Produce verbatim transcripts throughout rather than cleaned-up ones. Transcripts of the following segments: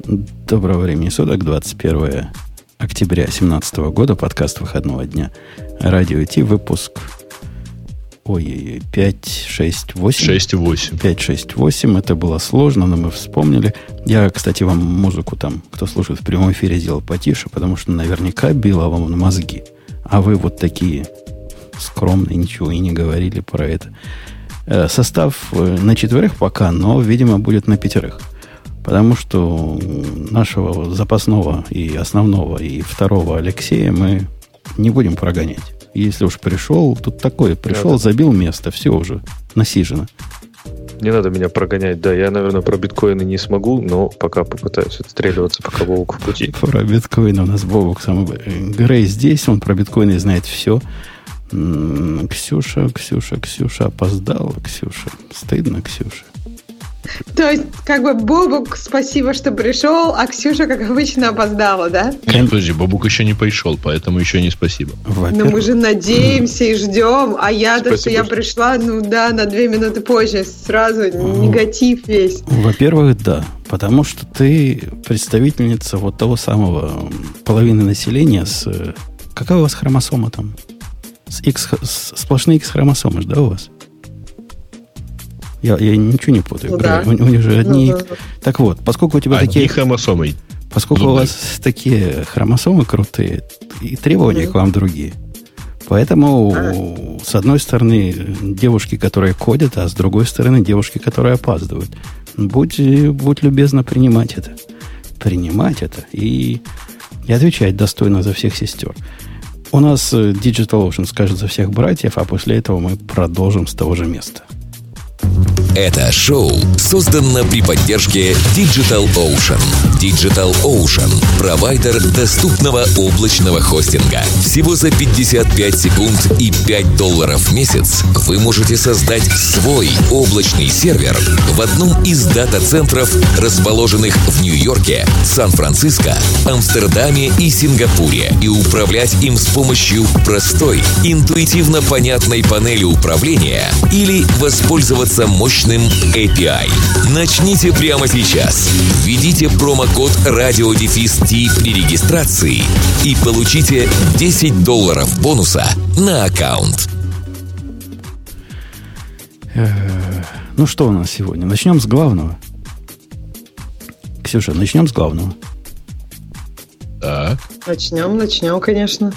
Доброго времени суток, двадцать первое октября две тысячи семнадцатого года, подкаст выходного дня. Радио Ти, выпуск ой, пять, шесть, восемь. шесть, восемь. пять, шесть, восемь. Это было сложно, но мы вспомнили. Я, кстати, вам музыку там, кто слушает в прямом эфире, сделал потише, потому что наверняка била вам на мозги. А вы вот такие скромные, ничего и не говорили про это. Состав на четверых пока, но, видимо, будет на пятерых. Потому что нашего запасного и основного, и второго Алексея мы не будем прогонять. Если уж пришел, тут такое, пришел, надо. Забил место, все уже насижено. Не надо меня прогонять, да, я, наверное, про биткоины не смогу, но пока попытаюсь отстреливаться, пока Бобук в пути. Про биткоины у нас Бобук самый... Грей здесь, он про биткоины знает все. Ксюша, Ксюша, Ксюша опоздала, Ксюша. Стыдно, Ксюша. То есть, как бы, Бобук, спасибо, что пришел, а Ксюша, как обычно, опоздала, да? Нет, подожди, Бобук еще не пришел, поэтому еще не спасибо. Но мы же надеемся и ждем, а я-то, что я пришла, ну да, на две минуты позже, сразу негатив весь. Во-первых, да, потому что ты представительница вот того самого половины населения с... Какая у вас хромосома там? С X, сплошные X-хромосомы, да, у вас? Я, я ничего не путаю. Ну, да. у, у них же одни... Ну, да. Так вот, поскольку у тебя одни такие... хромосомы. Поскольку Зубы. У вас такие хромосомы крутые, и требования mm-hmm. к вам другие. Поэтому, а. с одной стороны, девушки, которые кодят, а с другой стороны, девушки, которые опаздывают. Будь, будь любезна принимать это. Принимать это и, и отвечать достойно за всех сестер. У нас DigitalOcean скажет за всех братьев, а после этого мы продолжим с того же места. Это шоу создано при поддержке DigitalOcean. DigitalOcean – провайдер доступного облачного хостинга. Всего за пятьдесят пять секунд и пять долларов в месяц вы можете создать свой облачный сервер в одном из дата-центров, расположенных в Нью-Йорке, Сан-Франциско, Амстердаме и Сингапуре, и управлять им с помощью простой, интуитивно понятной панели управления или воспользоваться мощным эй пи ай. Начните прямо сейчас. Введите промокод радиодефис-ти при регистрации и получите десять долларов бонуса на аккаунт. Ну что у нас сегодня? Начнем с главного. Ксюша, начнем с главного. Так. Начнем, начнем, конечно.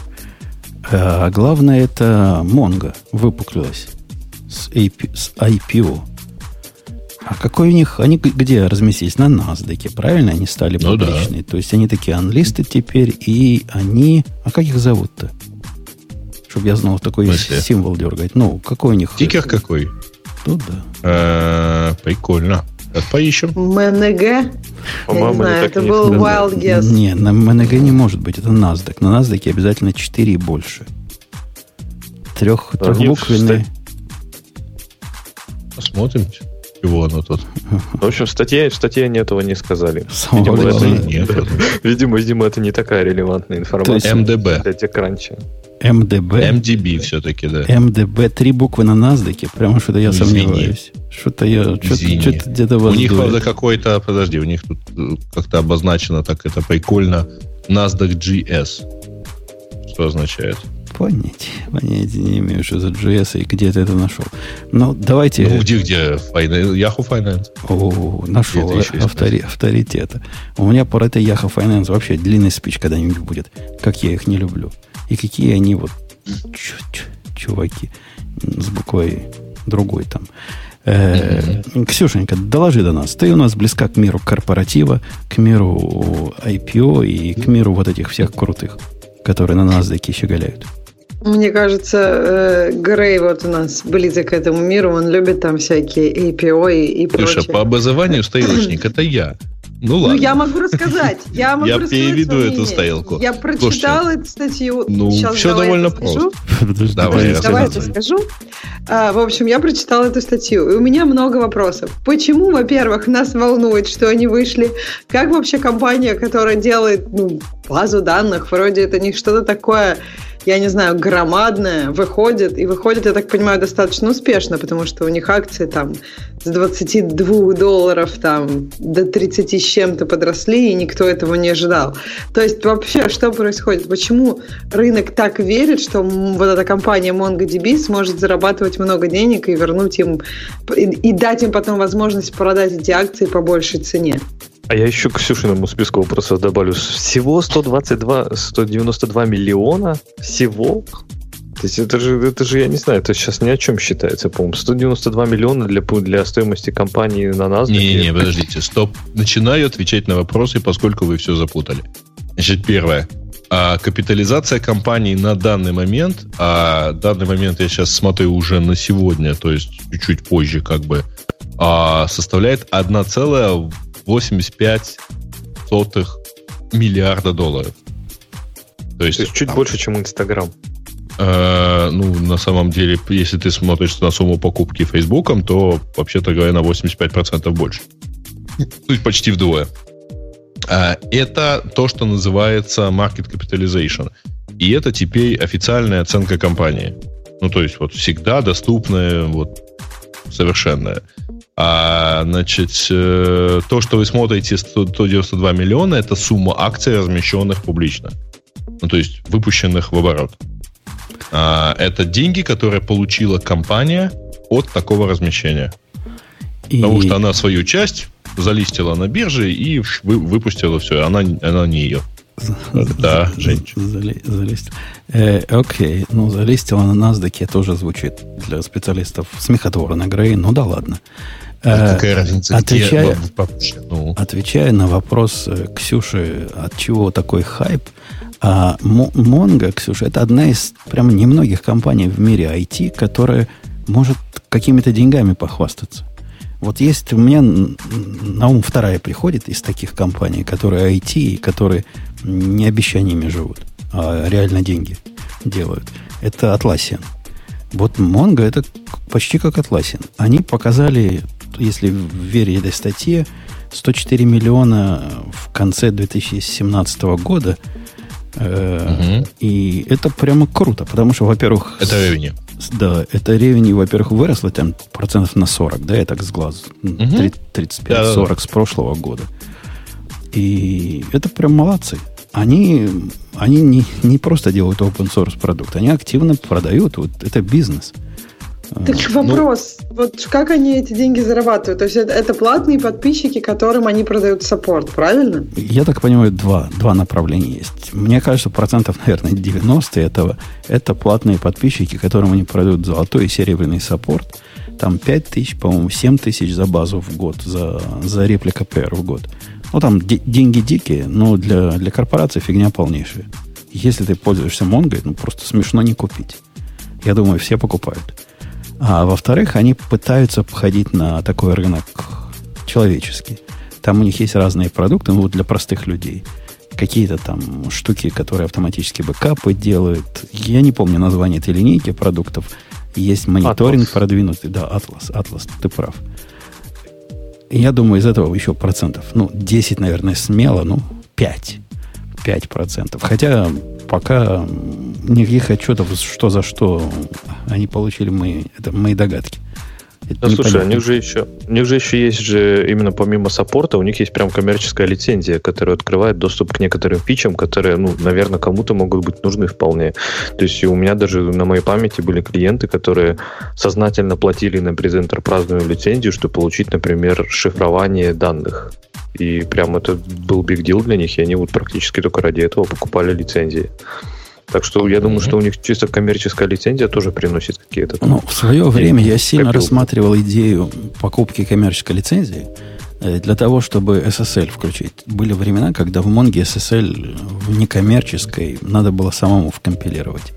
А главное, это Mongo выпуклилась с ай пи о. А какой у них... Они где разместились? На NASDAQ, правильно? Они стали ну публичные. Да. То есть они такие анлисты теперь, и они... А как их зовут-то? Чтобы я знал, такой Мысли. Символ дергать. Ну, какой у них... Тикер какой? Тут да. А, прикольно. Поищем. МНГ? Я не знаю, это был wild guess. Не, на МНГ не может быть. Это NASDAQ. На NASDAQ обязательно четыре и больше. Трех, а трехбуквенный... Посмотрим, чего оно тут. В общем, в статье, в статье они этого не сказали. Видимо это, нет, это... видимо, видимо, это не такая релевантная информация. эм ди би. Для TechCrunch. эм ди би. эм ди би все-таки, да. эм ди би, три буквы на NASDAQ. Прямо что-то я Извини. сомневаюсь. Что-то я... Что-то, что-то где-то вас У них, дует. правда, какой-то... Подожди, у них тут как-то обозначено так это прикольно. NASDAQ джи эс. Что означает? Понятия, понятия не имею, что за джи эс и где ты это нашел. Но давайте... Ну, где-где? Yahoo Finance. О, нашел автори... авторитета. У меня про это Yahoo Finance вообще длинный спич когда-нибудь будет. Как я их не люблю. И какие они вот чуваки с буквой другой там. Mm-hmm. Ксюшенька, доложи до нас. Ты у нас близка к миру корпоратива, к миру ай пи о и к миру вот этих всех крутых, которые на NASDAQ щеголяют. Мне кажется, Грей вот у нас близок к этому миру, он любит там всякие эй пи о и, и прочее. Слушай, по образованию стейлочник это я. Ну ладно. Ну, я могу рассказать. Я, могу я переведу эту стейлку. Я прочитала Слушайте, эту статью. Ну, Сейчас все довольно просто. Подожди, давай, давай я расскажу. А, в общем, я прочитала эту статью, и у меня много вопросов. Почему, во-первых, нас волнует, что они вышли? Как вообще компания, которая делает ну, базу данных, вроде это не что-то такое я не знаю, громадная, выходит, и выходит, я так понимаю, достаточно успешно, потому что у них акции там с двадцати двух долларов там до тридцати с чем-то подросли, и никто этого не ожидал. То есть вообще, что происходит? Почему рынок так верит, что вот эта компания MongoDB сможет зарабатывать много денег и вернуть им, и, и дать им потом возможность продать эти акции по большей цене? А я еще к Ксюшиному списку вопросов добавлю. Всего сто двадцать два, сто девяносто два миллиона? Всего? То есть это же, это же, я не знаю, это сейчас ни о чем считается, по-моему. сто девяносто два миллиона для, для стоимости компании на NASDAQ. Не-не, подождите, стоп. Начинаю отвечать на вопросы, поскольку вы все запутали. Значит, первое. А капитализация компании на данный момент, а данный момент я сейчас смотрю уже на сегодня, то есть чуть-чуть позже как бы, а, составляет одна целая восемьдесят пять сотых миллиарда долларов. То есть, то есть чуть там, больше, чем Инстаграм. Э, ну, на самом деле, если ты смотришь на сумму покупки Фейсбуком, то, вообще-то говоря, на восемьдесят пять процентов больше. То есть почти вдвое. Это то, что называется market capitalization. И это теперь официальная оценка компании. Ну, то есть вот всегда доступная, вот совершенная. А, значит, то, что вы смотрите, сто девяносто два миллиона, это сумма акций, размещенных публично. Ну, то есть выпущенных в оборот. А, это деньги, которые получила компания от такого размещения. И... Потому что она свою часть залистила на бирже и вы, выпустила все. Она, она не ее. Да, женщина. Залистила. Э, окей, ну залистила на NASDAQ тоже звучит для специалистов смехотворно, Грей, ну да ладно. А какая разница, отвечая, где ну. отвечая на вопрос Ксюши, от чего такой хайп, а Mongo, Ксюша, это одна из прямо немногих компаний в мире ай ти, которая может какими-то деньгами похвастаться. Вот есть у меня на ум вторая приходит из таких компаний, которые ай ти, которые не обещаниями живут, а реально деньги делают. Это Atlassian. Вот Mongo это почти как Atlassian. Они показали, если верить этой статье, сто четыре миллиона в конце две тысячи семнадцатого года. Э, угу. И это прямо круто, потому что, во-первых... Это ревеню. Да, это ревеню, во-первых, выросло там процентов на сорок, да, я так с глазу. Угу. тридцать пять сорок да, с прошлого года. И это прям молодцы. Они, они не, не просто делают open source продукт, они активно продают. Вот это бизнес. Так вопрос, ну, вот как они эти деньги зарабатывают? То есть это, это платные подписчики, которым они продают саппорт, правильно? Я так понимаю, два, два направления есть. Мне кажется, процентов, наверное, девяносто этого это платные подписчики, которым они продают золотой и серебряный саппорт. Там пять тысяч, по-моему, семь тысяч за базу в год, за, за реплика пэр в год. Ну, там д- деньги дикие, но для, для корпорации фигня полнейшая. Если ты пользуешься Mongo, ну, просто смешно не купить. Я думаю, все покупают. А во-вторых, они пытаются походить на такой рынок человеческий. Там у них есть разные продукты, ну, вот для простых людей. Какие-то там штуки, которые автоматически бэкапы делают. Я не помню название этой линейки продуктов. Есть мониторинг Atlas. Продвинутый. Да, Atlas, Atlas, ты прав. Я думаю, из этого еще процентов, ну, десять, наверное, смело, ну, пять. пять процентов. Хотя пока никаких отчетов, что за что они получили, мы, это мои догадки. Да, слушай, у них, же еще, у них же еще есть же, именно помимо саппорта, у них есть прям коммерческая лицензия, которая открывает доступ к некоторым фичам, которые, ну, наверное, кому-то могут быть нужны вполне. То есть у меня даже на моей памяти были клиенты, которые сознательно платили на презентерпразную лицензию, чтобы получить, например, шифрование данных. И прям это был big deal для них, и они вот практически только ради этого покупали лицензии. Так что я думаю, mm-hmm. что у них чисто коммерческая лицензия тоже приносит какие-то... Ну, в свое время я сильно копилку. рассматривал идею покупки коммерческой лицензии для того, чтобы эс эс эль включить. Были времена, когда в Mongo эс эс эль в некоммерческой надо было самому вкомпилировать.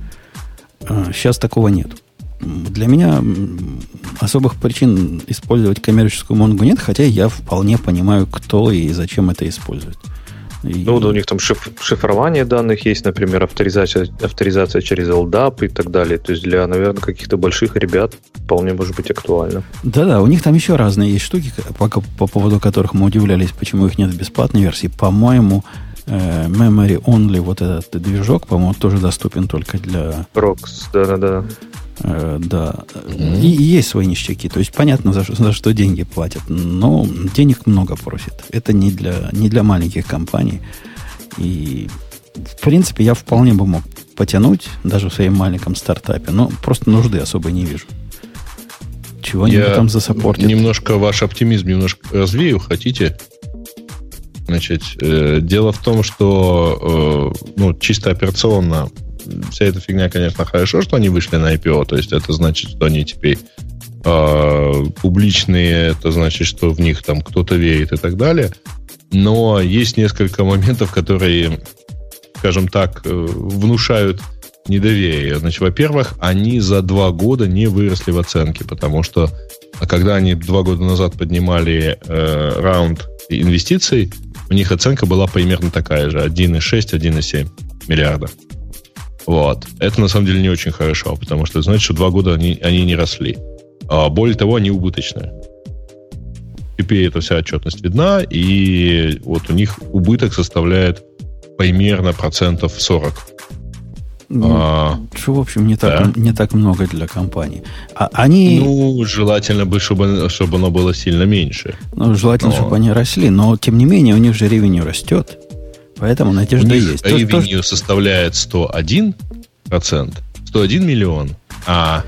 Сейчас такого нет. Для меня особых причин использовать коммерческую Mongo нет, хотя я вполне понимаю, кто и зачем это использует. И... Ну, да, у них там шиф- шифрование данных есть, например, авторизация, авторизация через эл дап и так далее. То есть для, наверное, каких-то больших ребят вполне может быть актуально. Да-да, у них там еще разные есть штуки, по, по поводу которых мы удивлялись, почему их нет в бесплатной версии. По-моему, э, Memory Only, вот этот движок, по-моему, тоже доступен только для... Prox, да-да-да. Э, да. Mm-hmm. И, и есть свои ништяки. То есть понятно, за, за что деньги платят. Но денег много просит. Это не для, не для маленьких компаний. И, в принципе, я вполне бы мог потянуть даже в своем маленьком стартапе. Но просто нужды особо не вижу. Чего-нибудь там засаппортит. Немножко ваш оптимизм немножко развею. Хотите? Значит, э, дело в том, что э, ну, чисто операционно вся эта фигня, конечно, хорошо, что они вышли на ай пи о. То есть это значит, что они теперь э, публичные, это значит, что в них там кто-то верит и так далее. Но есть несколько моментов, которые, скажем так, э, внушают недоверие. Значит, во-первых, они за два года не выросли в оценке, потому что когда они два года назад поднимали э, раунд инвестиций, у них оценка была примерно такая же, один целых шесть - один целых семь миллиарда. Вот. Это на самом деле не очень хорошо, потому что это значит, что два года они, они не росли. А более того, они убыточные. Теперь эта вся отчетность видна, и вот у них убыток составляет примерно процентов сорок. Ну, а, что, в общем, не так, да. не так много для компаний. А они... Ну, желательно бы, чтобы, чтобы оно было сильно меньше. Ну, желательно, но... чтобы они росли, но, тем не менее, у них же ревеню растет. Поэтому надежда у них есть. Ревеню то, составляет сто один процент, сто один миллион, а,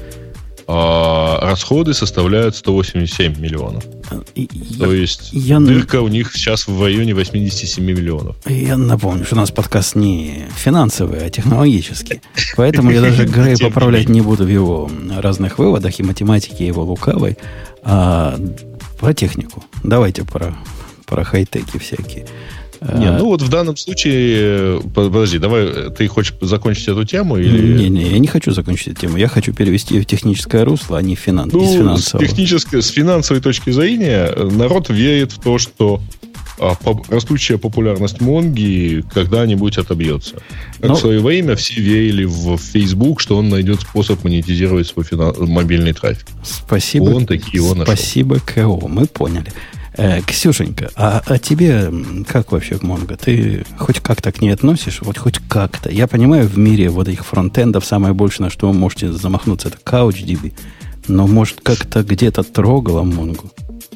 а расходы составляют сто восемьдесят семь миллионов. И, То я, есть я, дырка у них сейчас в районе восемьдесят семь миллионов. Я напомню, что у нас подкаст не финансовый, а технологический. Поэтому я даже Грей поправлять не буду в его разных выводах и математике его лукавой, а про технику. Давайте про, про хай-теки всякие. Не, ну вот в данном случае... Подожди, давай, ты хочешь закончить эту тему? Или... Не, не, я не хочу закончить эту тему. Я хочу перевести ее в техническое русло, а не финанс, ну, из финансового. С, технической, с финансовой точки зрения народ верит в то, что а, по, растущая популярность Монги когда-нибудь отобьется. Как Но... в свое время все верили в Facebook, что он найдет способ монетизировать свой финан... мобильный трафик. Спасибо. Он такие его нашел. Спасибо, КО. Мы поняли. Э, Ксюшенька, а, а тебе как вообще Монго? Ты хоть как-то к ней относишь? Вот хоть как-то. Я понимаю, в мире вот этих фронтендов самое большее, на что вы можете замахнуться, это CouchDB. Но, может, как-то где-то трогала Монгу?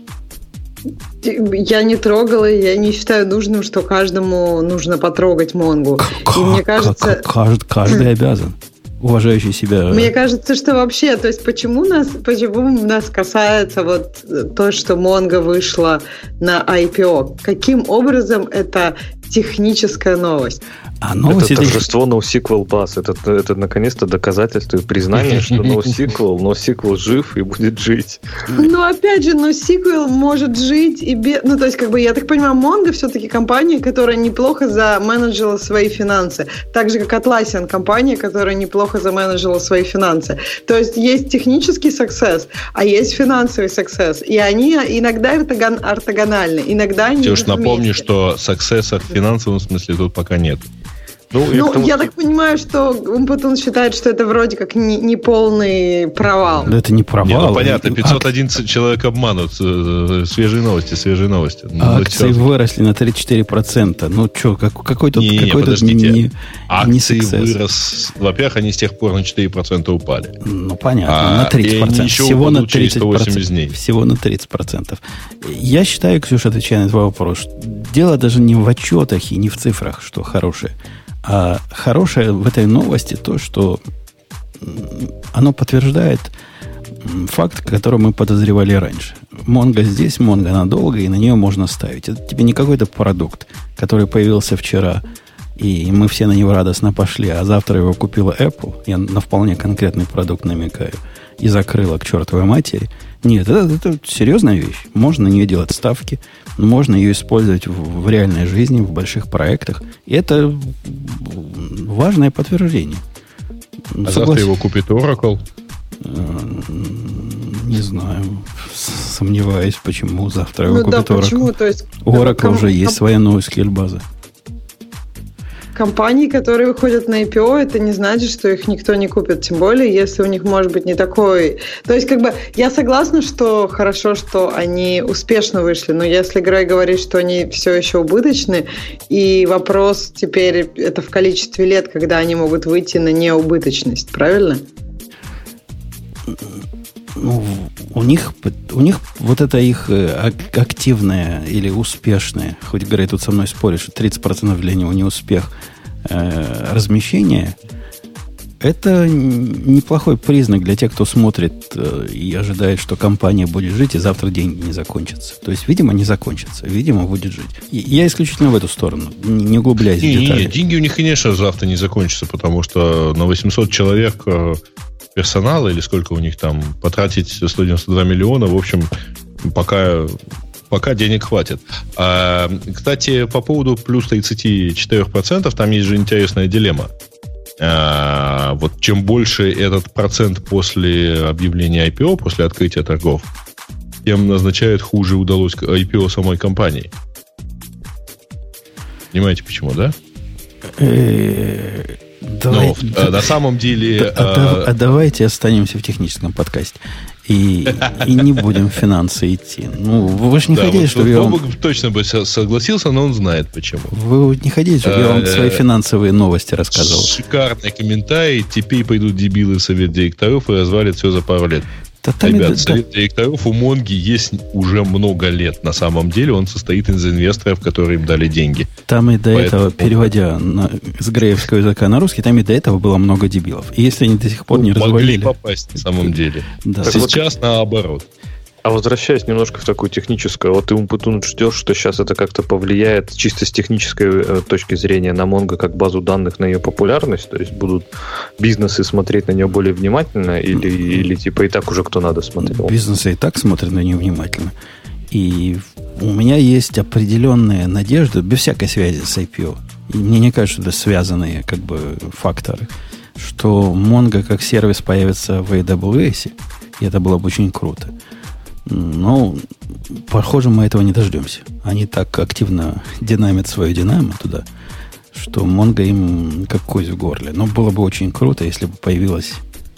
Я не трогала, я не считаю нужным, что каждому нужно потрогать Монгу. Как, И мне кажется... Как, каждый, каждый обязан. Уважающий себя. Мне кажется, что вообще, то есть почему нас, почему нас касается вот то, что Mongo вышла на ай пи о? Каким образом это техническая новость? А это торжество NoSQL Bus. Это, это наконец-то доказательство и признание, что NoSQL, NoSQL жив и будет жить. Ну, опять же, NoSQL может жить и без... Ну, то есть, как бы, я так понимаю, Mongo все-таки компания, которая неплохо заменеджила свои финансы. Так же, как Atlassian компания, которая неплохо заменеджила свои финансы. То есть, есть технический success, а есть финансовый success. И они иногда ортогональны, иногда они Я уж напомню, что success в финансовом смысле тут пока нет. Ну, ну я так понимаю, что Умпутун считает, что это вроде как не, не полный провал. Да это не провал. Не, ну, понятно, пятьсот одиннадцать Ак... человек обманут. Свежие новости, свежие новости. Ну, акции выросли на тридцать четыре процента. Ну, что, как, какой тут... Не, какой не, тут подождите. Не, акции не вырос... Во-первых, они с тех пор на четыре процента упали. Ну, понятно, а, на тридцать процентов. Всего на тридцать процентов. Всего на тридцать процентов. Я считаю, Ксюша, отвечая на твой вопрос, дело даже не в отчетах и не в цифрах, что хорошее. А хорошее в этой новости то, что оно подтверждает факт, который мы подозревали раньше. Монго здесь, Монго надолго, и на нее можно ставить. Это тебе не какой-то продукт, который появился вчера, и мы все на него радостно пошли, а завтра его купила Apple, я на вполне конкретный продукт намекаю, и закрыла к чертовой матери. Нет, это, это серьезная вещь. Можно на нее делать ставки, можно ее использовать в, в реальной жизни, в больших проектах. И это важное подтверждение. А Согласен. Завтра его купит Oracle? Не знаю. Сомневаюсь, почему завтра его ну, купит да, Oracle. Почему? То есть, У Oracle кому, уже есть кому... своя NoSQL база. компании, которые выходят на ай пи о, это не значит, что их никто не купит. Тем более, если у них может быть не такой... То есть, как бы, я согласна, что хорошо, что они успешно вышли, но если Грей говорит, что они все еще убыточны, и вопрос теперь это в количестве лет, когда они могут выйти на неубыточность, правильно? Ну, у них, у них вот это их активное или успешное, хоть Грей тут со мной спорит, что тридцать процентов для него не успех, э, размещение, это неплохой признак для тех, кто смотрит э, и ожидает, что компания будет жить, и завтра деньги не закончатся. То есть, видимо, не закончится, видимо, будет жить. И я исключительно в эту сторону, не углубляясь не, в детали. Не, не, деньги у них, конечно, завтра не закончатся, потому что на восемьсот человек... Э, персонала, или сколько у них там, потратить сто девяносто два миллиона, в общем, пока, пока денег хватит. А, кстати, по поводу плюс тридцать четыре процента, там есть же интересная дилемма. А, вот чем больше этот процент после объявления ай пи о, после открытия торгов, тем означает, хуже удалось ай пи о самой компании. Понимаете, почему, да? Давай, ну, да, на самом деле... А, а, а давайте останемся в техническом подкасте. И, и не будем в финансы идти. Ну, вы же не да, хотите, вот, чтобы я вам... Бобок точно бы согласился, но он знает почему. Вы не хотите, чтобы я вам свои финансовые новости рассказывал? Шикарный комментарий. Теперь пойдут дебилы в совет директоров и развалят все за пару лет. Да, Ребят, да, совет да. директоров у Монги есть уже много лет. На самом деле он состоит из инвесторов, которые им дали деньги. Там и до Поэтому... этого, переводя на, с греевского языка на русский, там и до этого было много дебилов. И если они до сих пор ну, не развалили... Могли попасть на самом деле. Да. Сейчас вот... наоборот. А возвращаясь немножко в такую техническую, вот ты, Умпутун, ждешь, что сейчас это как-то повлияет чисто с технической э, точки зрения на Mongo как базу данных, на ее популярность? То есть будут бизнесы смотреть на нее более внимательно или, или типа и так уже кто надо смотрел? Бизнесы и так смотрят на нее внимательно. И у меня есть определенная надежда, без всякой связи с ай пи о, и мне не кажется, что это связанные как бы факторы, что Mongo как сервис появится в эй дабл ю эс, и это было бы очень круто. Но, похоже, мы этого не дождемся. Они так активно динамят свою динамо туда, что Mongo им как кость в горле. Но было бы очень круто, если бы появилась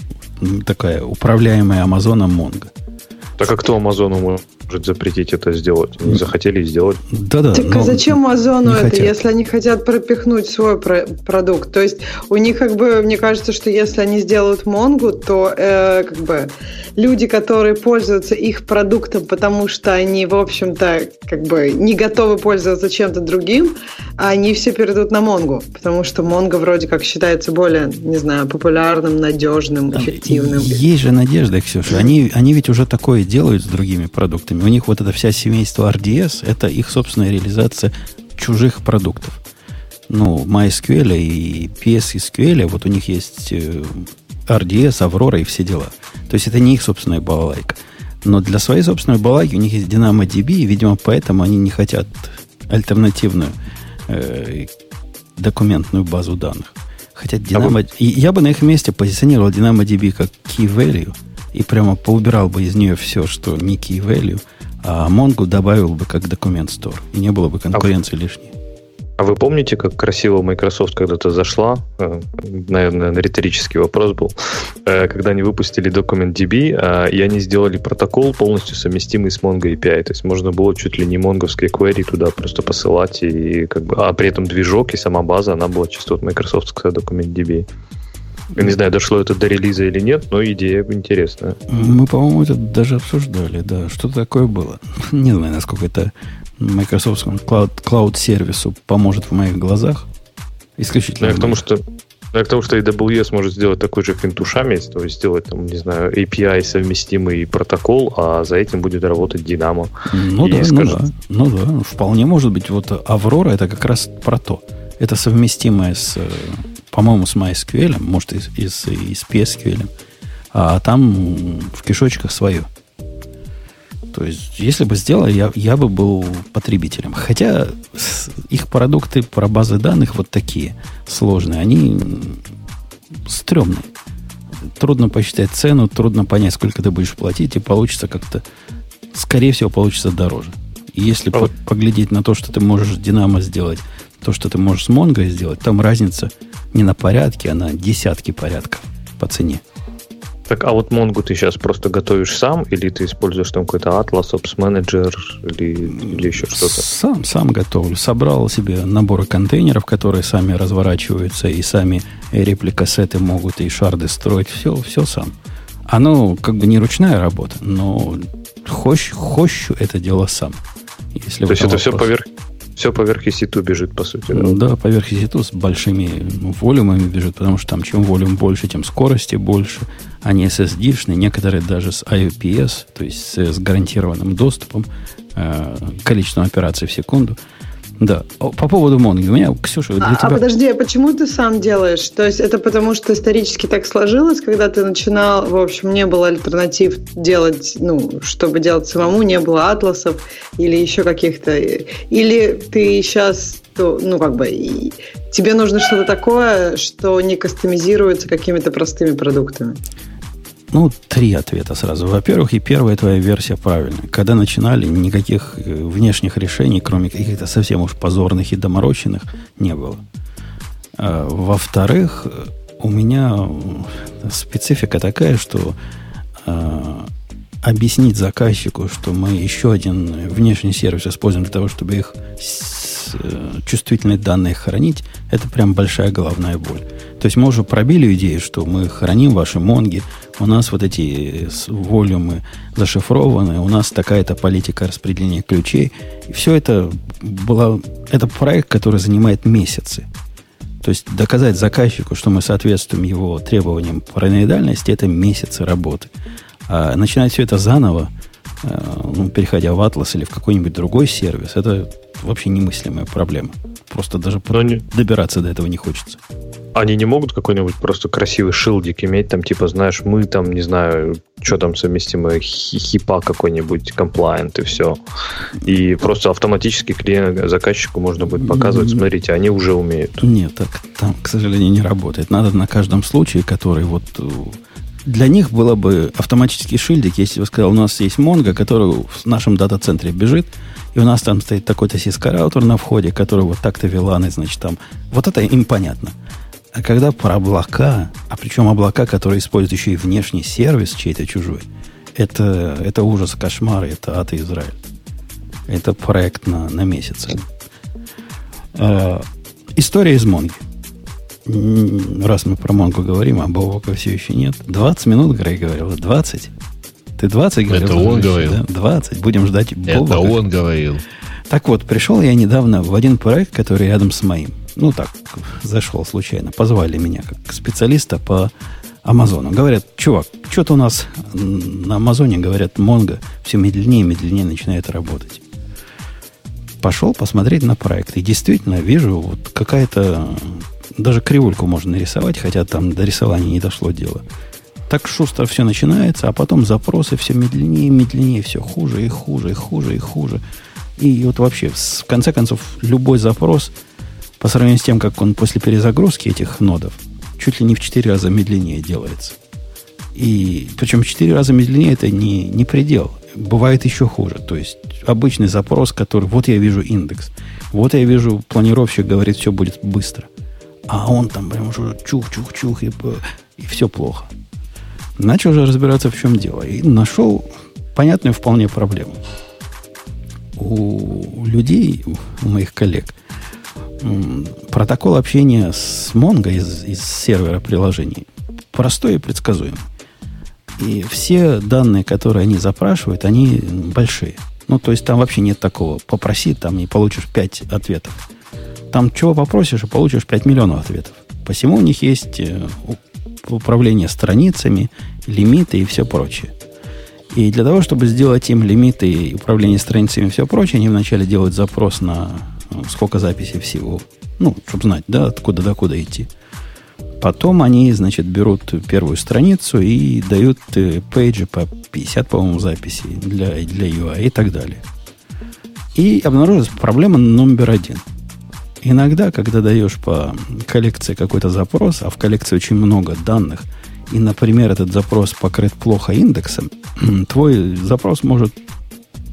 такая управляемая Амазоном Mongo. Так а кто Амазону может запретить это сделать? Они захотели сделать. Да-да. Так а зачем Амазону это, хотят. Если они хотят пропихнуть свой про- продукт? То есть у них как бы, мне кажется, что если они сделают Mongo, то э, как бы люди, которые пользуются их продуктом, потому что они, в общем-то, как бы не готовы пользоваться чем-то другим, они все перейдут на Mongo, потому что Mongo вроде как считается более, не знаю, популярным, надежным, эффективным. Есть же надежда, Ксюша. Они, они ведь уже такое делают с другими продуктами. У них вот это вся семейство ар ди эс, это их собственная реализация чужих продуктов. Ну, MySQL и пи эс эс кью эл, вот у них есть ар ди эс, Aurora и все дела. То есть это не их собственная балалайка. Но для своей собственной балалайки у них есть DynamoDB, и, видимо, поэтому они не хотят альтернативную э, документную базу данных. Хотя Dynamo... А вы... Я бы на их месте позиционировал DynamoDB как key value, и прямо поубирал бы из нее все, что не key value, а Mongo добавил бы как документ store, и не было бы конкуренции а вы... лишней. А вы помните, как красиво Microsoft когда-то зашла? Наверное, риторический вопрос был. Когда они выпустили DocumentDB, и они сделали протокол, полностью совместимый с Mongo эй пи ай. То есть можно было чуть ли не монговские query туда просто посылать, и как бы, а при этом движок и сама база, она была чисто вот Microsoftская DocumentDB. Я не знаю, дошло это до релиза или нет, но идея интересная. Мы, по-моему, это даже обсуждали, да. Что такое было? Не знаю, насколько это Microsoftскому клауд-сервису поможет в моих глазах. Исключительно. Ну, потому что, ну, потому что эй дабл ю эс может сделать такой же финт ушами, то есть сделать, там, не знаю, эй пи ай совместимый протокол, а за этим будет работать Dynamo. Ну да, скажет... ну да, ну да. Вполне может быть. Вот Aurora это как раз про то. Это совместимое с, по-моему, с MySQL, может, и, и, с, и с пи эс кью эл. А там в кишочках свое. То есть, если бы сделал, я, я бы был потребителем. Хотя их продукты про базы данных вот такие сложные, они стрёмные. Трудно посчитать цену, трудно понять, сколько ты будешь платить, и получится как-то, скорее всего, получится дороже. И если а по- вот. поглядеть на то, что ты можешь с Динамо сделать, то, что ты можешь с Mongo сделать, там разница не на порядке, а на десятки порядков по цене. Так, а вот Mongo ты сейчас просто готовишь сам, или ты используешь там какой-то Atlas, Ops Manager, или, или еще что-то? Сам, сам готовлю. Собрал себе наборы контейнеров, которые сами разворачиваются, и сами репликассеты могут, и шарды строить. Все, все сам. Оно как бы не ручная работа, но хощ, хощу это дело сам. Если То есть это вопрос. все поверх, все поверх и си ту бежит, по сути, да? Да, поверх и си ту с большими ну, волюмами бежит, потому что там чем волюм больше, тем скорости больше. Они эс эс ди-шные, некоторые даже с ай о пи эс, то есть с, с гарантированным доступом, э, количеством операций в секунду. Да. По поводу Mongo. У меня, Ксюша, для а, тебя... А подожди, а почему ты сам делаешь? То есть это потому, что исторически так сложилось, когда ты начинал, в общем, не было альтернатив делать, ну, чтобы делать самому, не было атласов или еще каких-то... Или ты сейчас, ну, как бы, тебе нужно что-то такое, что не кастомизируется какими-то простыми продуктами? Ну, три ответа сразу. Во-первых, и первая твоя версия правильная. Когда начинали, никаких внешних решений, кроме каких-то совсем уж позорных и доморощенных, не было. Во-вторых, у меня специфика такая, что объяснить заказчику, что мы еще один внешний сервис используем для того, чтобы их чувствительные данные хранить, это прям большая головная боль. То есть мы уже пробили идею, что мы храним ваши монги, у нас вот эти волюмы зашифрованы, у нас такая-то политика распределения ключей. И все это было, это проект, который занимает месяцы. То есть доказать заказчику, что мы соответствуем его требованиям параноидальности, это месяцы работы. А начинать все это заново, ну, переходя в Atlas или в какой-нибудь другой сервис, это вообще немыслимая проблема. Просто даже не... добираться до этого не хочется. Они не могут какой-нибудь просто красивый шилдик иметь, там, типа, знаешь, мы там, не знаю, что там совместимо, хипа какой-нибудь, комплайент и все. И просто автоматически клиент, заказчику можно будет показывать, смотрите, они уже умеют. Нет, так там, к сожалению, не работает. Надо на каждом случае, который вот... Для них было бы автоматический шильдик, если бы сказал, у нас есть Mongo, который в нашем дата-центре бежит, и у нас там стоит такой-то Cisco-раутер на входе, который вот так-то виланы, значит, там... Вот это им понятно. А когда про облака, а причем облака, которые используют еще и внешний сервис чей-то чужой, это, это ужас, кошмар, это ад и Израиль. Это проект на, на месяцы. Э, история из Монги. Раз мы про Монго говорим, а Бобока все еще нет. двадцать минут, Грей говорил. двадцать? Ты двадцать говорил? Это он говорил. Да? двадцать. Будем ждать Бобока. Это он говорил. Так вот, пришел я недавно в один проект, который рядом с моим. Ну, так, зашел случайно. Позвали меня как специалиста по Амазону. Говорят, чувак, что-то у нас на Амазоне, говорят, Mongo все медленнее и медленнее начинает работать. Пошел посмотреть на проект. И действительно вижу, вот какая-то... Даже кривульку можно нарисовать, хотя там до рисования не дошло дело. Так шустро все начинается, а потом запросы все медленнее и медленнее, все хуже и хуже и хуже и хуже. И вот вообще, в конце концов, любой запрос, по сравнению с тем, как он после перезагрузки этих нодов, чуть ли не в четыре раза медленнее делается. И причем в четыре раза медленнее это не, не предел. Бывает еще хуже. То есть обычный запрос, который... Вот я вижу индекс. Вот я вижу, планировщик говорит, все будет быстро. А он там прям уже чух-чух-чух, и, и все плохо. Начал уже разбираться, в чем дело. И нашел понятную вполне проблему. У людей, у моих коллег, протокол общения с Mongo из, из сервера приложений простой и предсказуемый. И все данные, которые они запрашивают, они большие. Ну, то есть там вообще нет такого. Попроси, там и получишь пять ответов. Там чего попросишь, и получишь пять миллионов ответов. Посему у них есть управление страницами, лимиты и все прочее. И для того, чтобы сделать им лимиты и управление страницами и все прочее, они вначале делают запрос на сколько записей всего. Ну, чтобы знать, да, откуда до куда идти. Потом они, значит, берут первую страницу и дают пейджи по пятьдесят, по-моему, записей для, для ю ай и так далее. И обнаружилась проблема номер один. Иногда, когда даешь по коллекции какой-то запрос, а в коллекции очень много данных, и, например, этот запрос покрыт плохо индексом, твой запрос может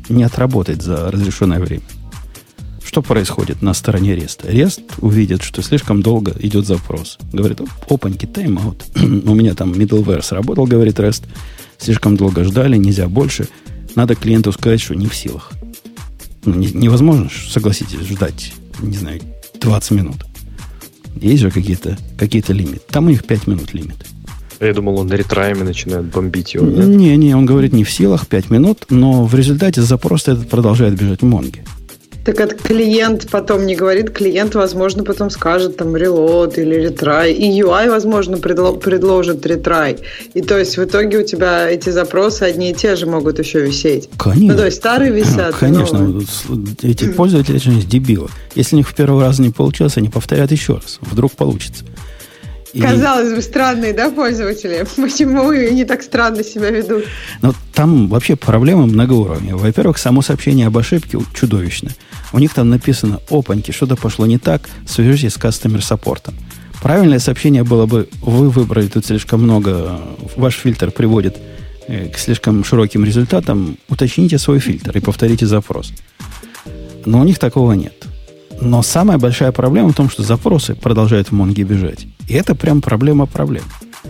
не отработать за разрешенное время. Что происходит на стороне REST? REST увидит, что слишком долго идет запрос. Говорит, опаньки, тайм-аут. У меня там middleware сработал, говорит REST. Слишком долго ждали, нельзя больше. Надо клиенту сказать, что не в силах. Ну, не, невозможно, согласитесь, ждать, не знаю, двадцать минут. Есть же какие-то, какие-то лимиты. Там у них пять минут лимит. Я думал, он на ретрайме начинает бомбить его. Не-не, он говорит, не в силах, пять минут, но в результате запрос этот продолжает бежать в Монге. Так от клиент потом не говорит, клиент, возможно, потом скажет там reload или retry, и ю ай, возможно, предло- предложит retry. И то есть в итоге у тебя эти запросы одни и те же могут еще висеть. Конечно. Ну, то есть старые висят. Конечно. Новые. Эти пользователи же дебилы. Если у них в первый раз не получилось, они повторяют еще раз. Вдруг получится. И... Казалось бы, странные, да, пользователи? Почему они так странно себя ведут? Ну, там вообще проблема многоуровневая. Во-первых, само сообщение об ошибке чудовищно. У них там написано, опаньки, что-то пошло не так, свяжитесь с customer support. Правильное сообщение было бы, вы выбрали тут слишком много, ваш фильтр приводит к слишком широким результатам, уточните свой фильтр и повторите запрос. Но у них такого нет. Но самая большая проблема в том, что запросы продолжают в Монге бежать. И это прям проблема проблем.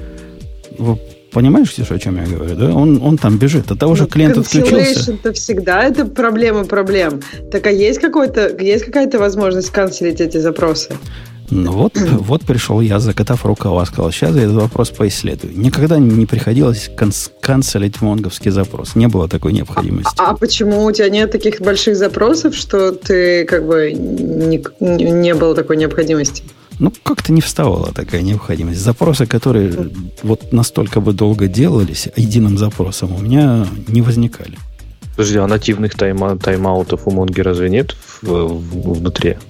Вы понимаешь, Ксюша, о чем я говорю? Да? Он, он там бежит. От того же клиент отключился. Это всегда это проблема проблем. Так а есть, какой-то, есть какая-то возможность канцелить эти запросы? Ну вот, вот пришел я, закатав рукава, сказал, сейчас я этот вопрос поисследую. Никогда не приходилось канц- канцелить монговский запрос. Не было такой необходимости. А, а почему у тебя нет таких больших запросов, что ты как бы не, не было такой необходимости? Ну, как-то не вставала такая необходимость. Запросы, которые mm. вот настолько бы долго делались единым запросом, у меня не возникали. Подожди, а нативных тайм- тайм-аутов у Монги разве нет в, в, внутри?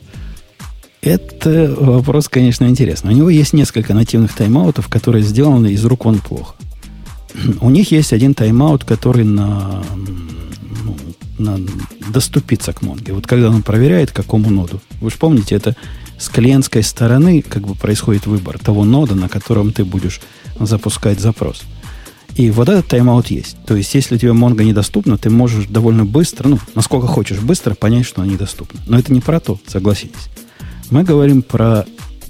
Это вопрос, конечно, интересный. У него есть несколько нативных тайм-аутов, которые сделаны из рук вон плохо. У них есть один тайм-аут, который на, ну, на доступиться к Монге. Вот когда он проверяет, какому ноду. Вы же помните, это с клиентской стороны как бы происходит выбор того нода, на котором ты будешь запускать запрос. И вот этот тайм-аут есть. То есть, если у тебя Mongo недоступна, ты можешь довольно быстро, ну, насколько хочешь быстро, понять, что она недоступна. Но это не про то, согласитесь. Мы говорим про...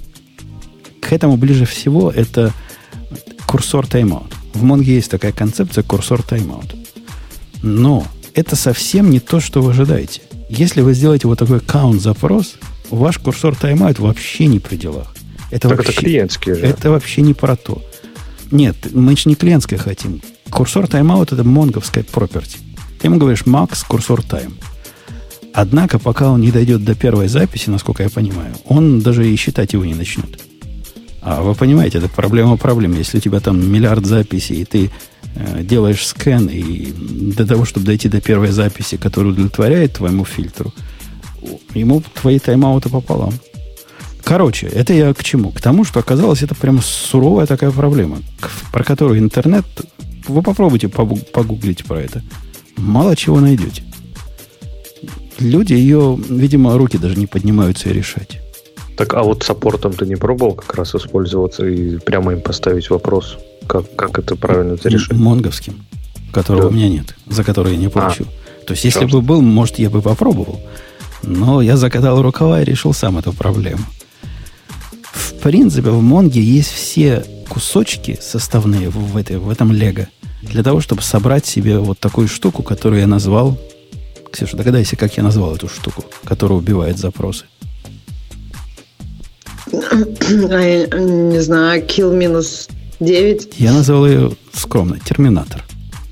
К этому ближе всего это курсор тайм-аут. В Mongo есть такая концепция курсор тайм-аут. Но это совсем не то, что вы ожидаете. Если вы сделаете вот такой каунт-запрос, ваш курсор тайм-аут вообще не при делах. Это так вообще, это клиентский же. Это вообще не про то. Нет, мы же не клиентское хотим. Курсор тайм-аут это монговская property. Ты ему говоришь max курсор тайм. Однако, пока он не дойдет до первой записи, насколько я понимаю, он даже и считать его не начнет. А вы понимаете, это проблема проблем. Если у тебя там миллиард записей, и ты э, делаешь скэн, и для того, чтобы дойти до первой записи, которая удовлетворяет твоему фильтру, ему твои тайм-ауты пополам. Короче, это я к чему? К тому, что оказалось, это прям суровая такая проблема, про которую интернет... Вы попробуйте погуглить про это. Мало чего найдете. Люди ее, видимо, руки даже не поднимаются и решать. Так, а вот саппортом ты не пробовал как раз использоваться и прямо им поставить вопрос, как, как это правильно это решить? Монговским, которого да. у меня нет, за который я не плачу. А, То есть, если черт. бы был, может, я бы попробовал. Но я закатал рукава и решил сам эту проблему. В принципе, в Монге есть все кусочки составные в, этой, в этом лего для того, чтобы собрать себе вот такую штуку, которую я назвал... Ксюша, догадайся, как я назвал эту штуку, которая убивает запросы. Я не знаю, kill минус девять. Я назвал ее скромно, терминатор.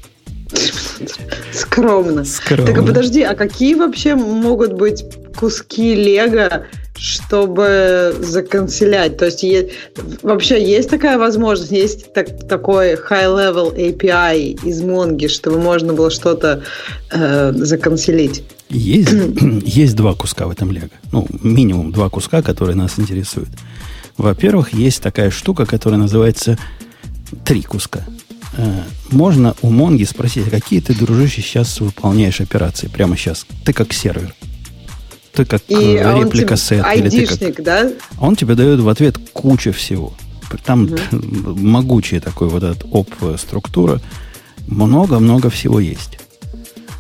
Скромно. Скромно. Так, а подожди, а какие вообще могут быть куски лего, чтобы законцелять? То есть е- вообще есть такая возможность, есть так, такой high-level эй пи ай из Монги, чтобы можно было что-то э, законцелить? Есть, есть два куска в этом лего. Ну, минимум два куска, которые нас интересуют. Во-первых, есть такая штука, которая называется три куска. Можно у Монги спросить, какие ты, дружище, сейчас выполняешь операции прямо сейчас. Ты как сервер. Ты как и реплика он сет. Или ты как... да? Он тебе дает в ответ кучу всего. Там угу. могучая такой вот этот оп-структура. Много-много всего есть.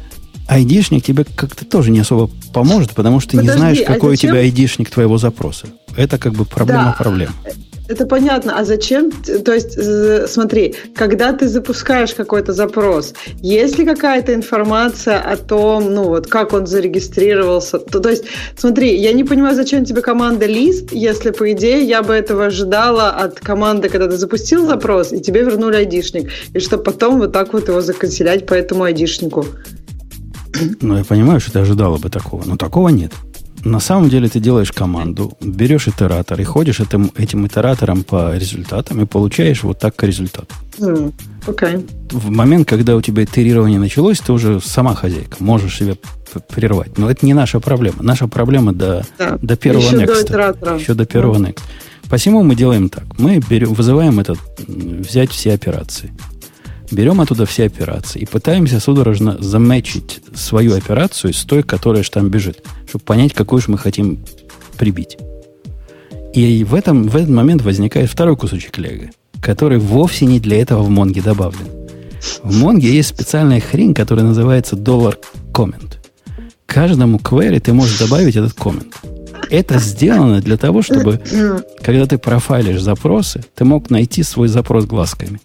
айдишник тебе как-то тоже не особо поможет, потому что ты Подожди, не знаешь, какой а у тебя айдишник твоего запроса. Это как бы проблема да. проблем. Это понятно. А зачем? То есть, смотри, когда ты запускаешь какой-то запрос, есть ли какая-то информация о том, ну вот, как он зарегистрировался? То, то есть, смотри, я не понимаю, зачем тебе команда list, если, по идее, я бы этого ожидала от команды, когда ты запустил запрос, и тебе вернули айдишник, и чтобы потом вот так вот его заканцелять по этому айдишнику. Ну, я понимаю, что ты ожидала бы такого, но такого нет. На самом деле ты делаешь команду, берешь итератор и ходишь этим, этим итератором по результатам и получаешь вот так результат. Mm, okay. В момент, когда у тебя итерирование началось, ты уже сама хозяйка, можешь себя прервать. Но это не наша проблема. Наша проблема до, да. до первого Еще next. До Еще до первого mm. next. Посему мы делаем так. Мы берем, вызываем этот, взять все операции. Берем оттуда все операции и пытаемся судорожно заметчить свою операцию с той, которая же там бежит, чтобы понять, какую же мы хотим прибить. И в, этом, в этот момент возникает второй кусочек лего, который вовсе не для этого в Монге добавлен. В Монге есть специальная хрень, которая называется dollar comment. Каждому query ты можешь добавить этот коммент. Это сделано для того, чтобы, когда ты профайлишь запросы, ты мог найти свой запрос глазками.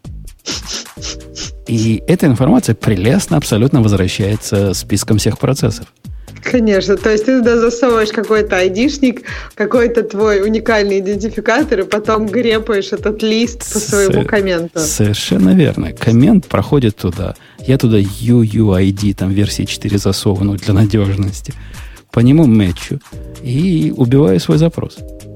И эта информация прелестно абсолютно возвращается списком всех процессов. Конечно, то есть ты туда засовываешь какой-то айдишник, какой-то твой уникальный идентификатор, и потом грепаешь этот лист по своему С- комменту. Совершенно верно. Коммент проходит туда. Я туда ю ю ай ди, там версии четыре засовываю для надежности. По нему мэтчу и убиваю свой запрос.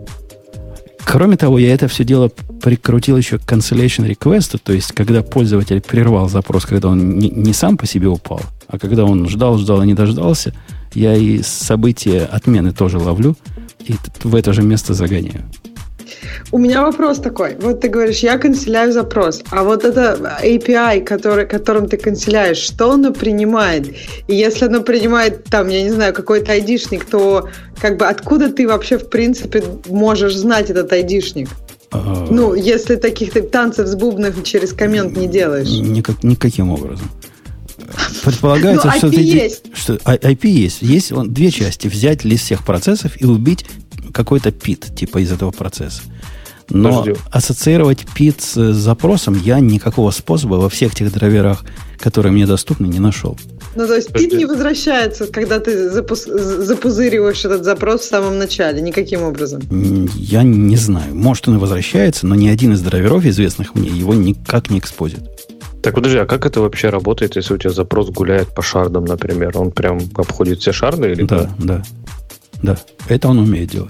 Кроме того, я это все дело прикрутил еще к cancellation request, то есть, когда пользователь прервал запрос, когда он не, не сам по себе упал, а когда он ждал, ждал и не дождался, я и события отмены тоже ловлю и в это же место загоняю. У меня вопрос такой. Вот ты говоришь, я канцеляю запрос, а вот это эй пи ай, который, которым ты канцеляешь, что оно принимает? И если оно принимает, там, я не знаю, какой-то айдишник, то как бы откуда ты вообще, в принципе, можешь знать этот айдишник? А... Ну, если таких танцев с бубном через коммент не делаешь. Никак, никаким образом. Предполагается, ну, что ай пи ты... есть. Что, ай пи есть. Есть он, две части. Взять лист всех процессов и убить какой-то пит, типа из этого процесса. Но Подожди. ассоциировать пит с запросом я никакого способа во всех тех драйверах, которые мне доступны, не нашел. Ну, то есть пит не возвращается, когда ты запу- запузыриваешь этот запрос в самом начале, никаким образом? Я не знаю. Может, он и возвращается, но ни один из драйверов, известных мне, его никак не экспозит. Так, подожди, а как это вообще работает, если у тебя запрос гуляет по шардам, например? Он прям обходит все шарды? Или да, да, да. Это он умеет делать.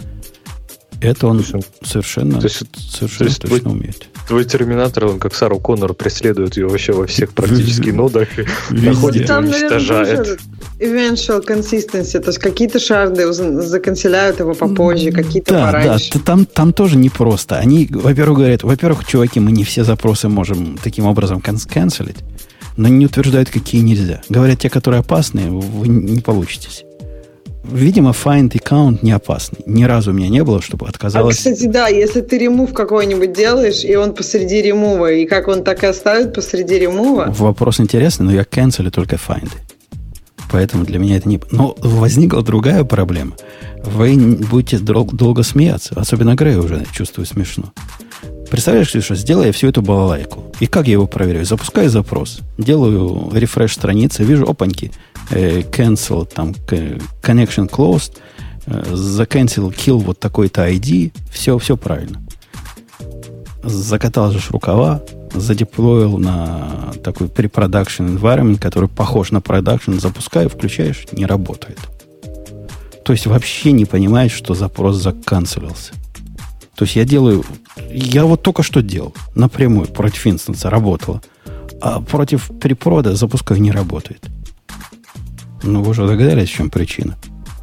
Это он, он совершенно, то есть, совершенно то есть точно твой, умеет. Твой терминатор, он как Сару Коннор преследует ее вообще во всех практически нодах и находит и уничтожает. Eventual consistency, то есть какие-то шарды заканцеляют его попозже, какие-то да, пораньше. Да, там, там тоже непросто. Они, во-первых, говорят, во-первых, чуваки, мы не все запросы можем таким образом канцелить, но не утверждают, какие нельзя. Говорят, те, которые опасные, вы не получитесь. Видимо, find и count не опасный. Ни разу у меня не было, чтобы отказалось. А, кстати, да, если ты ремув какой-нибудь делаешь, и он посреди ремува, и как он так и оставит посреди ремува? Вопрос интересный, но я канцелю только find. Поэтому для меня это не... Но возникла другая проблема. Вы будете дол- долго смеяться. Особенно Грей уже чувствую смешно. Представляешь, что сделаю я всю эту балалайку. И как я его проверяю? Запускаю запрос. Делаю рефреш страницы. Вижу, опаньки. Cancel, там, connection closed. Заканцел, kill вот такой-то ай ди. Все, все правильно. Закатал же рукава. Задеплоил на такой pre-production environment, который похож на production. Запускаю, включаешь, не работает. То есть вообще не понимаешь, что запрос заканцелился. То есть я делаю... Я вот только что делал. Напрямую против инстанса работало. А против препрода запускаю не работает. Ну, вы уже догадались, в чем причина?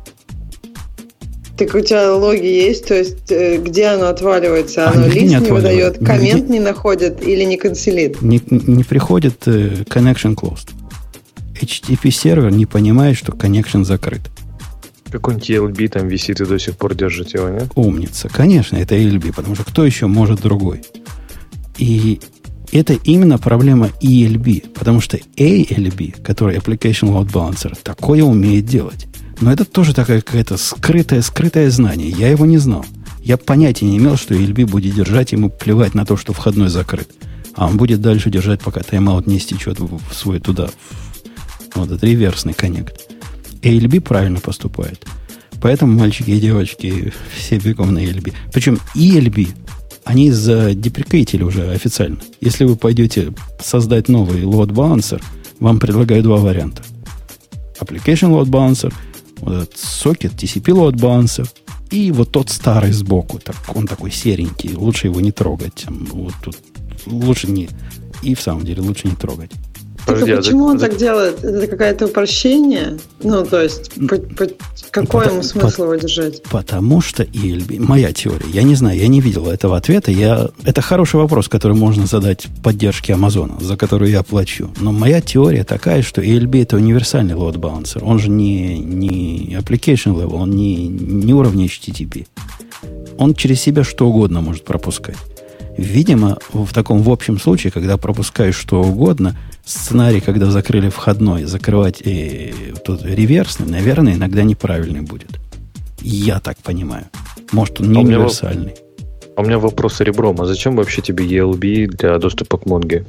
Так у тебя логи есть? То есть где оно отваливается? Оно а лист не, не выдает, коммент нигде... не находит или не канцелит? Не, не приходит uh, connection closed. эйч ти ти пи сервер не понимает, что connection закрыт. Какой-нибудь эл би там висит и до сих пор держит его, нет? Умница. Конечно, это эл би, потому что кто еще может другой? И, это именно проблема и эл би, потому что эй эл би, который Application Load Balancer, такое умеет делать. Но это тоже такое какое-то скрытое, скрытое знание. Я его не знал. Я понятия не имел, что эй эл би будет держать, ему плевать на то, что входной закрыт. А он будет дальше держать, пока тайм-аут не стечет в свой туда, в вот этот реверсный коннект. эй эл би правильно поступает. Поэтому мальчики и девочки все бегом на эй эл би. Причем и эл би, они задеприкейтили уже официально. Если вы пойдете создать новый load balancer, вам предлагают два варианта. Application Load Balancer, вот этот сокет, ти си пи Load Balancer и вот тот старый сбоку. Так, он такой серенький, лучше его не трогать. Вот тут лучше не... И в самом деле лучше не трогать. Подожди, а почему а он за... так делает? Это какое-то упрощение? Ну, то есть, по, по, какой потому, ему смысл по, его держать? Потому что и эл би... Моя теория. Я не знаю, я не видел этого ответа. Я... Это хороший вопрос, который можно задать поддержке Амазона, за который я плачу. Но моя теория такая, что и эл би это универсальный load balancer. Он же не, не application level, он не, не уровень эйч ти ти пи. Он через себя что угодно может пропускать. Видимо, в таком в общем случае, когда пропускаешь что угодно, сценарий, когда закрыли входной, закрывать э, тут реверсный, наверное, иногда неправильный будет. Я так понимаю. Может, он не а универсальный. А у меня вопрос ребром. А зачем вообще тебе и эл би для доступа к Монге?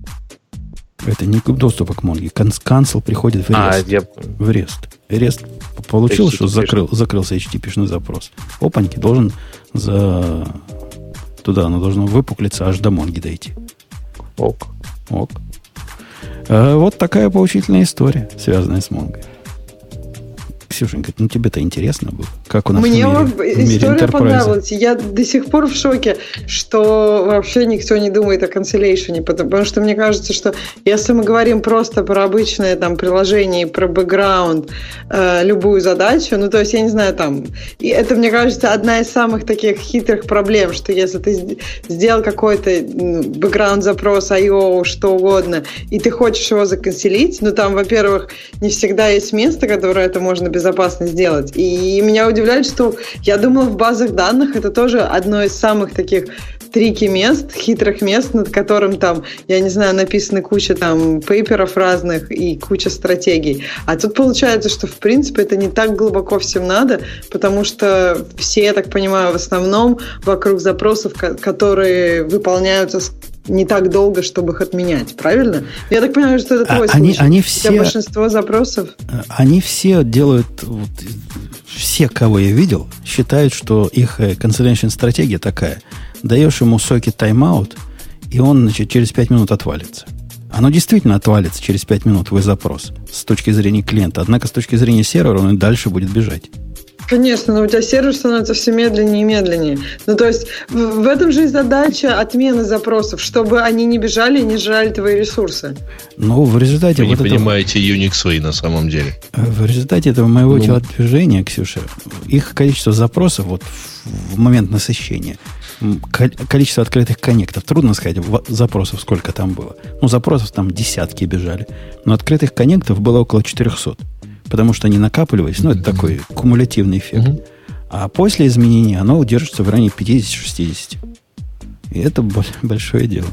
Это не доступа к Монге. Cancel приходит в REST. А, я... В REST. REST получил, что закрыл, закрылся эйч ти ти пи-шный запрос. Опаньки, должен за... Туда оно должно выпуклиться, аж до Монги дойти. Ок. Ок. А вот такая поучительная история, связанная с Монгой. Ксюшенька, ну тебе-то интересно было, как у нас Мне в мире, в мире история понравилась. Я до сих пор в шоке, что вообще никто не думает о канцелейшене, потому что мне кажется, что если мы говорим просто про обычное там приложение, про бэкграунд, э, любую задачу, ну то есть я не знаю там, и это мне кажется одна из самых таких хитрых проблем, что если ты сделал какой-то бэкграунд запрос, ай о, что угодно, и ты хочешь его заканцелить, ну там, во-первых, не всегда есть место, которое это можно без безопасно сделать. И меня удивляет, что я думала, в базах данных это тоже одно из самых таких трики мест, хитрых мест, над которым там, я не знаю, написаны куча там пейперов разных и куча стратегий. А тут получается, что в принципе это не так глубоко всем надо, потому что все, я так понимаю, в основном вокруг запросов, которые выполняются не так долго, чтобы их отменять, правильно? Я так понимаю, что это твой они, случай. Они все, Хотя большинство запросов... Они все делают... Вот, все, кого я видел, считают, что их cancellation стратегия такая. Даешь ему сокет тайм-аут, и он, значит, через пять минут отвалится. Оно действительно отвалится через пять минут, твой запрос, с точки зрения клиента. Однако с точки зрения сервера он и дальше будет бежать. Конечно, но у тебя сервер становится все медленнее и медленнее. Ну, то есть, в, в этом же и задача отмены запросов, чтобы они не бежали и не жрали твои ресурсы. Ну, в результате... Вы вот не этого, понимаете Unix на самом деле. В результате этого моего ну, телодвижения, Ксюша, их количество запросов вот в момент насыщения, количество открытых коннектов, трудно сказать, запросов сколько там было. Ну, запросов там десятки бежали. Но открытых коннектов было около четыреста. Потому что они накапливались, ну, это mm-hmm. такой кумулятивный эффект. Mm-hmm. А после изменения оно удержится в районе пятьдесят-шестьдесят. И это большое дело.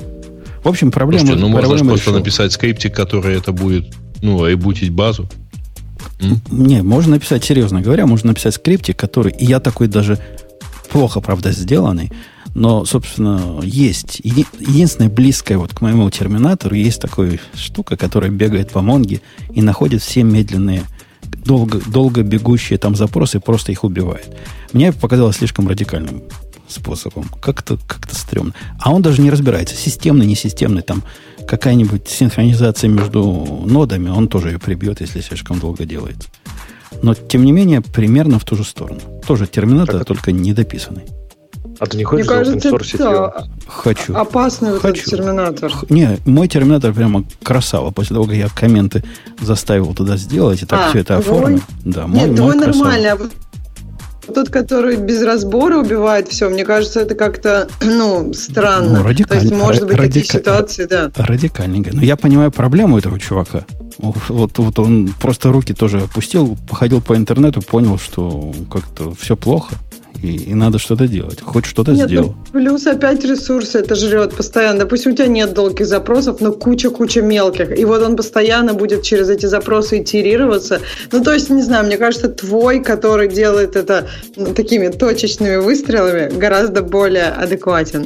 В общем, проблема... Слушайте, ну, можно проблема просто решила. написать скриптик, который это будет, ну, ребутить базу. М? Не, можно написать, серьезно говоря, можно написать скриптик, который... И я такой даже плохо, правда, сделанный, но, собственно, есть. Еди, единственное близкое вот к моему терминатору есть такая штука, которая бегает по Монге и находит все медленные, долго, долго бегущие там запросы и просто их убивает. Мне показалось слишком радикальным способом. Как-то, как-то стрёмно. А он даже не разбирается, системный, не системный, там какая-нибудь синхронизация между нодами, он тоже ее прибьет, если слишком долго делается. Но, тем не менее, примерно в ту же сторону. Тоже терминатор, так только недописанный. А ты не хочешь Мне кажется, заопенсорсить это Хочу. опасный вот Хочу. этот терминатор. Не, мой терминатор прямо красава. После того, как я комменты заставил туда сделать, и так а, все это оформил. Да, мой, Нет, мой твой нормальный. А вот тот, который без разбора убивает все, мне кажется, это как-то, ну, странно. Ну, радикаль... То есть, может быть, радика... такие ситуации, да. Радикальненько. Но я понимаю проблему этого чувака. Вот, вот он просто руки тоже опустил, походил по интернету, понял, что как-то все плохо. И, и надо что-то делать. Хоть что-то нет, сделал. Ну, плюс опять ресурсы это жрет постоянно. Допустим, у тебя нет долгих запросов, но куча-куча мелких. И вот он постоянно будет через эти запросы итерироваться. Ну, то есть, не знаю, мне кажется, твой, который делает это ну, такими точечными выстрелами, гораздо более адекватен.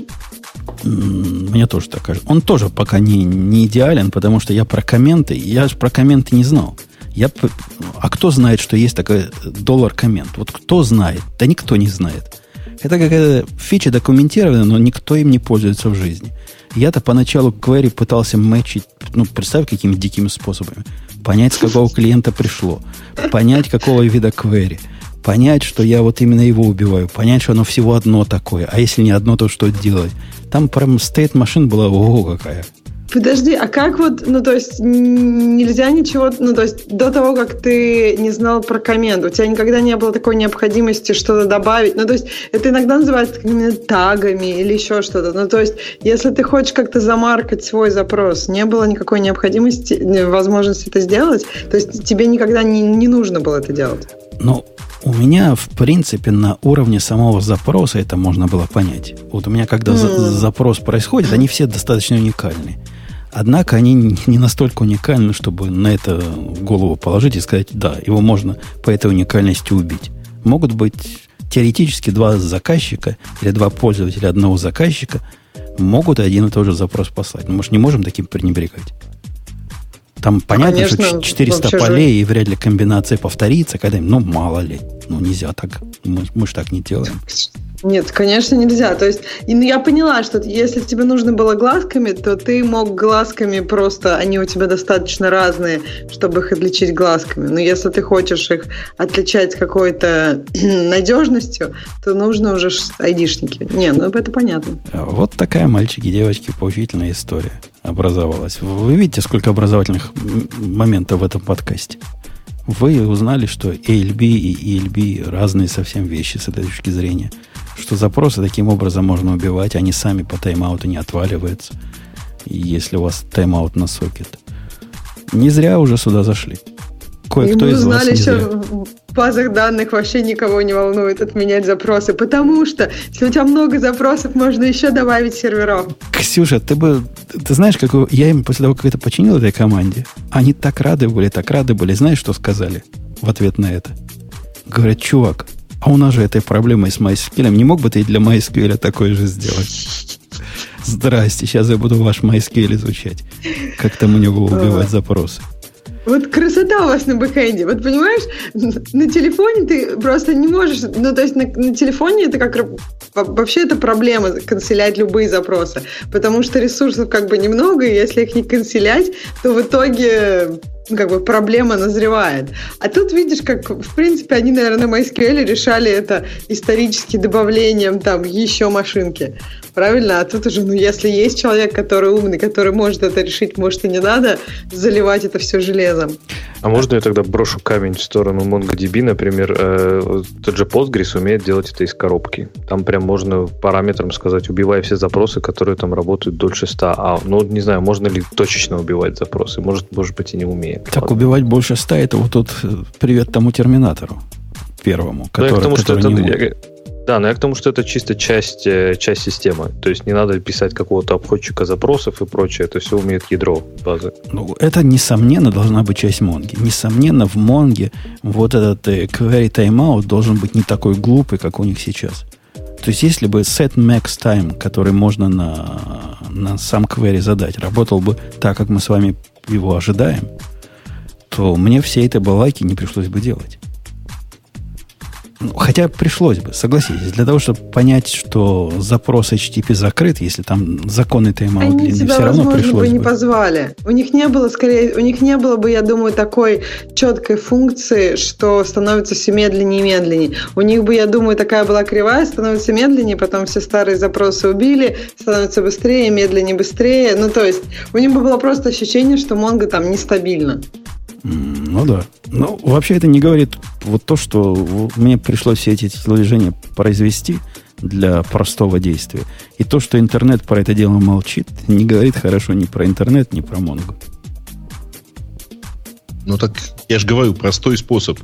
Мне тоже так кажется. Он тоже пока не, не идеален, потому что я про комменты, я же про комменты не знал. Я, а кто знает, что есть такой доллар-коммент? Вот кто знает? Да никто не знает. Это какая-то фича документированная, но никто им не пользуется в жизни. Я-то поначалу query пытался мэчить, ну, представь, какими дикими способами. Понять, с какого клиента пришло. Понять, какого вида query. Понять, что я вот именно его убиваю. Понять, что оно всего одно такое. А если не одно, то что делать? Там прям state машин была ого какая. Подожди, а как вот, ну, то есть, нельзя ничего, ну, то есть, до того, как ты не знал про коммент, у тебя никогда не было такой необходимости что-то добавить, ну, то есть, это иногда называется какими-то тагами или еще что-то, ну, то есть, если ты хочешь как-то замаркать свой запрос, не было никакой необходимости, возможности это сделать, то есть, тебе никогда не, не нужно было это делать? Ну, у меня, в принципе, на уровне самого запроса это можно было понять. Вот у меня, когда mm. за- запрос происходит, они все достаточно уникальны. Однако они не настолько уникальны, чтобы на это голову положить и сказать, да, его можно по этой уникальности убить. Могут быть теоретически два заказчика или два пользователя одного заказчика могут один и тот же запрос послать. Но мы же не можем таким пренебрегать. Там понятно, конечно, что четыреста полей же... и вряд ли комбинация повторится, когда, ну, мало ли. Ну, нельзя так. Мы, мы же так не делаем. Нет, конечно, нельзя. То есть, ну, я поняла, что если тебе нужно было глазками, то ты мог глазками просто, они у тебя достаточно разные, чтобы их отличить глазками. Но если ты хочешь их отличать какой-то надежностью, то нужно уже айдишники. Не, ну это понятно. Вот такая, мальчики и девочки, поучительная история образовалась. Вы видите, сколько образовательных моментов в этом подкасте. Вы узнали, что эй эл би и и эл би разные совсем вещи с этой точки зрения. Что запросы таким образом можно убивать, они сами по тайм-ауту не отваливаются, если у вас тайм-аут на сокет. Не зря уже сюда зашли. Кое-кто из вас не зря. В базах данных вообще никого не волнует отменять запросы, потому что если у тебя много запросов, можно еще добавить серверов. Ксюша, ты бы... Ты знаешь, как я им после того, как это починил этой команде, они так рады были, так рады были. Знаешь, что сказали в ответ на это? Говорят, чувак, а у нас же этой проблемой с MySQL. Не мог бы ты и для MySQL такое же сделать? Здрасте, сейчас я буду ваш MySQL изучать. Как там у него убивать запросы. Вот красота у вас на бэкэнде. Вот понимаешь, на телефоне ты просто не можешь... Ну, то есть на, на телефоне это как... Вообще это проблема, канцелять любые запросы. Потому что ресурсов как бы немного, и если их не канцелять, то в итоге... как бы проблема назревает. А тут видишь, как, в принципе, они, наверное, на MySQL решали это исторически добавлением там еще машинки. Правильно? А тут уже, ну, если есть человек, который умный, который может это решить, может, и не надо заливать это все железом. А можно я тогда брошу камень в сторону MongoDB, например, э, тот же Postgres умеет делать это из коробки. Там прям можно параметрам сказать, убивай все запросы, которые там работают дольше ста. А, ну, не знаю, можно ли точечно убивать запросы. Может, может быть, и не умеет. Так ладно. Убивать больше ста, это вот тут привет тому терминатору первому, который, тому, который что не это, может. я, да, но я к тому, что это чисто часть, часть системы. То есть не надо писать какого-то обходчика запросов и прочее. Это все умеет ядро базы. Ну, это, несомненно, должна быть часть Монги. Несомненно, в Монге вот этот э, query timeout должен быть не такой глупый, как у них сейчас. То есть, если бы set max time, который можно на, на сам query задать, работал бы так, как мы с вами его ожидаем, то мне всей этой балайки не пришлось бы делать. Ну, хотя пришлось бы, согласитесь, для того, чтобы понять, что запрос эйч ти ти пи закрыт, если там законный тайм-аут длинный, все равно возможно, пришлось бы. Они бы не позвали. У них не было, скорее, у них не было бы, я думаю, такой четкой функции, что становится все медленнее и медленнее. У них бы, я думаю, такая была кривая, становится медленнее, потом все старые запросы убили, становится быстрее, медленнее, быстрее. Ну, то есть, у них бы было просто ощущение, что Mongo там нестабильно. Ну да. Ну, вообще это не говорит вот то, что мне пришлось все эти телодвижения произвести для простого действия. И то, что интернет про это дело молчит, не говорит хорошо ни про интернет, ни про Mongo. Ну так я же говорю, простой способ.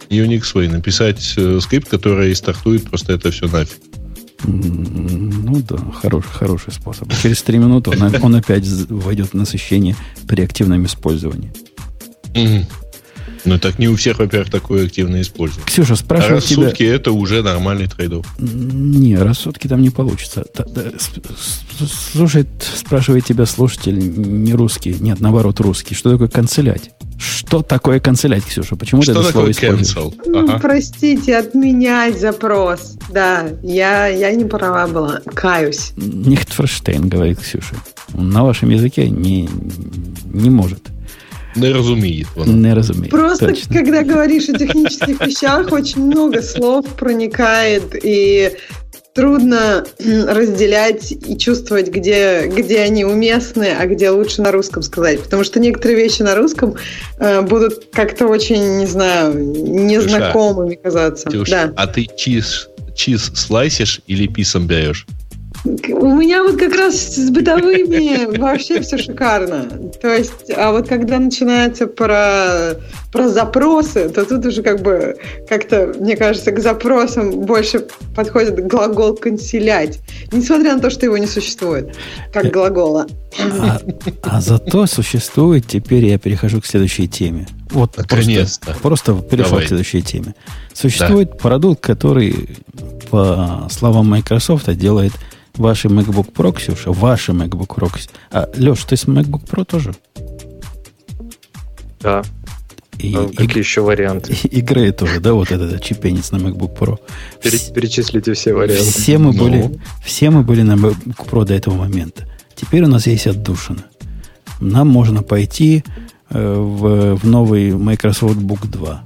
Unix свой, написать э, скрипт, который стартует просто это все нафиг. Ну да, хороший, хороший способ. Через три минуты он, он опять войдет в насыщение при активном использовании. Mm-hmm. Ну, так не у всех, во-первых, такое активное использование. Ксюша, спрашиваю а рассудки тебя... это уже нормальный трейд-офф. Не, рассудки там не получится. Слушай, спрашивает тебя слушатель не русский, нет, наоборот, русский. Что такое канцелять? Что такое канцелять, Ксюша? Почему что ты это слово cancel? используешь? Ну, ага. простите, отменять запрос. Да, я, я не права была. Каюсь. Нихтфорштейн, говорит Ксюша. На вашем языке не, не может. Не разумеет. Не разумеет. Просто, точно. когда говоришь о технических вещах, очень много слов проникает, и трудно разделять и чувствовать, где, где они уместны, а где лучше на русском сказать. Потому что некоторые вещи на русском э, будут как-то очень, не знаю, незнакомыми казаться. Ксюша, да. А ты чиз, чиз слайсишь или писом берешь? У меня вот как раз с бытовыми вообще все шикарно. То есть, а вот когда начинается про, про запросы, то тут уже как бы как-то, мне кажется, к запросам больше подходит глагол «канцелять». Несмотря на то, что его не существует, как глагола. А, а зато существует, теперь я перехожу к следующей теме. Вот наконец-то. Просто, просто перешел Давай. к следующей теме. Существует да. продукт, который, по словам Microsoft, делает ваши MacBook Pro, Ксюша, ваши MacBook Pro. А, Леш, ты с MacBook Pro тоже? Да. И, а какие и, еще варианты? И, и Грей тоже, да, вот этот чепенец на MacBook Pro. Вс... Перечислите все варианты. Все мы, ну. были, все мы были на MacBook Pro до этого момента. Теперь у нас есть отдушина. Нам можно пойти э, в, в новый Microsoft Book два.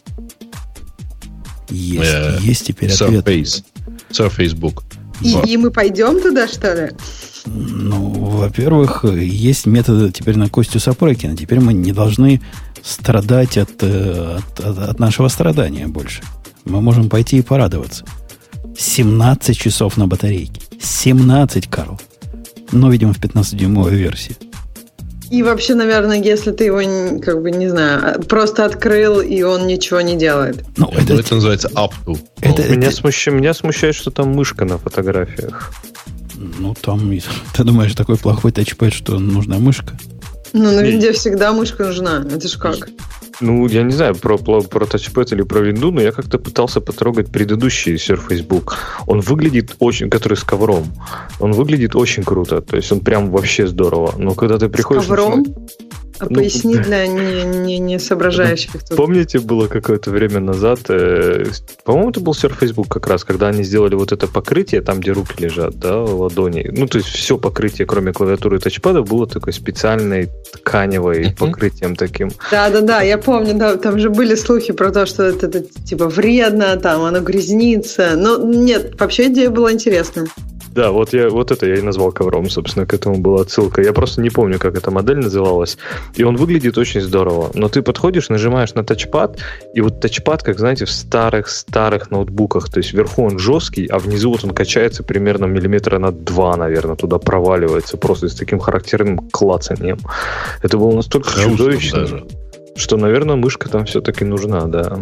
Есть, yeah. есть теперь Surface. ответ. Surface Book. И, и мы пойдем туда, что ли? Ну, во-первых, есть методы теперь на Костю Сапрыкина. Теперь мы не должны страдать от, от, от, от нашего страдания больше. Мы можем пойти и порадоваться. семнадцать часов на батарейке. семнадцать, Карл. Но, видимо, в пятнадцатидюймовой версии. И вообще, наверное, если ты его, как бы, не знаю, просто открыл, и он ничего не делает. Ну, это, это называется up to. Это, это, меня, смущает, меня смущает, что там мышка на фотографиях. Ну, там, ты думаешь, такой плохой тачпэд, что нужна мышка? Ну, на винде всегда мышка нужна. Это ж как? Ну, я не знаю, про, про, про тачпэд или про винду, но я как-то пытался потрогать предыдущий Surface Book. Он выглядит очень, который с ковром. Он выглядит очень круто. То есть он прям вообще здорово. Но когда ты приходишь... С ковром? Начинать... А ну, поясни для не, не, не соображающих. Ну, помните, было какое-то время назад, э, по-моему, это был Surface Book как раз, когда они сделали вот это покрытие, там, где руки лежат, да, ладони. Ну, то есть все покрытие, кроме клавиатуры и тачпада, было такой специальной тканевой uh-huh. покрытием таким. Да-да-да, я помню, да, там же были слухи про то, что это, это типа вредно, там, оно грязнится. Но нет, вообще идея была интересная. Да, вот, я, вот это я и назвал ковром, собственно, к этому была отсылка. Я просто не помню, как эта модель называлась. И он выглядит очень здорово. Но ты подходишь, нажимаешь на тачпад, и вот тачпад, как, знаете, в старых-старых ноутбуках. То есть вверху он жесткий, а внизу вот он качается примерно миллиметра на два, наверное, туда проваливается просто с таким характерным клацанием. Это было настолько Хаусом чудовищно, даже. что, наверное, мышка там все-таки нужна, да.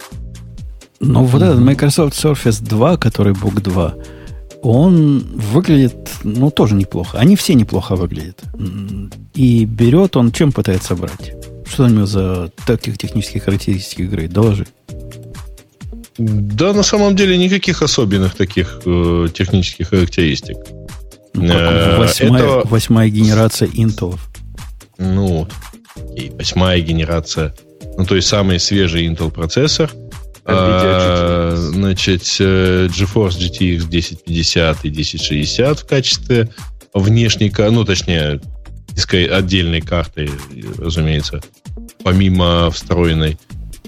Но вот этот Microsoft Surface два, который Book два, он выглядит, ну, тоже неплохо. Они все неплохо выглядят. И берет он, чем пытается брать? Что у него за таких технических характеристик игры? Доложи. Да, на самом деле никаких особенных таких э, технических характеристик. Ну, как восьмая, Это... восьмая генерация Intel. Ну, и восьмая генерация. Ну, то есть самый свежий Intel процессор. А, значит, GeForce джи ти экс десять пятьдесят и десять шестьдесят в качестве внешней, ну, точнее, отдельной карты, разумеется, помимо встроенной.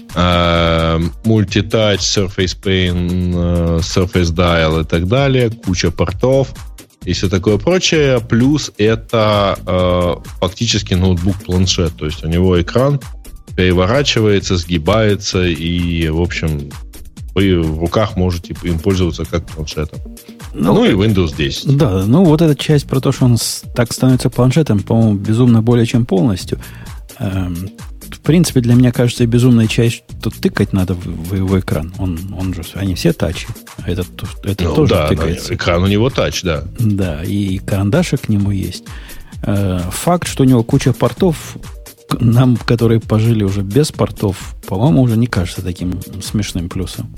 А, Multitouch, Surface Pane, Surface Dial и так далее, куча портов и все такое прочее. Плюс это э, фактически ноутбук-планшет, то есть у него экран переворачивается, сгибается, и, в общем, вы в руках можете им пользоваться как планшетом. Ну, ну и Windows десять. Да, ну вот эта часть про то, что он так становится планшетом, по-моему, безумно более чем полностью. Эм, принципе, для меня кажется безумная часть, что тыкать надо в, в его экран. Он, он же, они все тачи. А этот, это ну, тоже да, тыкается. Экран у него тач, да. Да, и карандашик к нему есть. Факт, что у него куча портов, нам, которые пожили уже без портов, по-моему, уже не кажется таким смешным плюсом.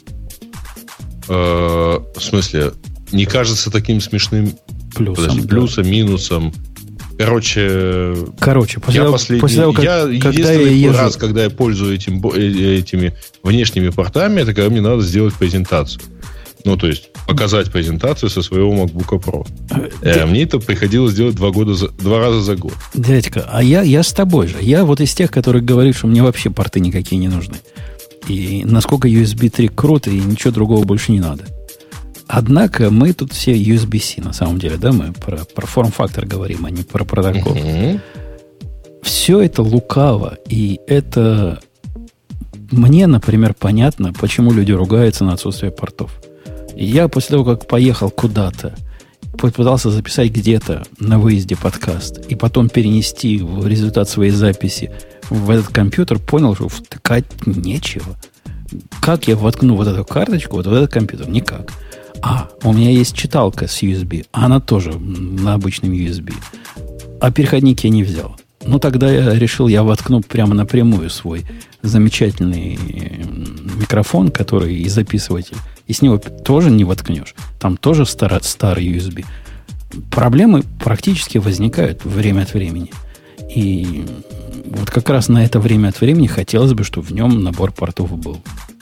В смысле, не кажется таким смешным плюсом, подожди, да. плюсом, минусом. Короче, Короче после я того, последний, после того, как, я когда единственный я езжу... раз, когда я пользуюсь этим, этими внешними портами, это когда мне надо сделать презентацию. Ну, то есть, показать презентацию со своего MacBook Pro. Э, мне это приходилось делать два, года за, два раза за год. Дядька, а я, я с тобой же. Я вот из тех, которые говорят, что мне вообще порты никакие не нужны. И насколько ю эс би три круто, и ничего другого больше не надо. Однако мы тут все ю эс би-C, на самом деле, да, мы про, про форм-фактор говорим, а не про протокол. Uh-huh. Все это лукаво, и это мне, например, понятно, почему люди ругаются на отсутствие портов. И я после того, как поехал куда-то, попытался записать где-то на выезде подкаст, и потом перенести в результат своей записи в этот компьютер, понял, что втыкать нечего. Как я воткну вот эту карточку вот в этот компьютер? Никак. А, у меня есть читалка с ю эс би, а она тоже на обычном ю эс би. А переходник я не взял. Ну, тогда я решил, я воткну прямо напрямую свой замечательный микрофон, который и записыватель. И с него тоже не воткнешь. Там тоже старый, старый ю эс би. Проблемы практически возникают время от времени. И вот как раз на это время от времени хотелось бы, чтобы в нем набор портов был.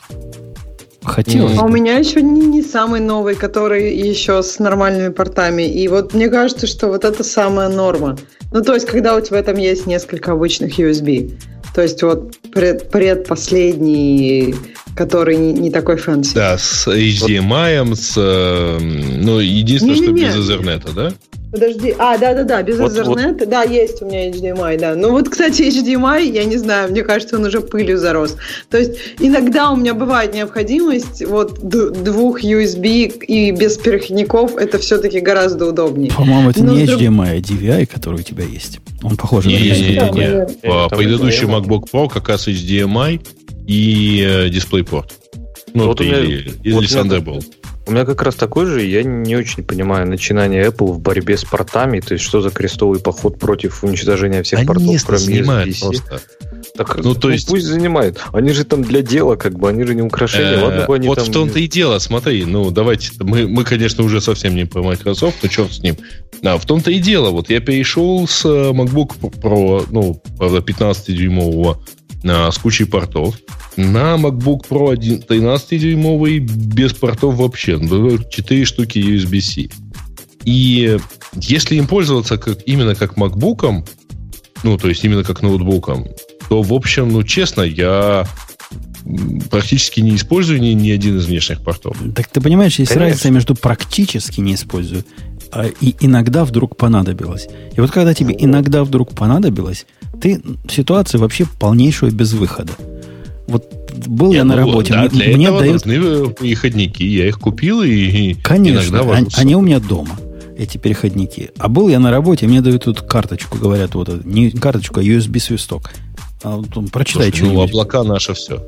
Хотелось а бы. У меня еще не, не самый новый, который еще с нормальными портами. И вот мне кажется, что вот это самая норма. Ну, то есть, когда у тебя там есть несколько обычных ю эс би. То есть, вот пред, предпоследний, который не, не такой фэнси. Да, с эйч ди эм ай, вот. с... Ну, единственное, не, не, не. что без Ethernet, да? Подожди, а, да-да-да, без вот, Ethernet, вот. Да, есть у меня эйч ди эм ай, да. Ну вот, кстати, эйч ди эм ай, я не знаю, мне кажется, он уже пылью зарос. То есть иногда у меня бывает необходимость вот двух ю эс би и без переходников, это все-таки гораздо удобнее. По-моему, это Но не эйч ди эм ай, а ди ви ай, который у тебя есть. Он похож на эйч ди эм ай. Предыдущий MacBook Pro как раз эйч ди эм ай и DisplayPort. Ну, вот или, или вот Thunderbolt. У меня как раз такой же, я не очень понимаю начинание Apple в борьбе с портами, то есть что за крестовый поход против уничтожения всех Они портов, кроме ю эс би-C. Просто. Так, ну, то ну, есть... пусть занимают. Они же там для дела, как бы, они же не украшения. Э-э- Ладно бы они вот там... в том-то и дело, смотри, ну, давайте, мы, мы, конечно, уже совсем не про Microsoft, но черт с ним. Да, в том-то и дело, вот я перешел с MacBook Pro, ну, правда, пятнадцатидюймового, с кучей портов, на MacBook Pro тринадцатидюймовый без портов вообще. четыре штуки ю эс би-C. И если им пользоваться как, именно как MacBook'ом, ну, то есть именно как ноутбуком, то, в общем, ну, честно, я практически не использую ни, ни один из внешних портов. Так ты понимаешь, есть Конечно. разница между практически не использую и иногда вдруг понадобилось. И вот когда тебе иногда вдруг понадобилось, ты в ситуации вообще полнейшего безвыхода. Вот был я, я на работе, да, мне, для мне этого дают... нужны переходники. Я их купил и Конечно, иногда они, они у меня дома, эти переходники. А был я на работе, мне дают тут карточку, говорят, вот не карточку, а ю эс би-свисток. А, прочитай Слушай, что-нибудь. Ну, облака наше все.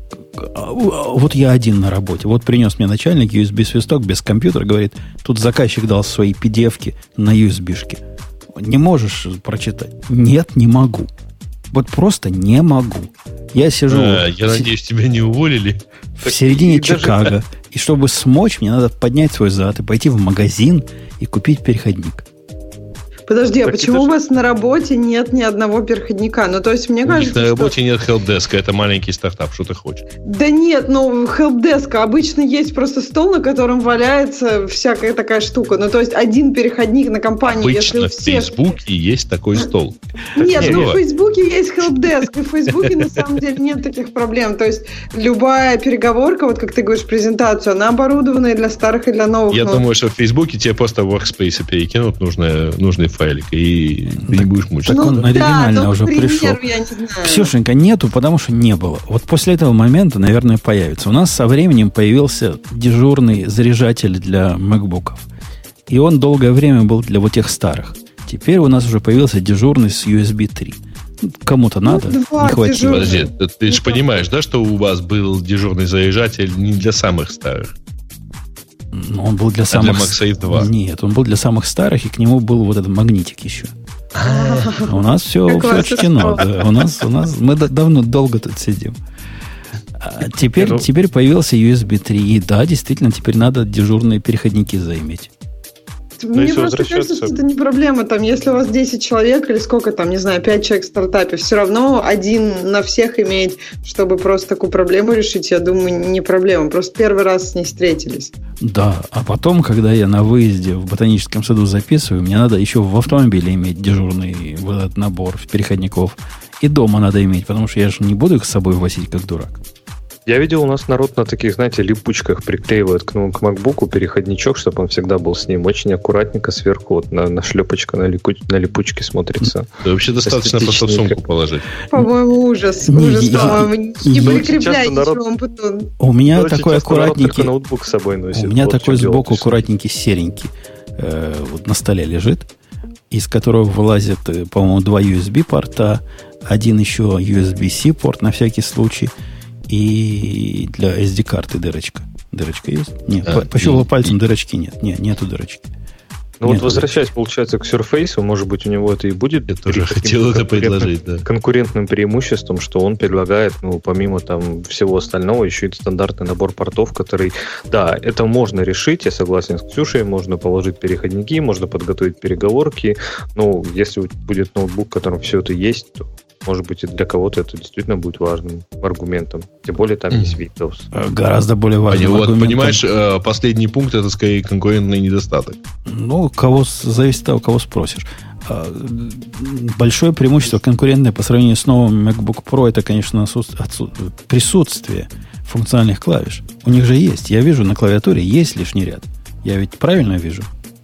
Вот я один на работе. Вот принес мне начальник ю эс би-свисток без компьютера, говорит, тут заказчик дал свои пи ди эф-ки на ю эс би-шке. Не можешь прочитать? Нет, не могу. Вот просто не могу. Я сижу... А, я с... надеюсь, тебя не уволили. В середине Чикаго. Даже... И чтобы смочь, мне надо поднять свой зад и пойти в магазин и купить переходник. Подожди, так а почему же... у вас на работе нет ни одного переходника? Ну, то есть, мне у кажется, них на работе что... нет хелпдеска, это маленький стартап, что ты хочешь? Да нет, ну, хелпдеска. Обычно есть просто стол, на котором валяется всякая такая штука. Ну, то есть, один переходник на компании. Обычно если в всех... Фейсбуке есть такой стол. Нет, ну, в Фейсбуке есть хелпдеск, и в Фейсбуке, на самом деле, нет таких проблем. То есть, любая переговорка, вот как ты говоришь, презентацию, она оборудована и для старых, и для новых. Я думаю, что в Фейсбуке тебе просто в Workspace перекинут нужный файлик, и ты так, не будешь мучиться. Так он ну, оригинально да, уже пример, пришел. Я не знаю. Ксюшенька, нету, потому что не было. Вот после этого момента, наверное, появится. У нас со временем появился дежурный заряжатель для макбуков. И он долгое время был для вот тех старых. Теперь у нас уже появился дежурный с ю эс би три. кому-то надо, ну, не хватило. Подожди, ты, ты же понимаешь, да, что у вас был дежурный заряжатель не для самых старых? Ну, он был для а самых... для MagSafe два. Нет, он был для самых старых, и к нему был вот этот магнитик еще. У нас все, все учтено. Да. У нас, у нас, мы давно долго тут сидим. А теперь, ну, теперь появился ю эс би три. И да, действительно, теперь надо дежурные переходники заиметь. Мне просто кажется, что это не проблема. Там, если у вас десять человек или сколько там, не знаю, пять человек в стартапе, все равно один на всех иметь, чтобы просто такую проблему решить, я думаю, не проблема. Просто первый раз с ней встретились. Да, а потом, когда я на выезде в ботаническом саду записываю, мне надо еще в автомобиле иметь дежурный вот этот набор переходников. И дома надо иметь, потому что я же не буду их с собой возить, как дурак. Я видел, у нас народ на таких, знаете, липучках приклеивает к, ну, к MacBook'у переходничок, чтобы он всегда был с ним. Очень аккуратненько сверху вот на, на шлепочка, на, лику, на липучке смотрится. Да, вообще достаточно просто в сумку положить. По-моему, ужас. Ужас, по-моему. Не прикрепляйте вам потом. У меня такой аккуратненький... ноутбук с собой носит. У меня такой сбоку аккуратненький серенький вот на столе лежит, из которого вылазят, по-моему, два ю эс би-порта, один еще ю эс би-C порт на всякий случай, и для эс ди-карты дырочка. Дырочка есть? Нет, а, пощупал пальцем, дырочки нет. Нет, нету дырочки. Ну вот возвращаясь, получается, к Surface, может быть, у него это и будет. Я тоже хотел это предложить, да. Конкурентным преимуществом, что он предлагает, ну, помимо там всего остального, еще и стандартный набор портов, который, да, это можно решить, я согласен с Ксюшей, можно положить переходники, можно подготовить переговорки, но если будет ноутбук, в котором все это есть, то может быть, и для кого-то это действительно будет важным аргументом. Тем более там есть Windows. Гораздо более важным вот, аргументом. Понимаешь, последний пункт — это скорее конкурентный недостаток. Ну, кого зависит от того, кого спросишь. Большое преимущество конкурентное по сравнению с новым MacBook Pro — это, конечно, отсутствие, присутствие функциональных клавиш. У них же есть. Я вижу на клавиатуре есть лишний ряд. Я ведь правильно вижу?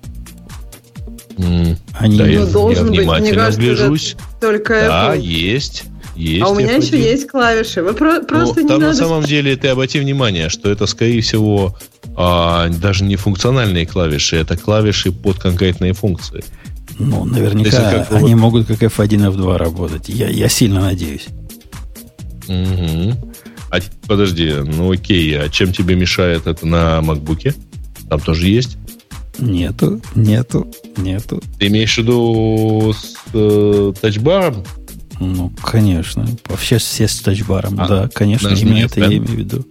Mm. Они, да, я, я внимательно кажется, гляжусь. Только да, Apple. есть. Есть. А у меня еще есть клавиши. Вы про- просто не там надо... на самом деле ты обрати внимание, что это, скорее всего, а, даже не функциональные клавиши, это клавиши под конкретные функции. Ну, наверняка как они вот... могут как эф один, эф два работать. Я, я сильно надеюсь. Угу. А подожди, ну окей, а чем тебе мешает это на MacBook'е? Там тоже есть? Нету, нету, нету. Ты имеешь в виду с э, тачбаром? Ну, конечно. Вообще все с тачбаром. А, да, конечно, именно это я имею в виду.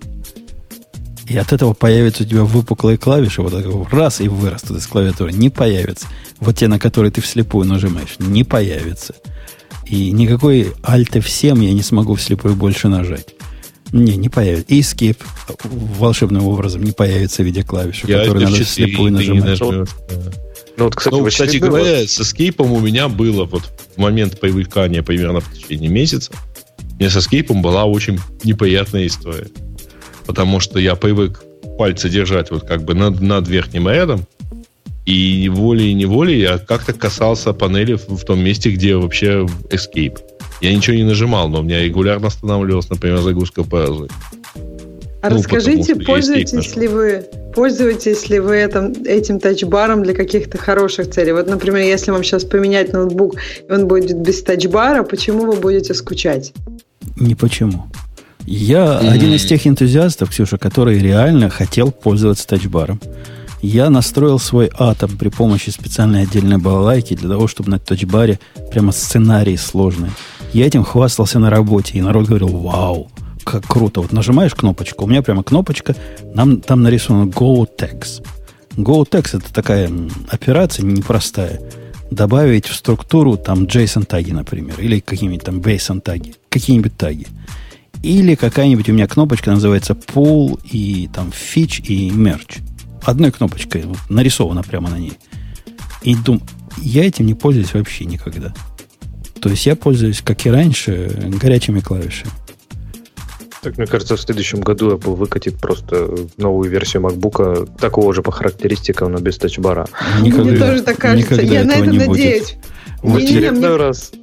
И от этого появятся у тебя выпуклые клавиши, вот так раз, и вырастут из клавиатуры. Не появятся. Вот те, на которые ты вслепую нажимаешь, не появятся. И никакой Alt эф семь я не смогу вслепую больше нажать. Не, не появится. И Escape волшебным образом не появится в виде клавиши, я которые надо вслепую нажимать. Ну, вот, кстати, ну, кстати говоря, с Escape у меня было вот в момент привыкания примерно в течение месяца. Мне с Escape была очень неприятная история. Потому что я привык пальцы держать вот как бы над, над верхним рядом, и волей-неволей я как-то касался панели в, в том месте, где вообще Escape. Я ничего не нажимал, но у меня регулярно останавливалась, например, загрузка паузы. А ну, расскажите, пользуетесь ли вы, пользуетесь ли вы этим, этим тачбаром для каких-то хороших целей? Вот, например, если вам сейчас поменять ноутбук, и он будет без тачбара, почему вы будете скучать? Не почему. Я mm-hmm. один из тех энтузиастов, Ксюша, который реально хотел пользоваться тачбаром. Я настроил свой атом при помощи специальной отдельной балалайки для того, чтобы на тачбаре прямо сценарии сложные. Я этим хвастался на работе, и народ говорил: вау, как круто. Вот нажимаешь кнопочку, у меня прямо кнопочка, нам, там нарисовано GoTex. GoTex — это такая операция непростая. Добавить в структуру там JSON-таги, например, или какие-нибудь там JSON-таги, какие-нибудь таги. Или какая-нибудь у меня кнопочка называется Pull, и там Fetch и Merge. Одной кнопочкой вот, нарисовано прямо на ней. И думаю, я этим не пользуюсь вообще никогда. То есть я пользуюсь, как и раньше, горячими клавишами. Так, мне кажется, в следующем году Apple выкатит просто новую версию MacBook'а, такого же по характеристикам, но без тачбара. Никогда, мне тоже так кажется. Я на это надеюсь. В очередной раз.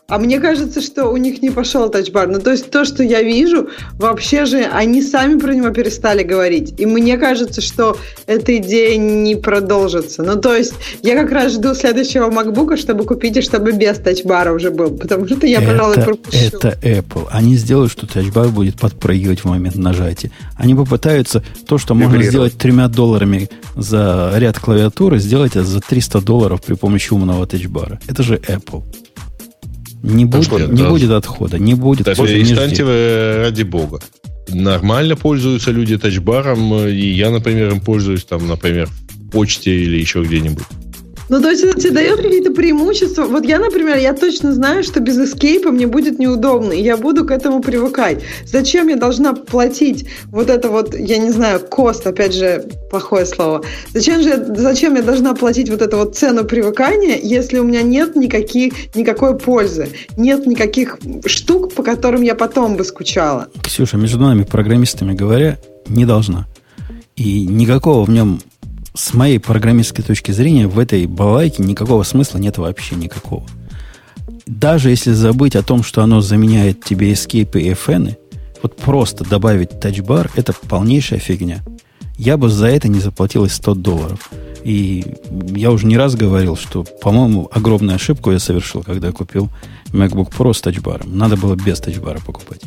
А мне кажется, что у них не пошел тачбар. Ну, то есть то, что я вижу, вообще же они сами про него перестали говорить. И мне кажется, что эта идея не продолжится. Ну, то есть я как раз жду следующего MacBook, чтобы купить, и чтобы без тачбара уже был. Потому что я, пожалуй, пропущу. Это Apple. Они сделают, что тачбар будет подпрыгивать в момент нажатия. Они попытаются то, что можно сделать тремя долларами за ряд клавиатуры, сделать это за триста долларов при помощи умного тачбара. Это же Apple. Не, будет, что, не да. будет отхода, не будет. Так, перестаньте вы, ради бога. Нормально пользуются люди тачбаром, и я, например, им пользуюсь, там, например, в почте или еще где-нибудь. Ну, то есть это тебе дает какие-то преимущества. Вот я, например, я точно знаю, что без эскейпа мне будет неудобно, и я буду к этому привыкать. Зачем я должна платить вот это вот, я не знаю, кост, опять же, плохое слово. Зачем же, зачем я должна платить вот эту вот цену привыкания, если у меня нет никаких, никакой пользы, нет никаких штук, по которым я потом бы скучала? Ксюша, между нами, программистами говоря, не должна. И никакого в нем... С моей программистской точки зрения, в этой балайке никакого смысла нет вообще никакого. Даже если забыть о том, что оно заменяет тебе эскейпы и эф эн, вот просто добавить тачбар, это полнейшая фигня. Я бы за это не заплатил и сто долларов. И я уже не раз говорил, что, по-моему, огромную ошибку я совершил, когда я купил MacBook Pro с тачбаром. Надо было без тачбара покупать.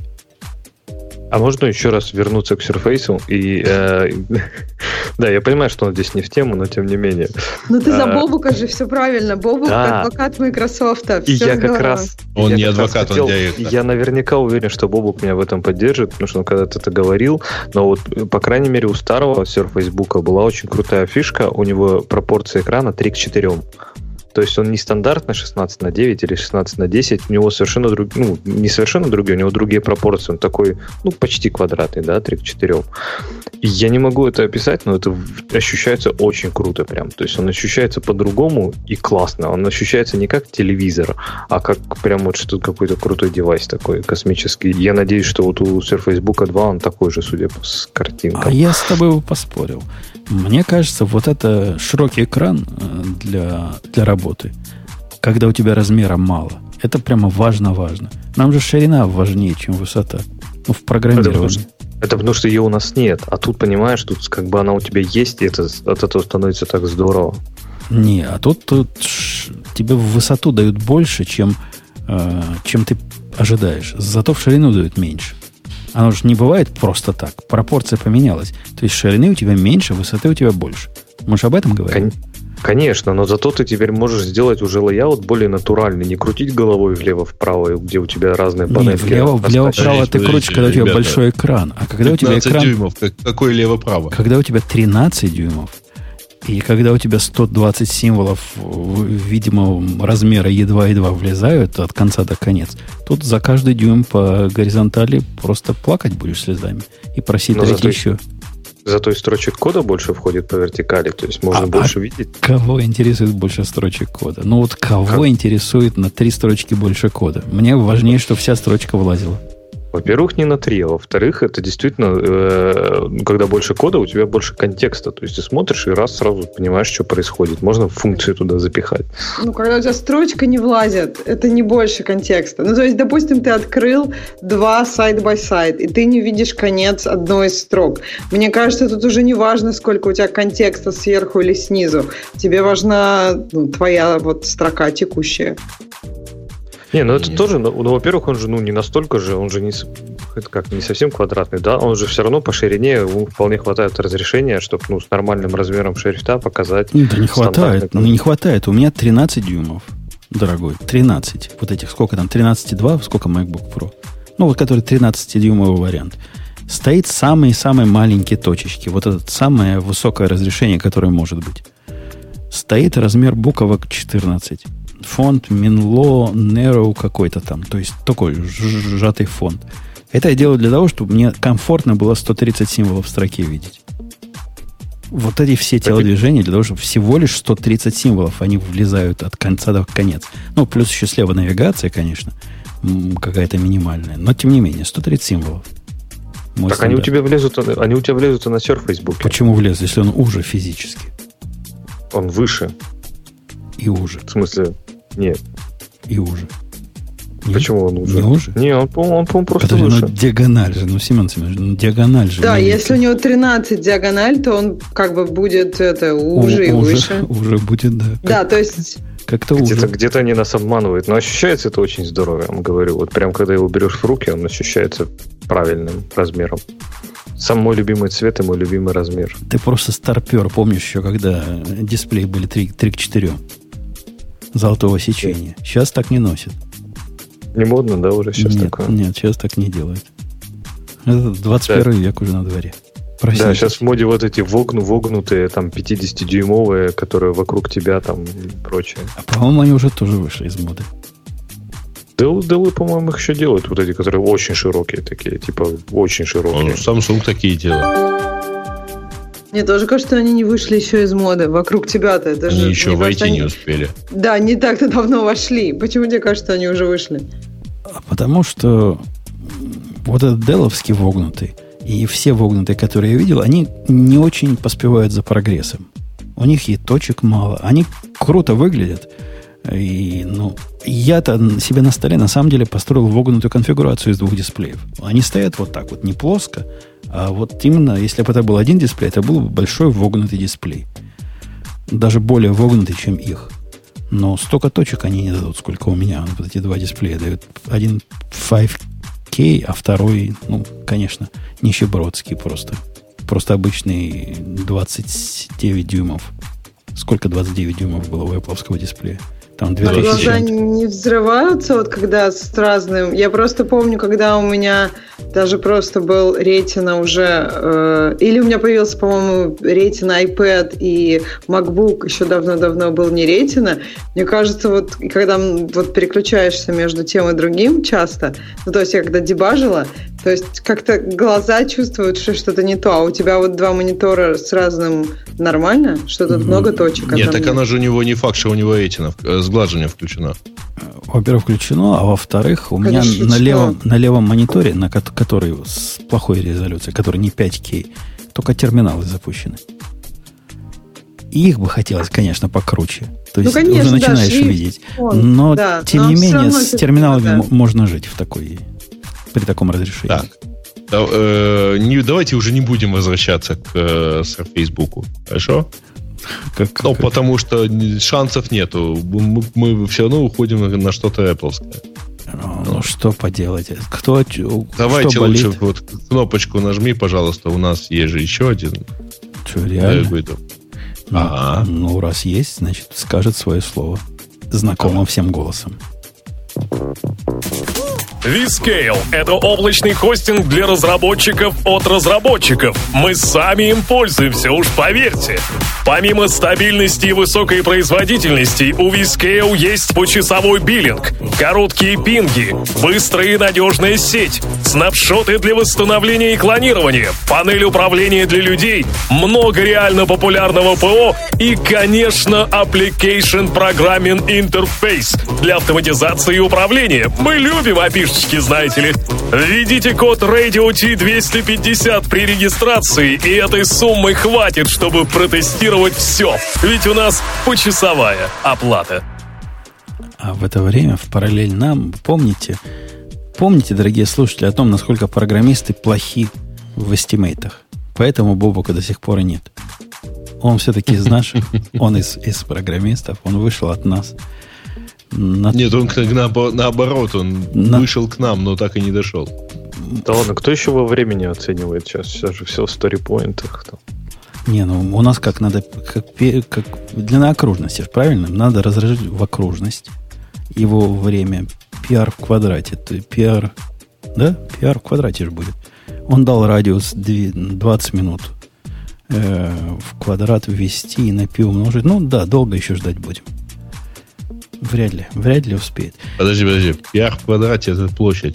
А можно еще раз вернуться к Surface? И, э, да, я понимаю, что он здесь не в тему, но тем не менее. Ну ты за Бобука же, все правильно. Бобук да. адвокат Microsoft. И я здорово. как раз... Он я не как адвокат, хотел, он директор. Я наверняка уверен, что Бобук меня в этом поддержит, потому что он когда-то это говорил. Но вот, по крайней мере, у старого Surface Book была очень крутая фишка. У него пропорция экрана три к четырем. То есть он не стандартно шестнадцать на девять или шестнадцать на десять, у него совершенно другие, ну, не совершенно другие, у него другие пропорции, он такой, ну, почти квадратный, да, три к четырем. И я не могу это описать, но это ощущается очень круто прям. То есть он ощущается по-другому и классно. Он ощущается не как телевизор, а как прям вот что-то какой-то крутой девайс такой космический. Я надеюсь, что вот у Surface Book два он такой же, судя по картинкам. А я с тобой поспорил. Мне кажется, вот это широкий экран для, для работы, когда у тебя размера мало, это прямо важно-важно. Нам же ширина важнее, чем высота. Ну, в программировании. Это потому, что ее у нас нет. А тут, понимаешь, тут как бы она у тебя есть, и это, от этого становится так здорово. Не, а тут, тут ш, тебе в высоту дают больше, чем, э, чем ты ожидаешь. Зато в ширину дают меньше. Оно же не бывает просто так. Пропорция поменялась. То есть ширины у тебя меньше, высоты у тебя больше. Мы же об этом говорим? Конечно, но зато ты теперь можешь сделать уже лейаут более натуральный. Не крутить головой влево-вправо, где у тебя разные панельки. Влево, влево-вправо ты крутишь, когда у тебя ребята, большой экран. А когда у тебя экран... дюймов. Какой лево-право? Когда у тебя тринадцать дюймов, и когда у тебя сто двадцать символов видимого размера едва-едва влезают от конца до конец, тут за каждый дюйм по горизонтали просто плакать будешь слезами и просить но дать еще. Зато и строчек кода больше входит по вертикали, то есть можно а, больше а видеть. Кого интересует больше строчек кода? Ну вот кого как? интересует на три строчки больше кода? Мне важнее, чтобы вся строчка влазила. Во-первых, не на три, а во-вторых, это действительно, э, когда больше кода, у тебя больше контекста. То есть ты смотришь и раз сразу понимаешь, что происходит. Можно функцию туда запихать. Ну, когда у тебя строчка не влазит, это не больше контекста. Ну, то есть, допустим, ты открыл два side-by-side, и ты не видишь конец одной из строк. Мне кажется, тут уже не важно, сколько у тебя контекста сверху или снизу. Тебе важна ну, твоя вот строка текущая. Не, ну это Нет. тоже, ну, ну, во-первых, он же ну, не настолько же, он же не, как, не совсем квадратный, да, он же все равно по ширине, ему вполне хватает разрешения, чтобы ну, с нормальным размером шрифта показать. Да не хватает, ну не хватает, у меня тринадцать дюймов, дорогой, тринадцать, вот этих, сколько там, тринадцать и два, сколько MacBook Pro, ну вот который тринадцатидюймовый вариант, стоит самые-самые маленькие точечки, вот это самое высокое разрешение, которое может быть, стоит размер буквок четырнадцать. Фонд Minlo Narrow какой-то там. То есть такой сжатый фонд. Это я делаю для того, чтобы мне комфортно было сто тридцать символов в строке видеть. Вот эти все телодвижения для того, чтобы всего лишь сто тридцать символов они влезают от конца до конца. Ну, плюс еще слева навигация, конечно, какая-то минимальная. Но, тем не менее, сто тридцать символов. Мой так стандарт. они у тебя влезут, они у тебя влезут на Surface Book. Почему влезут, если он уже физически? Он выше. И уже. В смысле... Нет. И уже. Нет, почему он уже? Не уже? Не, он, он, он, он просто Подожди, выше. Ну, диагональ же. Ну, Семен Семенович, ну, диагональ же. Да, ну, если у него тринадцать диагональ, то он как бы будет это уже и уже, выше. Уже будет, да. Да, Как, то есть... Как-то Где-то, уже. где-то они нас обманывают. Но ощущается это очень здорово, я вам говорю. Вот прям когда его берешь в руки, он ощущается правильным размером. Сам мой любимый цвет и мой любимый размер. Ты просто старпер. Помнишь еще, когда дисплеи были три к четырем золотого сечения. Сейчас так не носят. Не модно, да, уже сейчас нет, такое? Нет, сейчас так не делают. Это двадцать первый да. век уже на дворе. Простите. Да, сейчас в моде вот эти вогну, вогнутые, там, пятидесятидюймовые, которые вокруг тебя там и прочее. А по-моему, они уже тоже вышли из моды. Dell, Dell, по-моему, их еще делают, вот эти, которые очень широкие такие, типа, очень широкие. Samsung такие делают. Мне тоже кажется, они не вышли еще из моды. Вокруг тебя-то. Это они же, еще войти они... не успели. Да, не так-то давно вошли. Почему тебе кажется, они уже вышли? Потому что вот этот деловский вогнутый и все вогнутые, которые я видел, они не очень поспевают за прогрессом. У них и точек мало. Они круто выглядят. И, ну, я-то себе на столе на самом деле построил вогнутую конфигурацию из двух дисплеев. Они стоят вот так вот, не плоско, а вот именно, если бы это был один дисплей, это был бы большой вогнутый дисплей. Даже более вогнутый, чем их. Но столько точек они не дадут, сколько у меня. Вот эти два дисплея дают. Один пять кей, а второй, ну, конечно, нищебродский просто. Просто обычный двадцать девять дюймов. Сколько двадцать девять дюймов было у Apple-овского дисплея? Там две тысячи. Глаза не взрываются, вот когда с разным... Я просто помню, когда у меня даже просто был ретина уже... Э, или у меня появился, по-моему, ретина iPad, и MacBook еще давно-давно был не ретина. Мне кажется, вот когда вот переключаешься между тем и другим часто, ну, то есть я когда дебажила, то есть как-то глаза чувствуют, что что-то не то, а у тебя вот два монитора с разным нормально? Что тут mm-hmm. много точек? Нет, так она же у него не факт, что у него ретина, сглаживание включено. Во-первых, включено, а во-вторых, у меня на левом, на левом мониторе, на ко- который с плохой резолюцией, который не пять кей, только терминалы запущены. И их бы хотелось, конечно, покруче. То есть ну, конечно, уже начинаешь да, видеть. Он, но, да, тем но не менее, с терминалами да. можно жить в такой, при таком разрешении. Так. Да, э, не, давайте уже не будем возвращаться к э, Фейсбуку. Хорошо? Как, ну, как... потому что шансов нету. Мы, мы все равно уходим на, на что-то Apple-ское. Ну, ну, что поделать? Кто, Давайте что лучше вот кнопочку нажми, пожалуйста. У нас есть же еще один. Что, реально? Да, ну, а-а. ну, раз есть, значит, скажет свое слово. Знакомым всем голосом. vScale – это облачный хостинг для разработчиков от разработчиков. Мы сами им пользуемся, уж поверьте. Помимо стабильности и высокой производительности, у vScale есть почасовой биллинг, короткие пинги, быстрая и надежная сеть, снапшоты для восстановления и клонирования, панель управления для людей, много реально популярного ПО и, конечно, Application Programming Interface для автоматизации и управления. Мы любим опишечки, знаете ли. Введите код радио ти двести пятьдесят при регистрации, и этой суммы хватит, чтобы протестировать все. Ведь у нас почасовая оплата. А в это время, в параллель нам, помните, помните, дорогие слушатели, о том, насколько программисты плохи в эстимейтах. Поэтому Бобука до сих пор и нет. Он все-таки из наших, он из, из программистов, он вышел от нас. На... Нет, он на, наоборот, он на... вышел к нам, но так и не дошел. Да ладно, кто еще во времени оценивает сейчас? Сейчас же все в сторипоинтах. Не, ну у нас как надо, как, как длина окружности, правильно? Надо разложить в окружность его время пи-ар в квадрате. пи-ар, да? пи-ар в квадрате же будет. Он дал радиус двадцать минут э, в квадрат ввести и на пи умножить. Ну да, долго еще ждать будем. Вряд ли, вряд ли успеет. Подожди, подожди. пи-ар в квадрате — это площадь.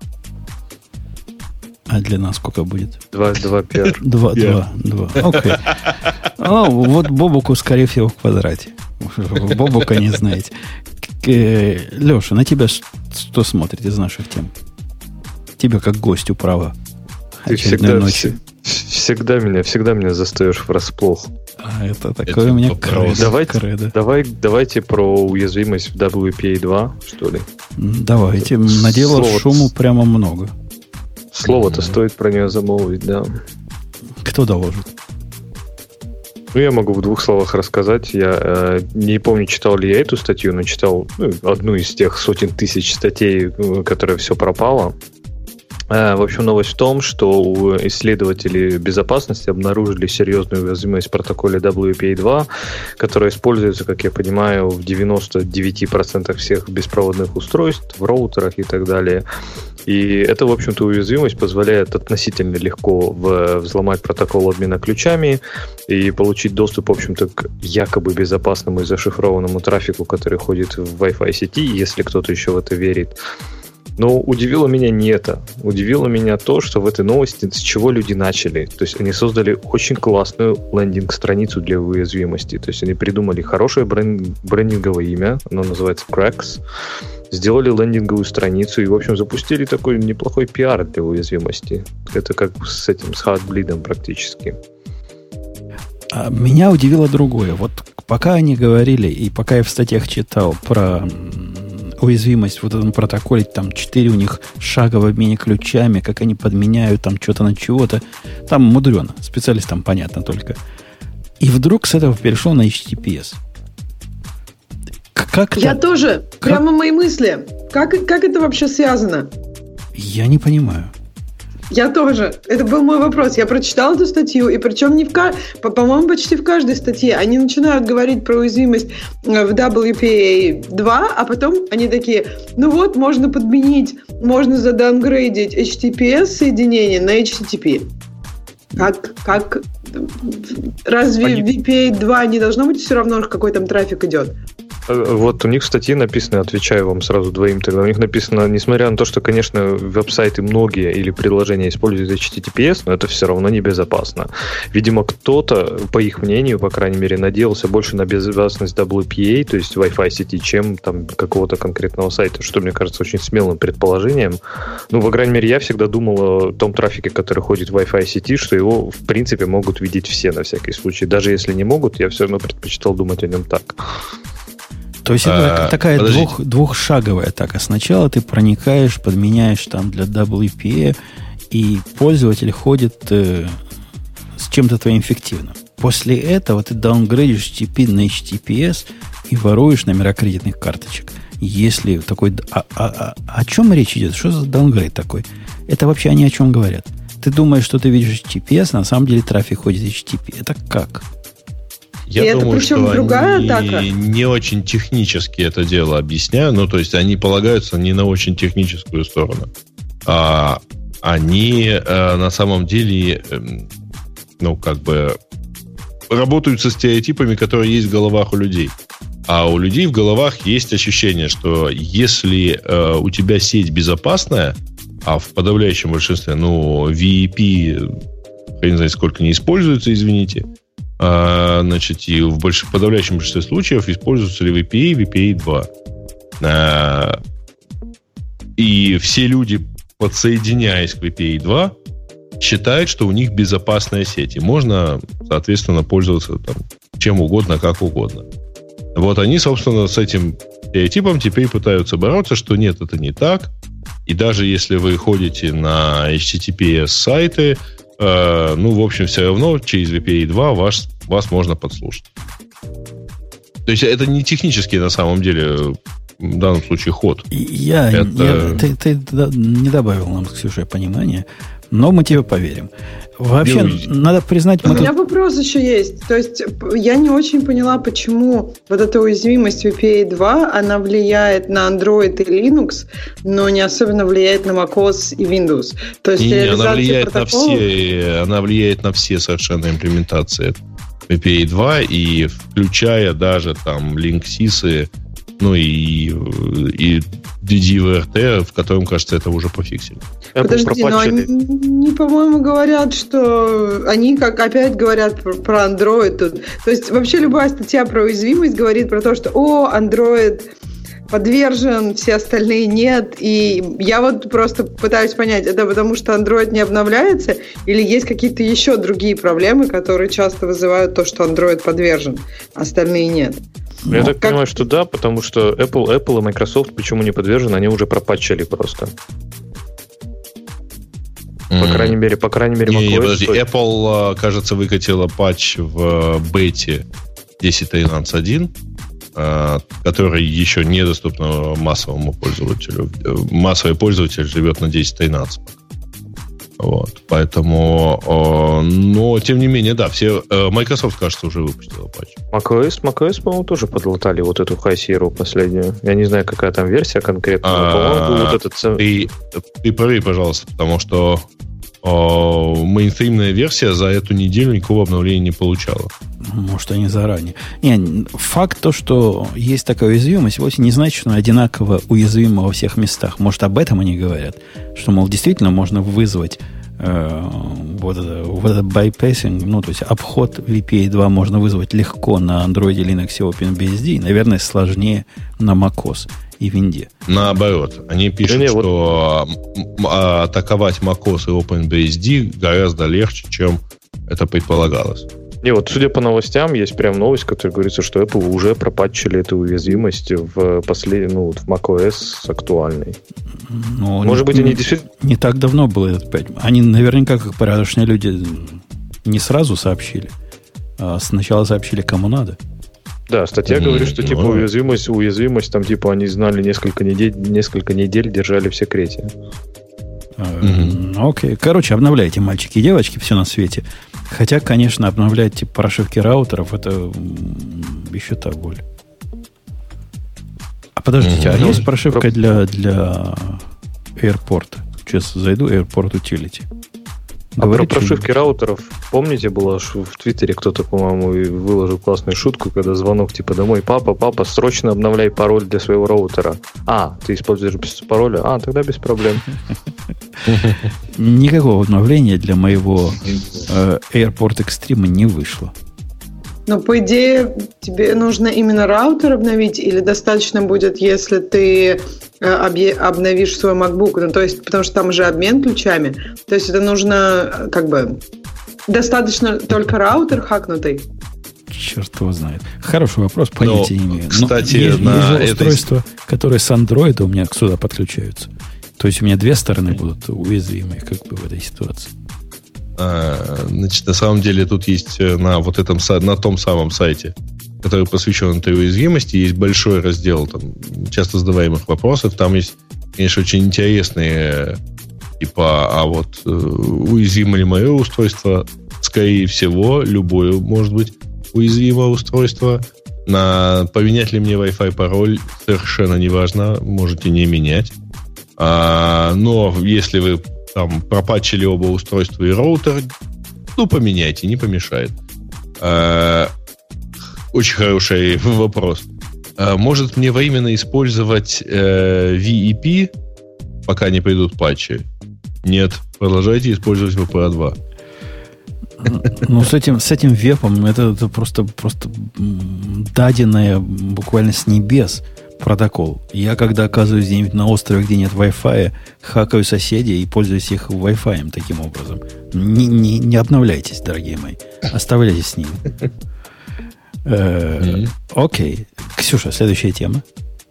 А длина сколько будет? Два, два пи-ар. Два, два, два. Окей. Ну, вот Бобуку, скорее всего, в квадрате. Бобука не знаете. Леша, на тебя что смотрит из наших тем? Тебе как гостю право. Ты всегда, ночью. Всегда меня, всегда меня застаешь врасплох. А это такое это у меня кредо. Давайте, кредо. Давай, давайте про уязвимость в дабл ю пи эй два, что ли? Давайте. Наделал Слово... шуму прямо много. Слово-то mm-hmm. стоит про нее замолвить, да. Кто доложит? Ну, я могу в двух словах рассказать. Я э, не помню, читал ли я эту статью, но читал ну, одну из тех сотен тысяч статей, которая все пропала. Э, в общем, новость в том, что исследователи безопасности обнаружили серьезную уязвимость в протоколе дабл ю пи эй два, которая используется, как я понимаю, в девяносто девять процентов всех беспроводных устройств, в роутерах и так далее. И эта, в общем-то, уязвимость позволяет относительно легко взломать протокол обмена ключами и получить доступ, в общем-то, к якобы безопасному и зашифрованному трафику, который ходит в Wi-Fi сети, если кто-то еще в это верит. Но удивило меня не это. Удивило меня то, что в этой новости с чего люди начали. То есть они создали очень классную лендинг-страницу для уязвимости. То есть они придумали хорошее бренд, брендинговое имя, оно называется Cracks. Сделали лендинговую страницу и, в общем, запустили такой неплохой пиар для уязвимости. Это как с этим, с Heartbleed практически. А меня удивило другое. Вот пока они говорили, и пока я в статьях читал про уязвимость в вот этом протоколе, там четыре у них шага в обмене ключами, как они подменяют там что-то на чего-то, там мудрено, специалистам понятно только. И вдруг с этого перешел на эйч ти ти пи эс. Как Я так? тоже. Как? Прямо мои мысли. Как, как это вообще связано? Я не понимаю. Я тоже. Это был мой вопрос. Я прочитала эту статью, и причем не в ка... по-моему, почти в каждой статье они начинают говорить про уязвимость в дабл ю пи эй два, а потом они такие, ну вот, можно подменить, можно задаунгрейдить эйч ти ти пи эс соединение на эйч ти ти пи. Как, как, разве они... в ви пи эй два не должно быть все равно, какой там трафик идет? Вот у них в статье написано, отвечаю вам сразу двоим тогда, у них написано, несмотря на то, что, конечно, веб-сайты многие или приложения используют эйч ти ти пи эс, но это все равно небезопасно. Видимо, кто-то, по их мнению, по крайней мере, надеялся больше на безопасность дабл ю пи эй, то есть Wi-Fi сети, чем там какого-то конкретного сайта, что, мне кажется, очень смелым предположением. Ну, по крайней мере, я всегда думал о том трафике, который ходит в Wi-Fi сети, что его, в принципе, могут видеть все на всякий случай. Даже если не могут, я все равно предпочитал думать о нем так. То есть это а, такая двух, двухшаговая атака. Сначала ты проникаешь, подменяешь там для дабл ю пи эй, и пользователь ходит э, с чем-то твоим фиктивным. После этого ты даунгрейдишь эйч ти ти пи на эйч ти ти пи эс и воруешь номера кредитных карточек. Если такой... А, а, а, о чем речь идет? Что за даунгрейд такой? Это вообще они о чем говорят? Ты думаешь, что ты видишь эйч ти ти пи эс, на самом деле трафик ходит эйч ти ти пи. Это как? Я и думаю, это, что другая они атака? Не очень технически это дело объясняют. Ну, то есть они полагаются не на очень техническую сторону. А они э, на самом деле, э, ну, как бы работают со стереотипами, которые есть в головах у людей. А у людей в головах есть ощущение, что если э, у тебя сеть безопасная, а в подавляющем большинстве, ну, ви ай пи, я не знаю, сколько не используется, извините, а, значит, и в больш... подавляющем большинстве случаев используются ли ви пи эй, ви пи эй два. А, и все люди, подсоединяясь к ви пи эй два, считают, что у них безопасная сеть. И можно, соответственно, пользоваться там, чем угодно, как угодно. Вот они, собственно, с этим стереотипом теперь пытаются бороться, что нет, это не так. И даже если вы ходите на эйч ти ти пи эс-сайты, э, ну, в общем, все равно через ви пи эй два вас, вас можно подслушать. То есть это не технически, на самом деле, в данном случае ход. Я, это... я, ты, ты не добавил нам, Ксюша, понимания, но мы тебе поверим. Вообще, ну, надо признать... У меня тут... вопрос еще есть. То есть, я не очень поняла, почему вот эта уязвимость ви пи эй два, она влияет на Android и Linux, но не особенно влияет на macOS и Windows. То есть, не, она влияет протоколов... на все, она влияет на все совершенно имплементации ви пи эй два, и включая даже там Linksys, ну и, и ди ди ви ар ти, в котором, кажется, это уже пофиксили. Подожди, но они, не, по-моему, говорят, что они как опять говорят про, про Android тут. То есть вообще любая статья про уязвимость говорит про то, что о, Android подвержен, все остальные нет. И я вот просто пытаюсь понять, это потому что Android не обновляется, или есть какие-то еще другие проблемы, которые часто вызывают то, что Android подвержен, а остальные нет. Я Но так как... понимаю, что да, потому что Apple, Apple и Microsoft почему не подвержены, они уже пропатчили просто. По mm. крайней мере, по крайней мере, не, не, подожди, Apple, кажется, выкатила патч в бете десять точка тринадцать точка один, который еще недоступен массовому пользователю. Массовый пользователь живет на десять точка тринадцать. Вот, поэтому, но тем не менее, да, все Microsoft, кажется, уже выпустила патч. macOS, macOS, по-моему, тоже подлатали вот эту High Sierra последнюю. Я не знаю, какая там версия конкретно, но, по-моему, вот этот... Ты, ты проверь, пожалуйста, потому что мейнстримная версия за эту неделю никакого обновления не получала. Может, они заранее. Не, факт то, что есть такая уязвимость, вовсе не значит, что она одинаково уязвима во всех местах. Может, об этом они говорят. Что, мол, действительно можно вызвать э, вот, это, вот этот bypassing, ну, то есть обход ви пи эй два можно вызвать легко на Android, Linux и OpenBSD, и, наверное, сложнее на macOS и винде. Наоборот. Они пишут, да не, что вот... атаковать macOS и OpenBSD гораздо легче, чем это предполагалось. Не, вот судя по новостям, есть прям новость, которая говорится, что Apple уже пропатчили эту уязвимость в послед... ну, в macOS актуальной. Но Может не, быть, они действительно... Не так давно было этот патч. Они наверняка, как порядочные люди, не сразу сообщили, а сначала сообщили, кому надо. Да, статья mm-hmm. говорит, что типа уязвимость, уязвимость, там типа они знали несколько недель, несколько недель держали в секрете. Mm-hmm. Окей. Короче, обновляйте, мальчики и девочки, все на свете. Хотя, конечно, обновлять типа прошивки раутеров, это еще та боль. А подождите, mm-hmm. а есть прошивка Про... для, для Airport? Сейчас зайду, Airport Utility. А Говорит, про прошивки что... раутеров, помните, было в Твиттере кто-то, по-моему, выложил классную шутку, когда звонок типа домой: папа, папа, срочно обновляй пароль для своего роутера. А, ты используешь без пароля? А, тогда без проблем. Никакого обновления для моего э, Airport Extreme не вышло. Но, по идее, тебе нужно именно раутер обновить, или достаточно будет, если ты объ... обновишь свой MacBook? Ну, то есть, потому что там же обмен ключами. То есть, это нужно, как бы, достаточно только раутер хакнутый? Черт его знает. Хороший вопрос, понятия не имею. Кстати, есть, на есть же этой... устройства, которые с Android у меня сюда подключаются. То есть, у меня две стороны будут уязвимые, как бы, в этой ситуации. Значит, на самом деле тут есть на вот этом на том самом сайте, который посвящен этой уязвимости, есть большой раздел там часто задаваемых вопросов. Там есть, конечно, очень интересные типа, а вот уязвимо ли мое устройство? Скорее всего, любое может быть уязвимое устройство. На поменять ли мне Wi-Fi пароль совершенно неважно, можете не менять. А, но если вы там пропатчили оба устройства и роутер, ну, поменяйте, не помешает. А, очень хороший вопрос. А, может мне временно использовать э, ви и пи, пока не придут патчи? Нет, продолжайте использовать ви пи эй два. Ну, с этим, с этим вепом это, это просто, просто даденное буквально с небес протокол. Я, когда оказываюсь где-нибудь на острове, где нет Wi-Fi, хакаю соседей и пользуюсь их Wi-Fi таким образом. Не, не, не обновляйтесь, дорогие мои. Оставляйтесь с ним. Окей. Ксюша, следующая тема.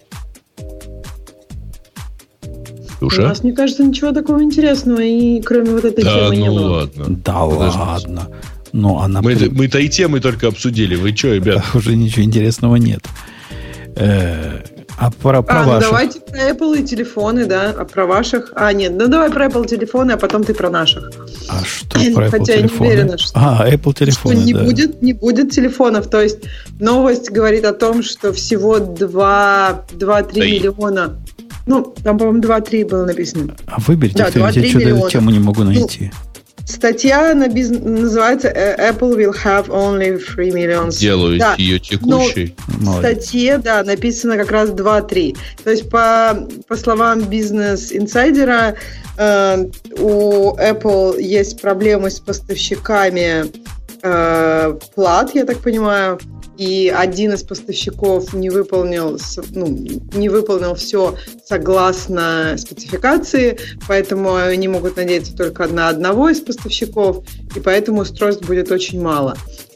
Ксюша? У нас, мне кажется, ничего такого интересного, и кроме вот этой темы не было. Ладно. Да ладно. Но она... Мы, мы-то и темы только обсудили. Вы что, ребят? Уже ничего интересного нет. А про, про а, ваших? Ну давайте про Apple и телефоны, да. А про ваших? А, нет, ну давай про Apple телефоны, а потом ты про наших. А что про Apple Хотя телефоны? Я не уверена, что, а, Apple телефоны, что не, да. будет, не будет телефонов. То есть новость говорит о том, что всего два-три миллиона... Ну, там, по-моему, два-три было написано. А выберите, да, я что-то эту тему не могу найти. Ну, статья на биз... называется Apple will have only three million. Делают да. ее текущей. Но в статье, да, написано как раз два-три. То есть, по, по словам бизнес-инсайдера, э, у Apple есть проблемы с поставщиками э, плат, я так понимаю. и один из поставщиков не выполнил, ну, не выполнил все согласно спецификации, поэтому они могут надеяться только на одного из поставщиков, и поэтому устройств будет очень мало.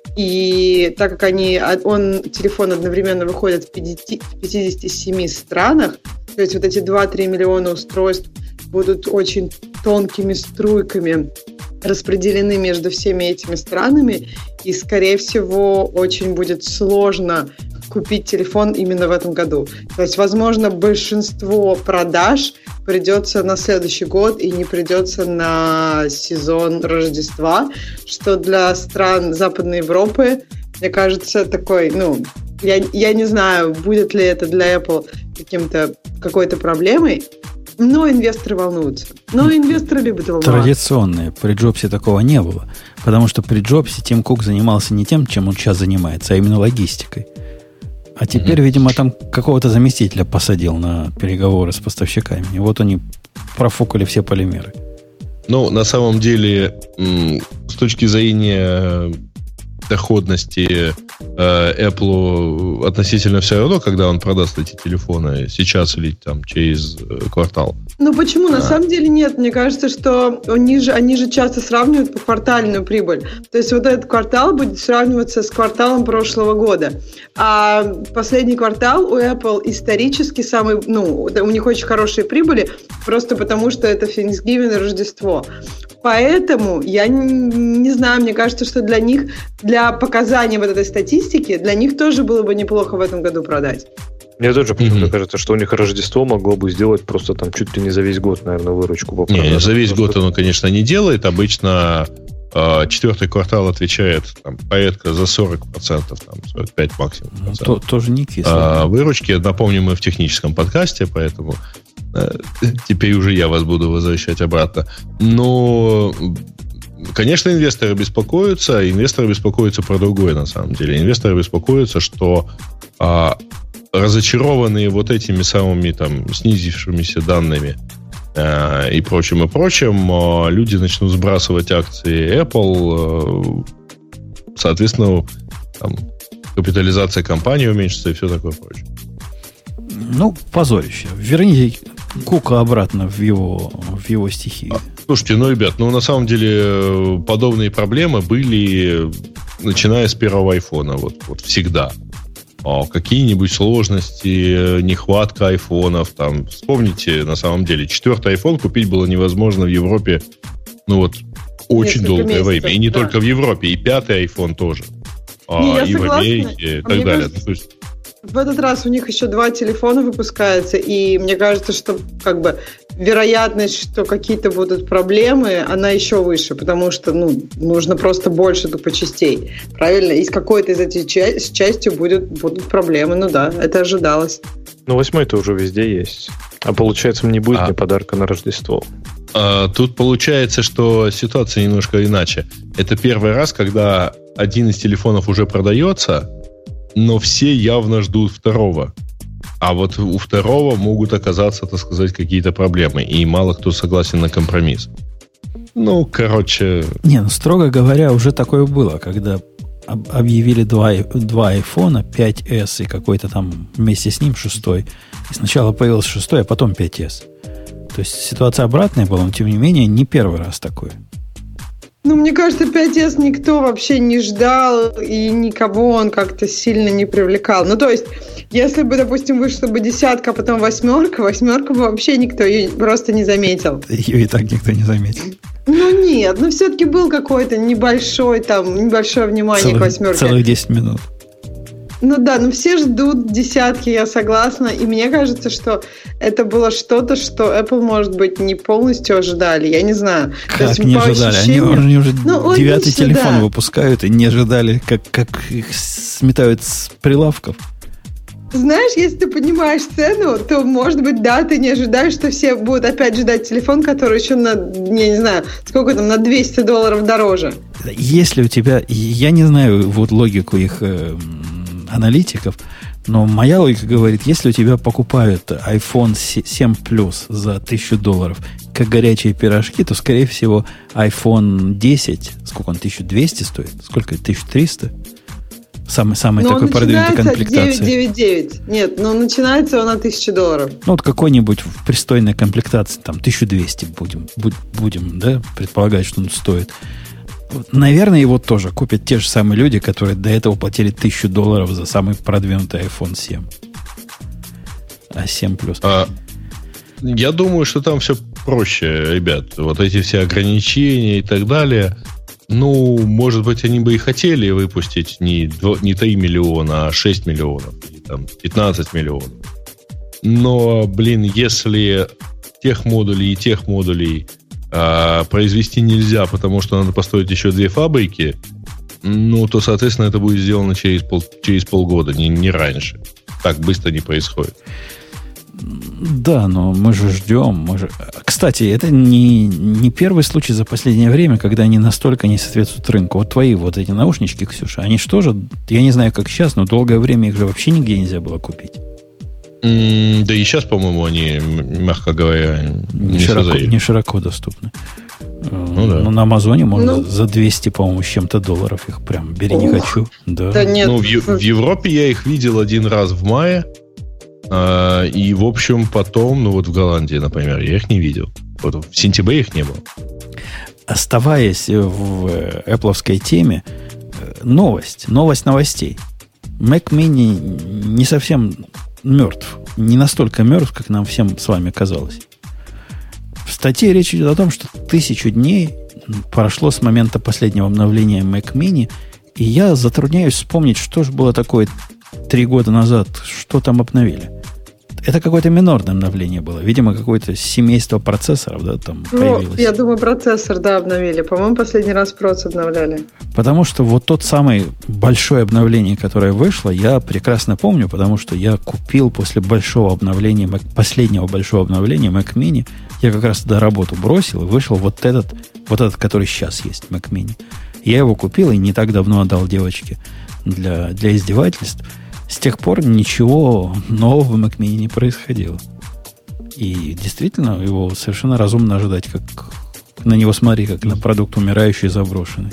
И так как они, он, телефон одновременно выходит в пятидесяти семи странах, то есть вот эти два-три миллиона устройств будут очень тонкими струйками распределены между всеми этими странами, и, скорее всего, очень будет сложно купить телефон именно в этом году. То есть, возможно, большинство продаж придется на следующий год и не придется на сезон Рождества, что для стран Западной Европы, мне кажется, такой, ну, я, я не знаю, будет ли это для Apple каким-то, какой-то проблемой, но инвесторы волнуются. Но инвесторы любят волноваться. Традиционные. При Джобсе такого не было. Потому что при Джобсе Тим Кук занимался не тем, чем он сейчас занимается, а именно логистикой. А теперь, mm-hmm. видимо, там какого-то заместителя посадил на переговоры с поставщиками. И вот они профукали все полимеры. Ну, на самом деле, с точки зрения доходности э, Apple относительно все равно, когда он продаст эти телефоны, сейчас или там через квартал. Ну почему? А. На самом деле нет. Мне кажется, что они же, они же часто сравнивают по квартальную прибыль. То есть вот этот квартал будет сравниваться с кварталом прошлого года. А последний квартал у Apple исторически самый, ну, у них очень хорошие прибыли, просто потому что это Thanksgiving и Рождество. Поэтому я не, не знаю, мне кажется, что для них, для показания вот этой статистики, для них тоже было бы неплохо в этом году продать. Мне тоже почему-то mm-hmm. кажется, что у них Рождество могло бы сделать просто там чуть ли не за весь год, наверное, выручку по продаже. Не, за весь год оно, конечно, не делает. Обычно э, четвертый квартал отвечает там, порядка за сорок процентов, там, сорок пять максимум процентов. То, тоже не кисло. А, выручки, напомню, мы в техническом подкасте, поэтому э, теперь уже я вас буду возвращать обратно. Но, конечно, инвесторы беспокоятся. Инвесторы беспокоятся про другое, на самом деле. Инвесторы беспокоятся, что э, разочарованные вот этими самыми там снизившимися данными э, и прочим, и прочим, э, люди начнут сбрасывать акции Apple, э, соответственно, там, капитализация компании уменьшится и все такое прочее. Ну, позорище. Верните Кука обратно в его, в его стихию. Слушайте, ну, ребят, ну, на самом деле, подобные проблемы были, начиная с первого айфона, вот, вот всегда. Какие-нибудь сложности, нехватка айфонов, там, вспомните, на самом деле, четвертый iPhone купить было невозможно в Европе, ну, вот, очень Несколько долгое месяцев, время. И не да. только в Европе, и пятый iPhone тоже. Не, а, и согласна. в Америке, и так Мне далее. Кажется... В этот раз у них еще два телефона выпускаются, и мне кажется, что как бы вероятность, что какие-то будут проблемы, она еще выше, потому что ну, нужно просто больше тупо частей. Правильно? И с какой-то из этих ча- с частью будут, будут проблемы. Ну да, это ожидалось. Ну, восьмой-то уже везде есть. А получается, не будет а. мне подарка на Рождество. А, тут получается, что ситуация немножко иначе. Это первый раз, когда один из телефонов уже продается, но все явно ждут второго. А вот у второго могут оказаться, так сказать, какие-то проблемы. И мало кто согласен на компромисс. Ну, короче... Не, ну, строго говоря, уже такое было, когда об- объявили два, два айфона, пять эс и какой-то там вместе с ним шестой. И сначала появился шестой, а потом пять эс. То есть ситуация обратная была, но тем не менее не первый раз такое. Ну, мне кажется, пять эс никто вообще не ждал, и никого он как-то сильно не привлекал. Ну, то есть, если бы, допустим, вышла бы десятка, а потом восьмерка, восьмерка бы вообще никто ее просто не заметил. Ее и так никто не заметил. Ну, нет, ну, все-таки был какой-то небольшой, там, небольшое внимание целых, к восьмерке. Целых десять минут. Ну да, ну все ждут десятки, я согласна. И мне кажется, что это было что-то, что Apple, может быть, не полностью ожидали. Я не знаю. Как есть, не ожидали? Ощущениям... Они, они уже ну, девятый логично, телефон да. выпускают и не ожидали, как, как их сметают с прилавков. Знаешь, если ты понимаешь цену, то, может быть, да, ты не ожидаешь, что все будут опять ждать телефон, который еще на, я не знаю, сколько там, на двести долларов дороже. Если у тебя, я не знаю вот логику их э, аналитиков, но моя логика говорит, если у тебя покупают iPhone семь плюс за тысячу долларов, как горячие пирожки, то, скорее всего, iPhone десять, сколько он, тысяча двести стоит? Сколько? тысяча триста? Самый, самый такой продвинутый комплектации. девять девять девять. Нет, но начинается он от тысячи долларов. Ну, вот какой-нибудь в пристойной комплектации, там, тысяча двести будем, будем, да, предполагать, что он стоит. Наверное, его тоже купят те же самые люди, которые до этого платили тысячу долларов за самый продвинутый айфон семь. А семь плюс. А, я думаю, что там все проще, ребят. Вот эти все ограничения и так далее. Ну, может быть, они бы и хотели выпустить не, не три миллиона, а шесть миллионов. Или там пятнадцать миллионов. Но, блин, если тех модулей и тех модулей а, произвести нельзя, потому что надо построить еще две фабрики, ну, то, соответственно, это будет сделано через, пол, через полгода, не, не раньше. Так быстро не происходит. Да, но мы же ждем. Мы же... Кстати, это не, не первый случай за последнее время, когда они настолько не соответствуют рынку. Вот твои вот эти наушнички, Ксюша, они что же, я не знаю, как сейчас, но долгое время их же вообще нигде нельзя было купить. Mm, да и сейчас, по-моему, они, мягко говоря, не, не, широко, не широко доступны. Ну, да. Но на Амазоне можно ну, за двести, по-моему, с чем-то долларов их прям бери, не хочу. Да. Да нет. Ну, в, в Европе я их видел один раз в мае. А, и, в общем, потом, ну вот в Голландии, например, я их не видел. Вот в сентябре их не было. Оставаясь в Apple-овской теме, новость, новость новостей. Mac Mini не совсем мертв. Не настолько мертв, как нам всем с вами казалось. В статье речь идет о том, что тысячу дней прошло с момента последнего обновления Mac Mini, и я затрудняюсь вспомнить, что же было такое три года назад, что там обновили. Это какое-то минорное обновление было. Видимо, какое-то семейство процессоров, да, там ну, появилось. Я думаю, процессор, да, обновили. По-моему, последний раз проц обновляли. Потому что вот тот самый большое обновление, которое вышло, я прекрасно помню, потому что я купил после большого обновления, последнего большого обновления Mac Mini, я как раз туда работу бросил, и вышел вот этот, вот этот, который сейчас есть, Mac Mini. Я его купил и не так давно отдал девочке для, для издевательств. С тех пор ничего нового в Mac Mini не происходило. И действительно, его совершенно разумно ожидать, как на него смотри, как на продукт умирающий и заброшенный.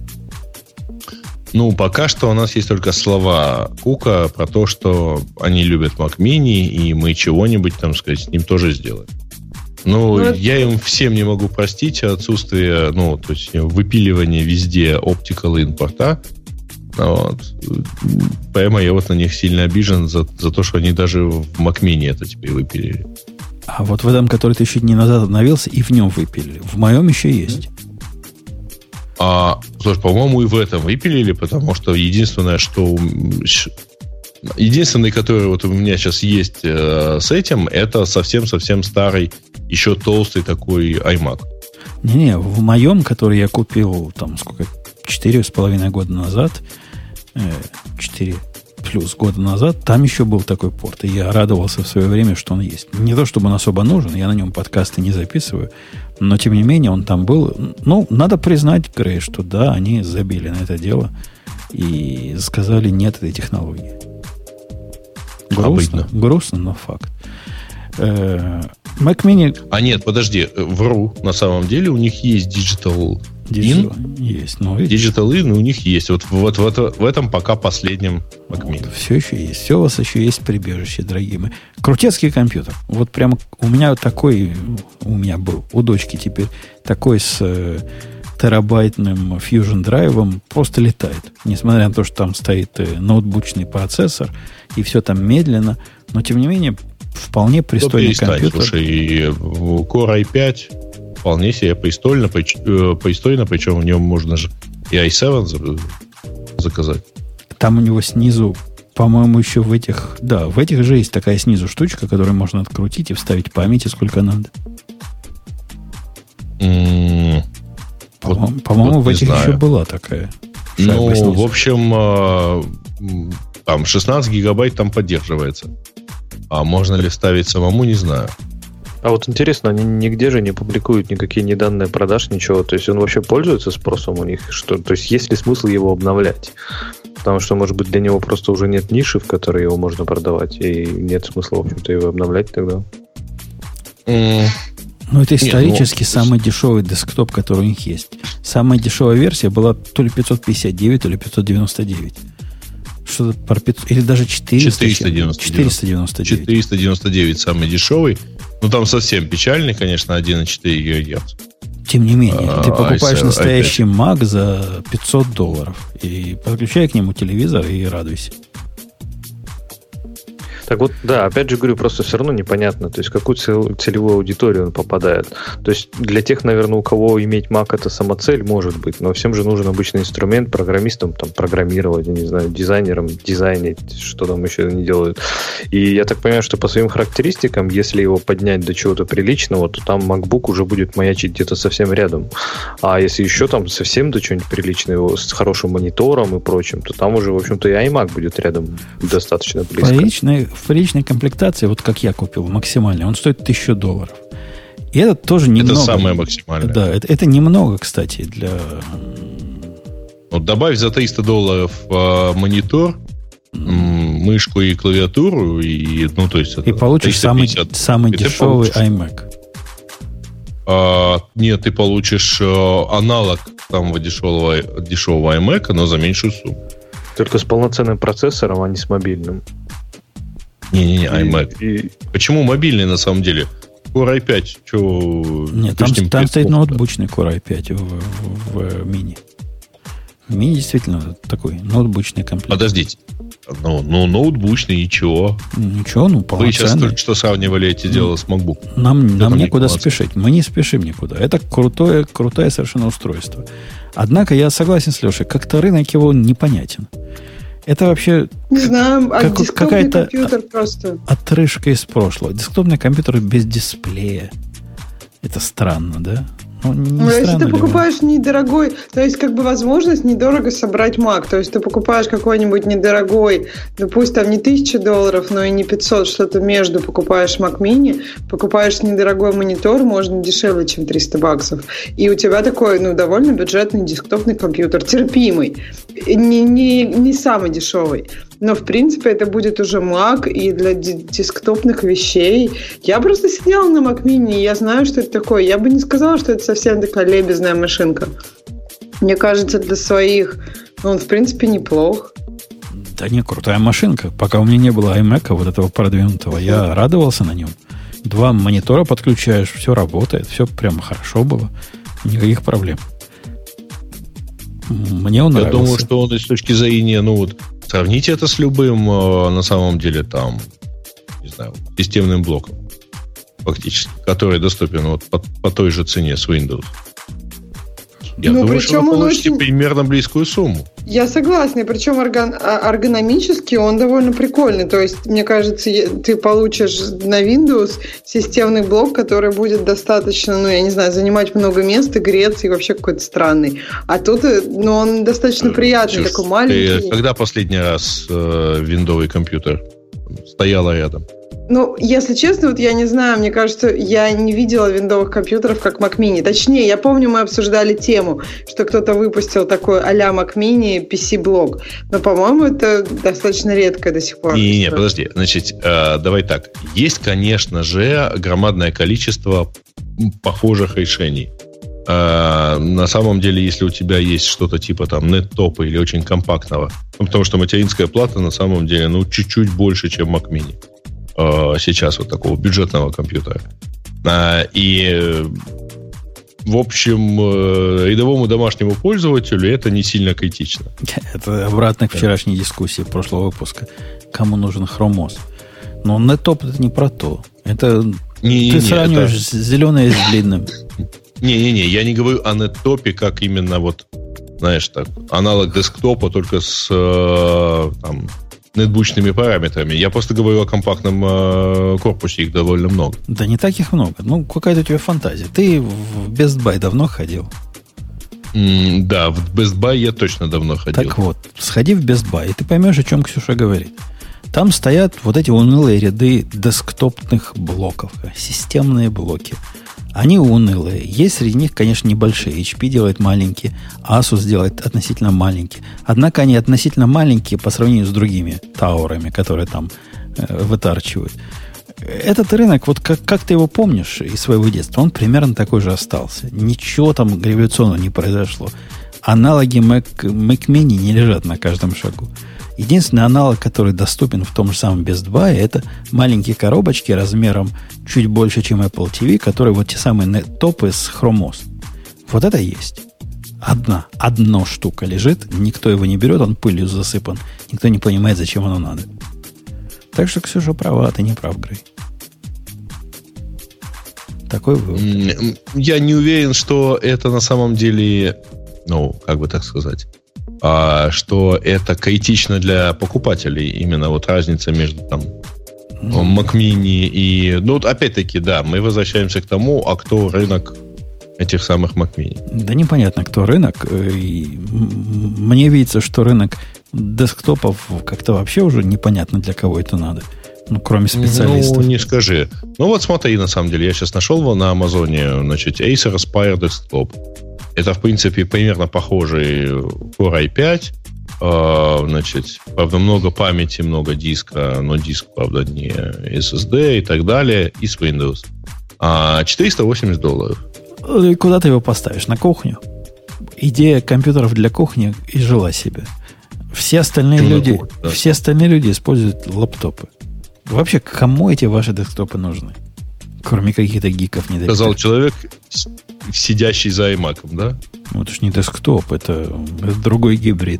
Ну, пока что у нас есть только слова Кука про то, что они любят Mac Mini, и мы чего-нибудь, там сказать, с ним тоже сделаем. Ну, ну я им всем не могу простить отсутствие, ну, то есть выпиливание везде optical инпорта. Вот. Прямо я вот на них сильно обижен за, за то, что они даже в Mac Mini это теперь выпилили. А вот в этом, который тысячу дней назад обновился, и в нем выпилили. В моем еще есть. А, слушай, по-моему, и в этом выпилили, потому что единственное, что... Единственный, который вот у меня сейчас есть э, с этим, это совсем-совсем старый, еще толстый такой iMac. Не-не, в моем, который я купил, там, сколько, четыре с половиной года назад, четыре плюс года назад, там еще был такой порт, и я радовался в свое время, что он есть. Не то, чтобы он особо нужен, я на нем подкасты не записываю, но, тем не менее, он там был. Ну, надо признать, Грей, что да, они забили на это дело и сказали нет этой технологии. Грустно, грустно, но факт. Mac Mini... А нет, подожди, вру. На самом деле у них есть Digital In. Есть, но Digital In у них есть. Вот, вот, вот в этом пока последнем Mac Mini. Вот, все еще есть. Все у вас еще есть прибежище, дорогие мои. Крутецкий компьютер. Вот прямо у меня такой, у меня был, у дочки теперь, такой с э, терабайтным Fusion драйвом просто летает. Несмотря на то, что там стоит э, ноутбучный процессор, и все там медленно, но тем не менее вполне пристойный компьютер. Слушай, Core ай пять вполне себе пристойно, пристойно, причем в нем можно же и ай семь заказать. Там у него снизу, по-моему, еще в этих, да, в этих же есть такая снизу штучка, которую можно открутить и вставить памяти сколько надо. Mm, по-моему, вот, по-моему вот в этих знаю. еще была такая. Ну, в общем, там шестнадцать гигабайт там поддерживается. А можно ли вставить самому, не знаю. А вот интересно, они нигде же не публикуют никакие ни данные продаж, ничего. То есть он вообще пользуется спросом у них? Что, то есть есть ли смысл его обновлять? Потому что, может быть, для него просто уже нет ниши, в которой его можно продавать, и нет смысла, в общем-то, его обновлять тогда. Mm. Ну, это исторически Нет, ну, самый дешевый десктоп, который у них есть. Самая дешевая версия была то ли пятьсот пятьдесят девять, то ли пятьсот девяносто девять. Что-то про пятьсот, или даже четыреста. четыреста девяносто девять. четыреста девяносто девять. четыреста девяносто девять самый дешевый. Ну, там совсем печальный, конечно, один и четыре гигагерца. Тем не менее, а, ты покупаешь ай, настоящий ай, Mac за пятьсот долларов и подключай к нему телевизор и радуйся. Так вот, да, опять же говорю, просто все равно непонятно, то есть в какую целевую аудиторию он попадает. То есть для тех, наверное, у кого иметь Mac это самоцель, может быть, но всем же нужен обычный инструмент, программистам там программировать, я не знаю, дизайнерам дизайнить, что там еще не делают. И я так понимаю, что по своим характеристикам, если его поднять до чего-то приличного, то там MacBook уже будет маячить где-то совсем рядом. А если еще там совсем до чего-нибудь приличного, с хорошим монитором и прочим, то там уже, в общем-то, и iMac будет рядом достаточно близко. Приличный В приличной комплектации, вот как я купил, максимальный, он стоит тысячу долларов. И это тоже немного. Это самое максимальное. Да, это, это немного, кстати, для... Вот добавь за триста долларов э, монитор, mm. мышку и клавиатуру, и, ну, то есть... И получишь самый, самый дешевый получишь. iMac. А, нет, ты получишь э, аналог самого дешевого, дешевого iMac, но за меньшую сумму. Только с полноценным процессором, а не с мобильным. Не-не-не, iMac. И... Почему мобильный на самом деле? Core ай пять. Чё, нет, там, там стоит ноутбучный Core ай пять в, в, в мини. Мини действительно такой ноутбучный комплект. Подождите. Ну, ну ноутбучный, ничего. Ничего, ну полноценный. Вы сейчас только что сравнивали эти дела с MacBook. Нам, нам некуда спешить. Мы не спешим никуда. Это крутое, крутое совершенно устройство. Однако я согласен с Лешей, как-то рынок его непонятен. Это вообще не знаю, а как, десктопный компьютер просто. Отрыжка из прошлого. Десктопный компьютер без дисплея. Это странно, да? Ну, не ну если ты покупаешь он? недорогой, то есть как бы возможность недорого собрать Mac. То есть ты покупаешь какой-нибудь недорогой, ну пусть там не тысяча долларов, но и не пятьсот, что-то между, покупаешь Mac Mini, покупаешь недорогой монитор, можно дешевле, чем триста баксов. И у тебя такой, ну, довольно бюджетный десктопный компьютер, терпимый. Не, не, не самый дешевый. Но, в принципе, это будет уже Mac, и для десктопных вещей. Я просто сидела на Mac Mini, и я знаю, что это такое. Я бы не сказала, что это совсем такая лебезная машинка. Мне кажется, для своих, ну, он, в принципе, неплох. Да не, крутая машинка. Пока у меня не было iMac, вот этого продвинутого, я радовался на нем. Два монитора подключаешь, все работает, все прямо хорошо было. Никаких проблем. Мне он нравился. Я думаю, что он с точки зрения, ну вот, сравните это с любым, на самом деле, там, не знаю, системным блоком, фактически, который доступен вот по, по той же цене с Windows. Я ну, думаю, что вы получите очень... примерно близкую сумму. Я согласна, и причем эргономически он довольно прикольный. То есть, мне кажется, ты получишь на Windows системный блок, который будет достаточно, ну, я не знаю, занимать много места, греться и вообще какой-то странный. А тут, ну, он достаточно приятный, Чушь. такой маленький. Ты когда последний раз э, виндовый компьютер стоял рядом? Ну, если честно, вот я не знаю, мне кажется, я не видела виндовых компьютеров как Mac Mini. Точнее, я помню, мы обсуждали тему, что кто-то выпустил такой а-ля Mac Mini пи си-блок. Но, по-моему, это достаточно редко до сих пор. Не-не, подожди. Значит, э, давай так. Есть, конечно же, громадное количество похожих решений. Э, на самом деле, если у тебя есть что-то типа там NetTop или очень компактного, ну, потому что материнская плата на самом деле, ну, чуть-чуть больше, чем Mac Mini. Сейчас вот такого бюджетного компьютера. И, в общем, рядовому домашнему пользователю это не сильно критично. Это обратно к вчерашней дискуссии прошлого выпуска. Кому нужен Chrome о эс? Но NetTop это не про то. Это не, ты не, сравниваешь это... зеленое с длинным. Не-не-не, я не говорю о NetTop как именно вот, знаешь, так, аналог десктопа, только с там, нетбучными параметрами. Я просто говорю о компактном э, корпусе, их довольно много. Да не таких много. Ну, какая-то у тебя фантазия. Ты в Best Buy давно ходил? Mm, да, в Best Buy я точно давно ходил. Так вот, сходи в Best Buy, и ты поймешь, о чем Ксюша говорит. Там стоят вот эти унылые ряды десктопных блоков, системные блоки. Они унылые. Есть среди них, конечно, небольшие. эйч пи делает маленькие, Asus делает относительно маленькие. Однако они относительно маленькие по сравнению с другими таурами, которые там э, вытарчивают. Этот рынок, вот как, как ты его помнишь из своего детства, он примерно такой же остался. Ничего там революционного не произошло. Аналоги Mac, Mac Mini не лежат на каждом шагу. Единственный аналог, который доступен в том же самом Best Buy, это маленькие коробочки размером чуть больше, чем Apple ти ви, которые вот те самые топы с Chrome о эс. Вот это есть. Одна, одна штука лежит, никто его не берет, он пылью засыпан, никто не понимает, зачем оно надо. Так что Ксюша права, ты не прав, Грей. Такой вывод. Я не уверен, что это на самом деле, ну, как бы так сказать, а, что это критично для покупателей. Именно вот разница между там Mac Mini и... Ну, вот опять-таки, да, мы возвращаемся к тому, а кто рынок этих самых Mac Mini. Да непонятно, кто рынок. И мне видится, что рынок десктопов как-то вообще уже непонятно, для кого это надо. Ну, кроме специалистов. Ну, не скажи. Ну, вот смотри, на самом деле, я сейчас нашел его на Амазоне, значит, Acer Aspire Desktop. Это, в принципе, примерно похожий Core ай пять. Э, значит, правда, много памяти, много диска, но диск, правда, не эс эс ди и так далее, и с Windows. А четыреста восемьдесят долларов. И куда ты его поставишь? На кухню? Идея компьютеров для кухни изжила себя. Все остальные Чего люди, кухня, да. все остальные люди используют лаптопы. Вообще, кому эти ваши десктопы нужны? Кроме каких-то гиков не Сказал человек, сидящий за iMac'ом, да? Ну, это ж не десктоп, это, это другой гибрид.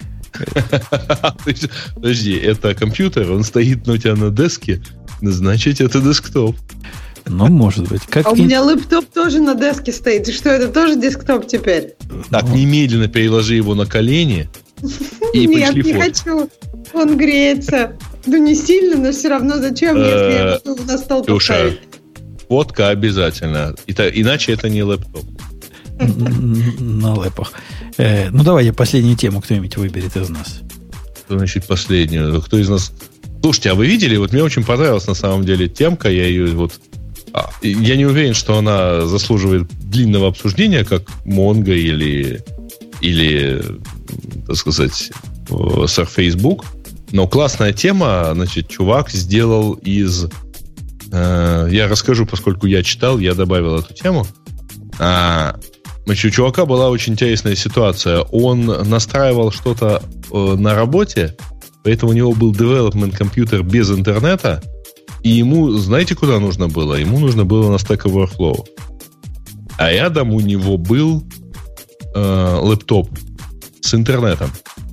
Подожди, это компьютер, он стоит у тебя на деске, значит, это десктоп. Ну, может быть. Как а и... у меня лэптоп тоже на деске стоит. И что, это тоже десктоп теперь? Так, ну... немедленно переложи его на колени и Нет, пришли не фото. хочу. Он греется. Ну, не сильно, но все равно зачем, если я могу на стол поставить? Фотка обязательно. Иначе это не лэптоп. На лэпах. Ну, давайте последнюю тему кто-нибудь выберет из нас. Значит, последнюю. Кто из нас... Слушайте, а вы видели? Вот мне очень понравилась на самом деле темка. Я ее вот... Я не уверен, что она заслуживает длинного обсуждения, как Mongo или, или, так сказать, Surface Book. Но классная тема. Значит, чувак сделал из... Э, я расскажу, поскольку я читал, я добавил эту тему. А, значит, у чувака была очень интересная ситуация. Он настраивал что-то э, на работе, поэтому у него был development компьютер без интернета. И ему, знаете, куда нужно было? Ему нужно было на Stack Overflow. А рядом у него был э, лэптоп с интернетом.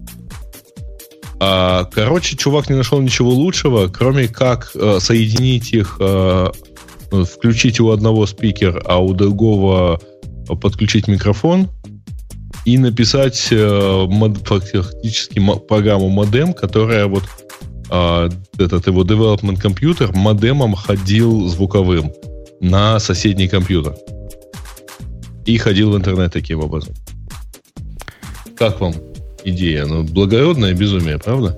А, короче, чувак не нашел ничего лучшего, кроме как э, соединить их, э, включить у одного спикер, а у другого подключить микрофон и написать э, мод, фактически программу модем, которая вот Uh, этот его development компьютер модемом ходил звуковым на соседний компьютер. И ходил в интернет таким образом. Как вам идея? Ну, благородное безумие, правда?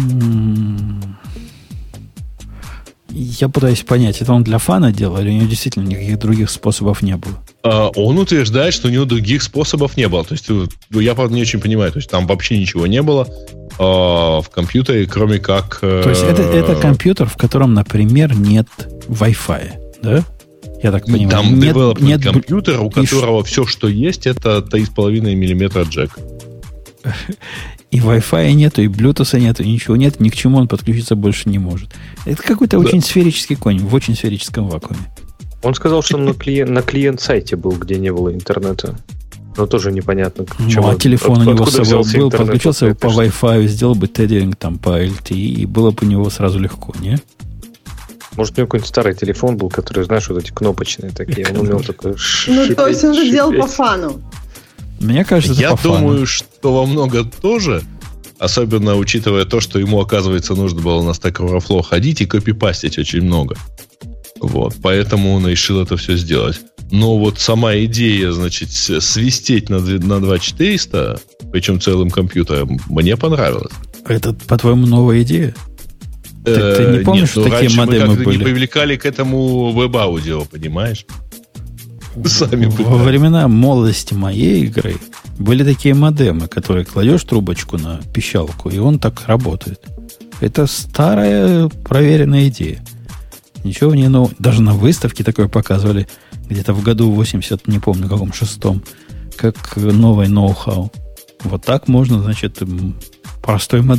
Я пытаюсь понять, это он для фана делал, или у него действительно никаких других способов не было? Uh, он утверждает, что у него других способов не было. То есть, я, правда, не очень понимаю. То есть, там вообще ничего не было uh, в компьютере, кроме как... Uh, То есть, это, это компьютер, в котором, например, нет Wi-Fi, да? Я так понимаю. Там нет, development нет компьютер, у которого ш... все, что есть, это три с половиной миллиметра джек. И Wi-Fi нету, и Bluetooth нету, и ничего нет, ни к чему он подключиться больше не может. Это какой-то да. очень сферический конь, в очень сферическом вакууме. Он сказал, что он на, клиент, на клиент-сайте был, где не было интернета. Но тоже непонятно. Ну, а телефон от, у него с собой был, подключился по Wi-Fi, сделал бы теддинг там по эл ти и, и было бы у него сразу легко, не? Может, у него какой-нибудь старый телефон был, который, знаешь, вот эти кнопочные такие. Он умел такой Ну, то есть он же делал по фану. Мне кажется, это Я по думаю, фану. что во много тоже, особенно учитывая то, что ему, оказывается, нужно было на Stack Overflow ходить и копипастить очень много. Вот, поэтому он решил это все сделать. Но вот сама идея, значит, свистеть на, на два тысячи четыреста, причем целым компьютером, мне понравилось. Это, по-твоему, новая идея? Ты, ты не помнишь, Нет, что такие модемы мы как-то были? не привлекали к этому веб-аудио, понимаешь? Сами Во времена молодости моей игры были такие модемы, которые кладешь трубочку на пищалку, и он так работает. Это старая проверенная идея. Ничего не нового. Даже на выставке такое показывали где-то в году восемьдесят, не помню, каком шестом, как новый ноу-хау. Вот так можно, значит, простой модем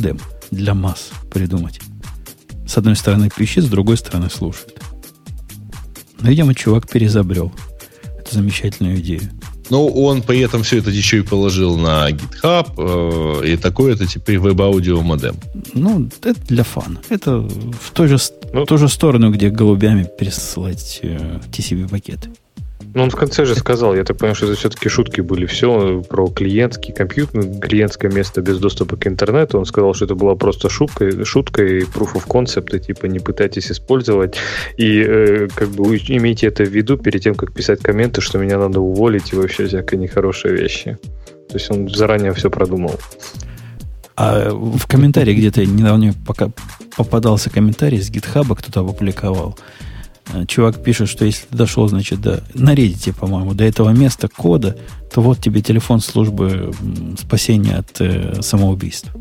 для масс придумать. С одной стороны пищит, с другой стороны слушает. Но, видимо, чувак переизобрел эту замечательную идею. Ну, он при этом все это еще и положил на GitHub, э, и такой это теперь веб-аудио модем. Ну, это для фана. Это в той же, ну, в ту же сторону, где голубями пересылать э, ти си пи-пакеты. Ну, он в конце же сказал, я так понимаю, что это все-таки шутки были, все про клиентский компьютер, клиентское место без доступа к интернету. Он сказал, что это была просто шутка, шутка и proof of concept, и, типа не пытайтесь использовать. И э, как бы имейте это в виду перед тем, как писать комменты, что меня надо уволить и вообще всякие нехорошие вещи. То есть он заранее все продумал. А в комментарии где-то недавно пока попадался комментарий с GitHub, кто-то опубликовал. Чувак пишет, что если ты дошел, значит, до, на Reddit, по-моему, до этого места кода, то вот тебе телефон службы спасения от э, самоубийства.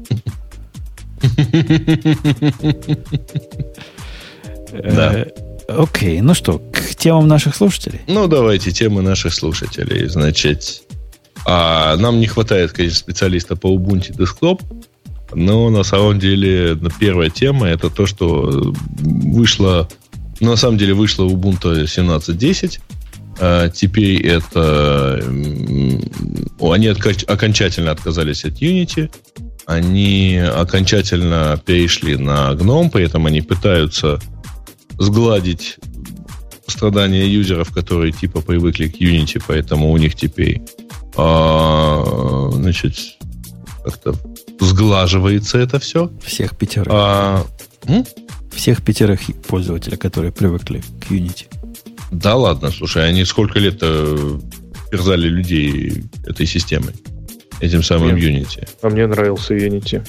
Да. Окей, ну что, к темам наших слушателей? Ну, давайте, темы наших слушателей. Значит, а нам не хватает, конечно, специалиста по Ubuntu Desktop, но на самом деле первая тема это то, что вышло. Но на самом деле вышло Ubuntu семнадцать десять. А теперь это... Они отка- окончательно отказались от Unity. Они окончательно перешли на гном, поэтому они пытаются сгладить страдания юзеров, которые типа привыкли к Unity, поэтому у них теперь а, значит, как-то сглаживается это все. Всех пятерых. А, м? Всех пятерых пользователей, которые привыкли к Unity. Да ладно, слушай, они сколько лет терзали людей этой системой, этим самым мне, Unity. А мне нравился Unity.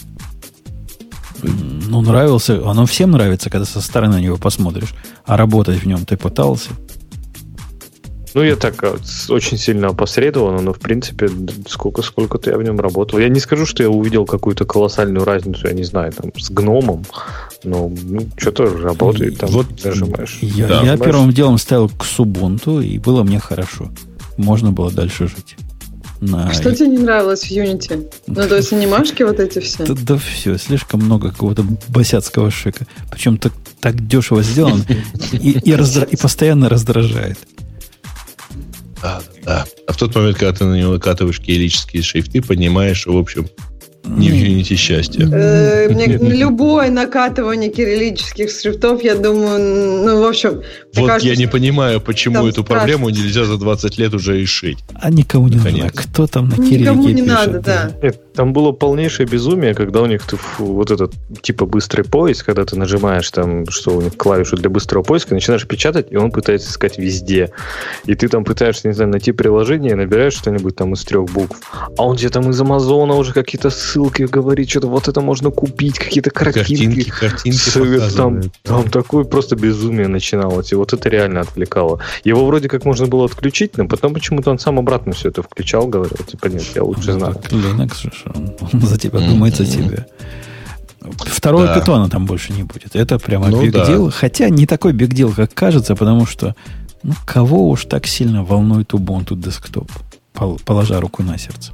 Ну, нравился. Оно всем нравится, когда со стороны на него посмотришь. А работать в нем ты пытался? Ну, я так очень сильно опосредованно, но, в принципе, сколько, сколько-то я в нем работал. Я не скажу, что я увидел какую-то колоссальную разницу, я не знаю, там, с гномом, но ну, что-то работает, там, вот нажимаешь. Я, да, я нажимаешь. Первым делом ставил к Ubuntu, и было мне хорошо. Можно было дальше жить. На... А что тебе не нравилось в Unity? Ну, то есть анимашки вот эти все? Да, да все, слишком много какого-то босяцкого шика. Причем так, так дешево сделано и, и, раздра... и постоянно раздражает. Да, да. А в тот момент, когда ты на него накатываешь кириллические шрифты, понимаешь, в общем, не в Unity счастье. Мне любое накатывание кириллических шрифтов, я думаю, ну, в общем... Вот я не понимаю, почему эту проблему нельзя за двадцать лет уже решить. А никому не надо. Кто там на кириллике пишет? Никому не надо, да. Нет, там было полнейшее безумие, когда у них вот этот типа быстрый поиск, когда ты нажимаешь там, что у них клавишу для быстрого поиска, начинаешь печатать, и он пытается искать везде. И ты там пытаешься, не знаю, найти приложение, набираешь что-нибудь там из трех букв, а он тебе там из Амазона уже какие-то ссылки говорит, что-то вот это можно купить, какие-то картинки. Картинки, картинки там, там такое просто безумие начиналось, и вот это реально отвлекало. Его вроде как можно было отключить, но потом почему-то он сам обратно все это включал, говорил, типа, нет, я лучше знаю. Linux же, он, он за тебя думает, за тебя. Второго да. питона там больше не будет. Это прямо ну, big deal. Да. Хотя не такой big deal, как кажется, потому что ну, кого уж так сильно волнует Ubuntu Desktop, положа руку на сердце.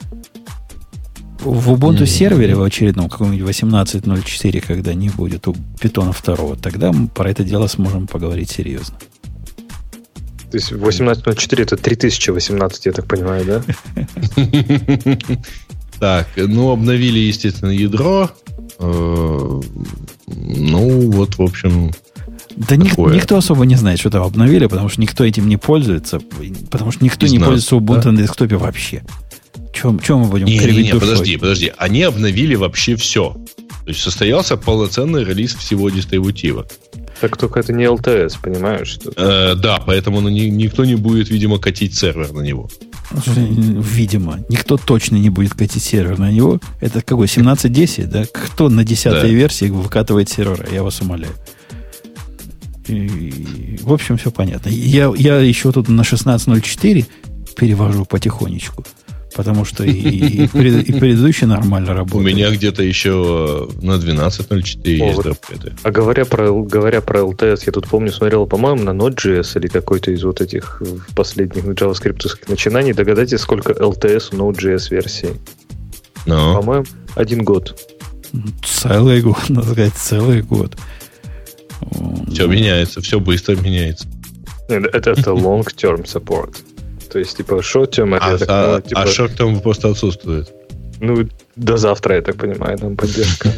В Ubuntu сервере в очередном каком-нибудь восемнадцать ноль четыре, когда не будет у питона второго, тогда мы про это дело сможем поговорить серьезно. То есть восемнадцать ноль четыре это три тысячи восемнадцать, я так понимаю, да? Так, ну, обновили, естественно, ядро. Ну, вот, в общем... Да ник, никто особо не знает, что там обновили, потому что никто этим не пользуется, потому что никто не, не пользуется Ubuntu да? на десктопе вообще. Чем, чем мы будем не, кривить не, не, подожди, подожди. Они обновили вообще все. То есть состоялся полноценный релиз всего дистрибутива. Так только это не эл ти эс, понимаешь? Что э, да, поэтому ну, ни, никто не будет, видимо, катить сервер на него. Видимо. Никто точно не будет катить сервер на него. Это какой? семнадцать десять, да? Кто на десятой да. версии выкатывает сервер? Я вас умоляю. И, в общем, все понятно. Я, я еще тут на шестнадцать ноль четыре перевожу потихонечку. Потому что и, и, пред, и предыдущий нормально работает. У меня где-то еще на двенадцать ноль четыре есть дропеты. А говоря про, говоря про эл ти эс, я тут помню, смотрел, по-моему, на Node.js или какой-то из вот этих последних JavaScript начинаний. Догадайтесь, сколько эл ти эс у Node.js версии? No. По-моему, один год. Целый год, надо сказать, целый год. Все меняется, все быстро меняется. Это, это long-term support. То есть, типа, short-term... А, так, а, ну, типа, а short-term просто отсутствует. Ну, до завтра, я так понимаю, там поддержка.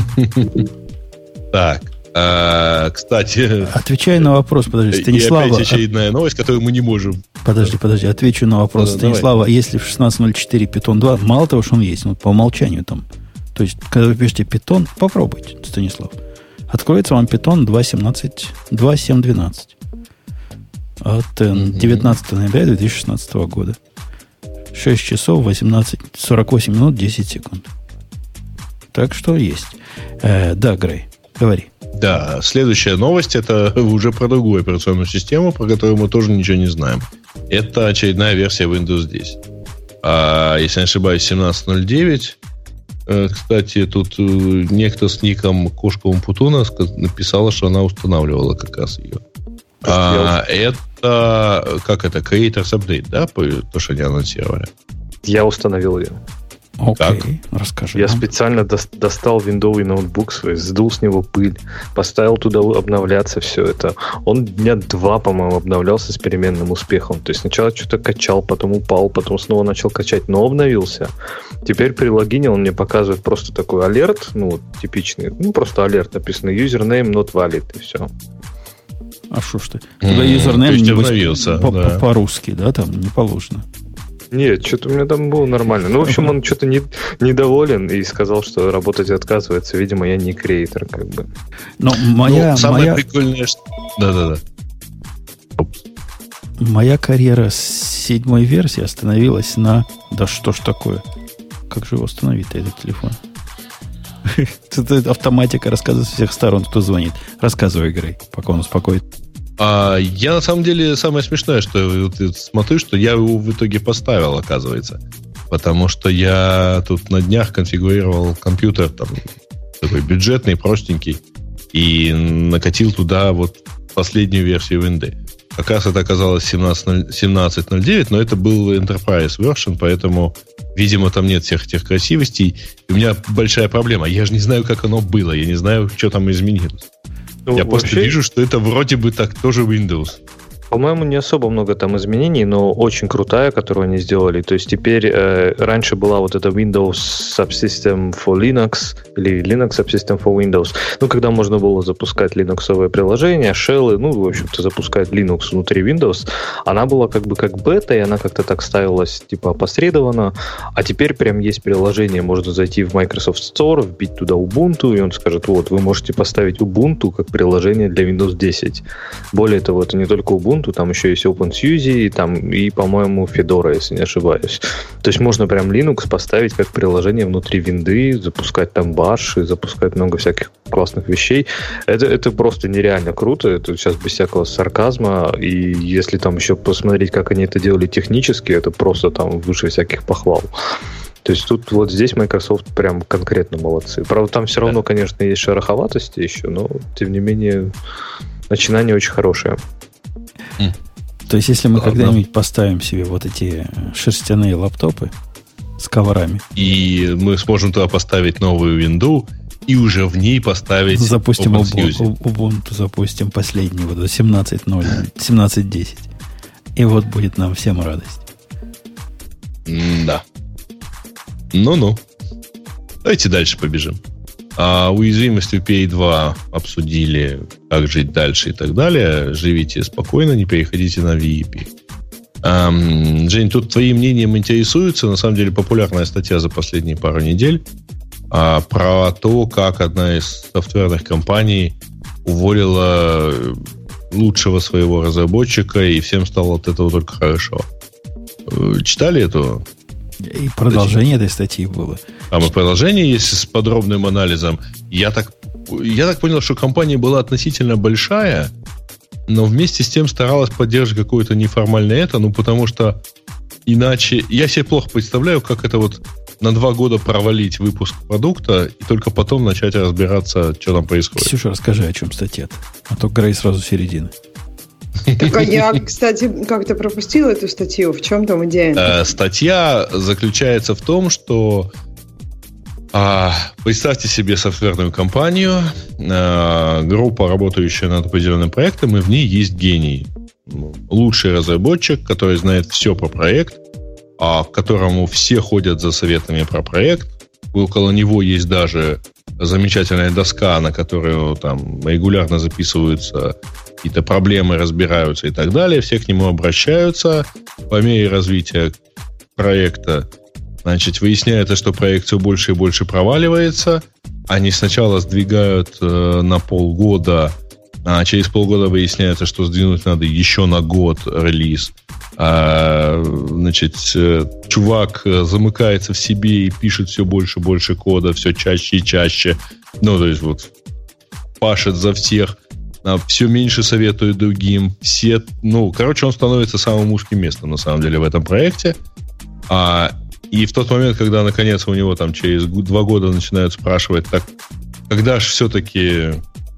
Так, кстати... Отвечаю на вопрос, подожди, Станислава... И опять очередная новость, которую мы не можем... Подожди, подожди, отвечу на вопрос ну, Станислава. Давай. Если в шестнадцать ноль четыре Python два, мало того, что он есть, ну, по умолчанию там. То есть, когда вы пишете Python, попробуйте, Станислав. Откроется вам Python два точка семь двенадцать. От девятнадцатого ноября две тысячи шестнадцатого года. шесть часов восемнадцать, сорок восемь минут десять секунд. Так что есть. Э, да, Грей, говори. Да, следующая новость, это уже про другую операционную систему, про которую мы тоже ничего не знаем. Это очередная версия Windows десять. А, если не ошибаюсь, семнадцать ноль девять. Кстати, тут некто с ником Кошка Умпутуна написала, что она устанавливала как раз ее. А, это, как это, Creators Update, да, то, что они анонсировали? Я установил ее. Окей, расскажи. Я нам. специально до- достал виндовый ноутбук свой, сдул с него пыль, поставил туда обновляться все это. Он дня два, по-моему, обновлялся с переменным успехом. То есть сначала что-то качал, потом упал, потом снова начал качать, но обновился. Теперь при логине он мне показывает просто такой алерт, ну, типичный, ну, просто алерт, написано username not valid, и все. А что ж ты? Туда юзернейм обновился, по- да. по-русски, да, там не положено. Нет, что-то у меня там было нормально. Ну, в общем, он что-то не, недоволен и сказал, что работать отказывается. Видимо, я не креатор, как бы. Но моя, ну, самое моя, прикольное, что... Да-да-да. моя карьера с седьмой версии остановилась на... Да что ж такое? Как же его остановить-то, этот телефон? Это автоматика рассказывает со всех сторон, кто звонит. Рассказывай, Грей, пока он успокоит. А я, на самом деле, самое смешное, что вот, смотрю, что я его в итоге поставил, оказывается. Потому что я тут на днях конфигурировал компьютер, там, такой бюджетный, простенький, и накатил туда вот последнюю версию Windows. Как раз это оказалось семнадцать ноль девять, но это был Enterprise version, поэтому, видимо, там нет всех этих красивостей. И у меня большая проблема. Я же не знаю, как оно было. Я не знаю, что там изменилось. Ну, я вообще... просто вижу, что это вроде бы так тоже Windows. По-моему, не особо много там изменений, но очень крутая, которую они сделали. То есть теперь э, раньше была вот эта Windows Subsystem for Linux или Linux Subsystem for Windows. Ну, когда можно было запускать линуксовые приложения, шеллы, ну, в общем-то, запускать Linux внутри Windows. Она была как бы как бета, и она как-то так ставилась типа опосредованно. А теперь прям есть приложение, можно зайти в Microsoft Store, вбить туда Ubuntu, и он скажет, вот, вы можете поставить Ubuntu как приложение для Windows десять. Более того, это не только Ubuntu, там еще есть OpenSUSE и, там, и, по-моему, Fedora, если не ошибаюсь. То есть можно прям Linux поставить как приложение внутри винды, запускать там Bash и запускать много всяких классных вещей. Это, это просто нереально круто. Это сейчас без всякого сарказма. И если там еще посмотреть, как они это делали технически, это просто там выше всяких похвал. То есть тут вот здесь Microsoft прям конкретно молодцы. Правда, там все равно, конечно, есть шероховатости еще, но, тем не менее, начинание очень хорошее. То есть, если мы Ладно. когда-нибудь поставим себе вот эти шерстяные лаптопы с коврами. И мы сможем туда поставить новую винду и уже в ней поставить запустим OpenSUSE. Ubuntu, запустим последнего до семнадцать ноль, семнадцать десять. И вот будет нам всем радость. Да. Ну-ну. Давайте дальше побежим. А уязвимость в пи эй два обсудили, как жить дальше и так далее. Живите спокойно, не переходите на ви и пи. Эм, Жень, тут твоим мнением интересуется, на самом деле, популярная статья за последние пару недель а, про то, как одна из софтверных компаний уволила лучшего своего разработчика, и всем стало от этого только хорошо. Читали эту? И продолжение этой статьи было. Там и продолжение есть с подробным анализом. Я так, я так понял, что компания была относительно большая, но вместе с тем старалась поддерживать какое-то неформальное это, ну, потому что иначе... Я себе плохо представляю, как это вот на два года провалить выпуск продукта и только потом начать разбираться, что там происходит. Ксюша, расскажи, о чем статья-то. А то Грей сразу с середины. Так, а я, кстати, как-то пропустила эту статью. В чем там идея? Статья заключается в том, что А, представьте себе софтверную компанию, а, группа, работающая над определенным проектом, и в ней есть гений. Лучший разработчик, который знает все про проект, а, к которому все ходят за советами про проект. Около него есть даже замечательная доска, на которую там регулярно записываются какие-то проблемы, разбираются и так далее. Все к нему обращаются. По мере развития проекта, значит, выясняется, что проект все больше и больше проваливается. Они сначала сдвигают э, на полгода, а через полгода выясняется, что сдвинуть надо еще на год релиз. А, значит, чувак замыкается в себе и пишет все больше и больше кода, все чаще и чаще. Ну, то есть вот пашет за всех, а, все меньше советует другим. Все, ну, короче, он становится самым узким местом, на самом деле, в этом проекте. А, и в тот момент, когда, наконец, у него там через два года начинают спрашивать, так, когда же все-таки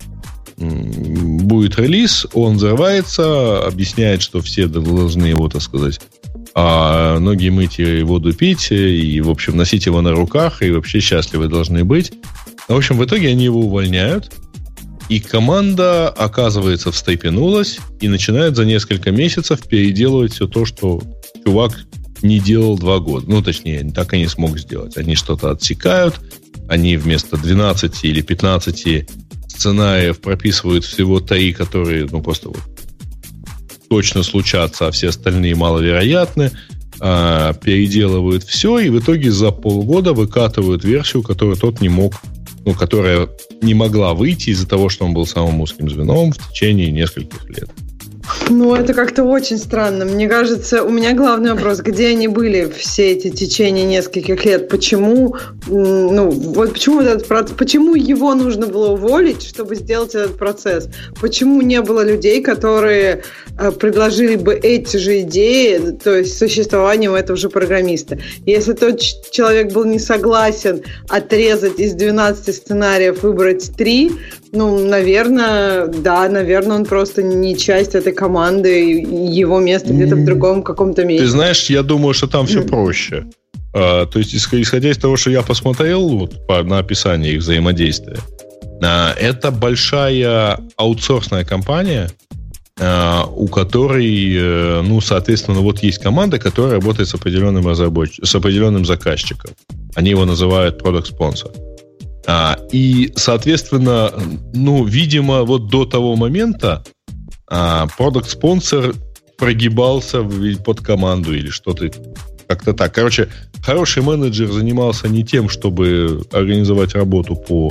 будет релиз, он взрывается, объясняет, что все должны его, так сказать, а ноги мыть и воду пить, и, в общем, носить его на руках, и вообще счастливы должны быть. В общем, в итоге они его увольняют, и команда, оказывается, встрепенулась и начинает за несколько месяцев переделывать все то, что чувак не делал два года. Ну, точнее, так и не смог сделать. Они что-то отсекают, они вместо двенадцати или пятнадцати сценариев прописывают всего три, которые, ну, просто вот точно случатся, а все остальные маловероятны, а, переделывают все, и в итоге за полгода выкатывают версию, которую тот не мог, ну, которая не могла выйти из-за того, что он был самым узким звеном в течение нескольких лет. Ну, это как-то очень странно. Мне кажется, у меня главный вопрос, где они были все эти течения нескольких лет? Почему, ну, вот почему этот процесс, почему его нужно было уволить, чтобы сделать этот процесс? Почему не было людей, которые предложили бы эти же идеи, то есть существованием этого же программиста? Если тот человек был не согласен отрезать из двенадцати сценариев, выбрать три, ну, наверное, да, наверное, он просто не часть этой команды, его место где-то в другом каком-то месте. Ты знаешь, я думаю, что там все проще. А, то есть, исходя из того, что я посмотрел вот, по, на описание их взаимодействия, а, это большая аутсорсная компания, а, у которой, ну, соответственно, вот есть команда, которая работает с определенным разработчиком, с определенным заказчиком. Они его называют product sponsor. А, и, соответственно, ну, видимо, вот до того момента а, product sponsor прогибался под команду или что-то как-то так. Короче, хороший менеджер занимался не тем, чтобы организовать работу по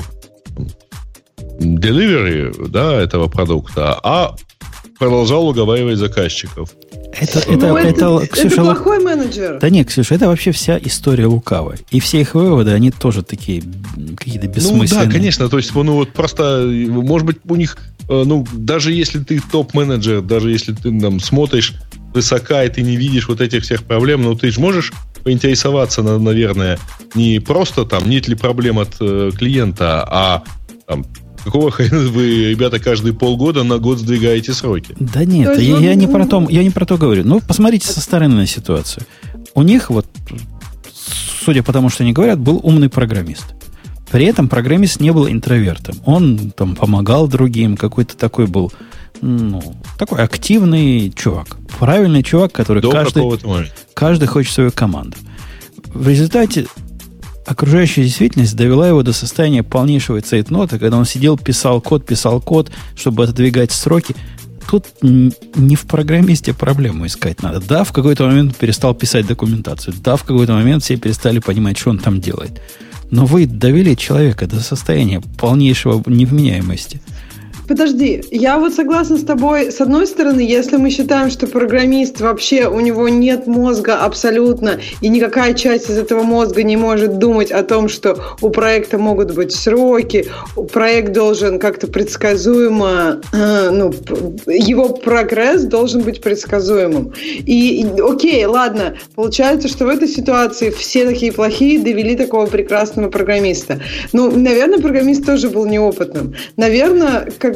delivery, да, этого продукта, а продолжал уговаривать заказчиков. Это, это, ну, это, это, Ксюша, это плохой менеджер. Да нет, Ксюша, это вообще вся история лукавая. И все их выводы, они тоже такие какие-то бессмысленные. Ну да, конечно. То есть, ну вот просто, может быть, у них, ну, даже если ты топ-менеджер, даже если ты там смотришь высока, и ты не видишь вот этих всех проблем, ну, ты же можешь поинтересоваться, наверное, не просто там, нет ли проблем от э, клиента, а там, какого хрена вы, ребята, каждые полгода на год сдвигаете сроки? Да нет, я, я, не про то, я не про то говорю. Ну, посмотрите со стороны на ситуацию. У них, вот, судя по тому, что они говорят, был умный программист. При этом программист не был интровертом. Он там помогал другим, какой-то такой был, ну, такой активный чувак. Правильный чувак, который каждый, каждый хочет свою команду. В результате окружающая действительность довела его до состояния полнейшего цейтнота, когда он сидел, писал код, писал код, чтобы отодвигать сроки. Тут не в программисте проблему искать надо. Да, в какой-то момент перестал писать документацию. Да, в какой-то момент все перестали понимать, что он там делает. Но вы довели человека до состояния полнейшего невменяемости. Подожди, я вот согласна с тобой. С одной стороны, если мы считаем, что программист вообще, у него нет мозга абсолютно, и никакая часть из этого мозга не может думать о том, что у проекта могут быть сроки, проект должен как-то предсказуемо, э, ну, его прогресс должен быть предсказуемым. И, и окей, ладно, получается, что в этой ситуации все такие плохие довели такого прекрасного программиста. Ну, наверное, программист тоже был неопытным. Наверное, как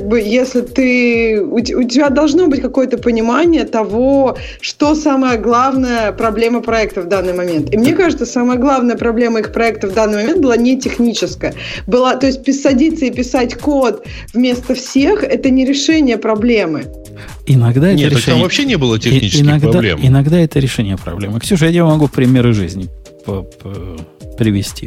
как бы, если ты... У, у тебя должно быть какое-то понимание того, что самая главная проблема проекта в данный момент. И мне кажется, самая главная проблема их проекта в данный момент была не техническая. Была, то есть садиться и писать код вместо всех – это не решение проблемы. Иногда это Нет, решение... там вообще не было технических иногда, проблем. Иногда это решение проблемы. Ксюша, я тебе могу примеры жизни по- по- привести.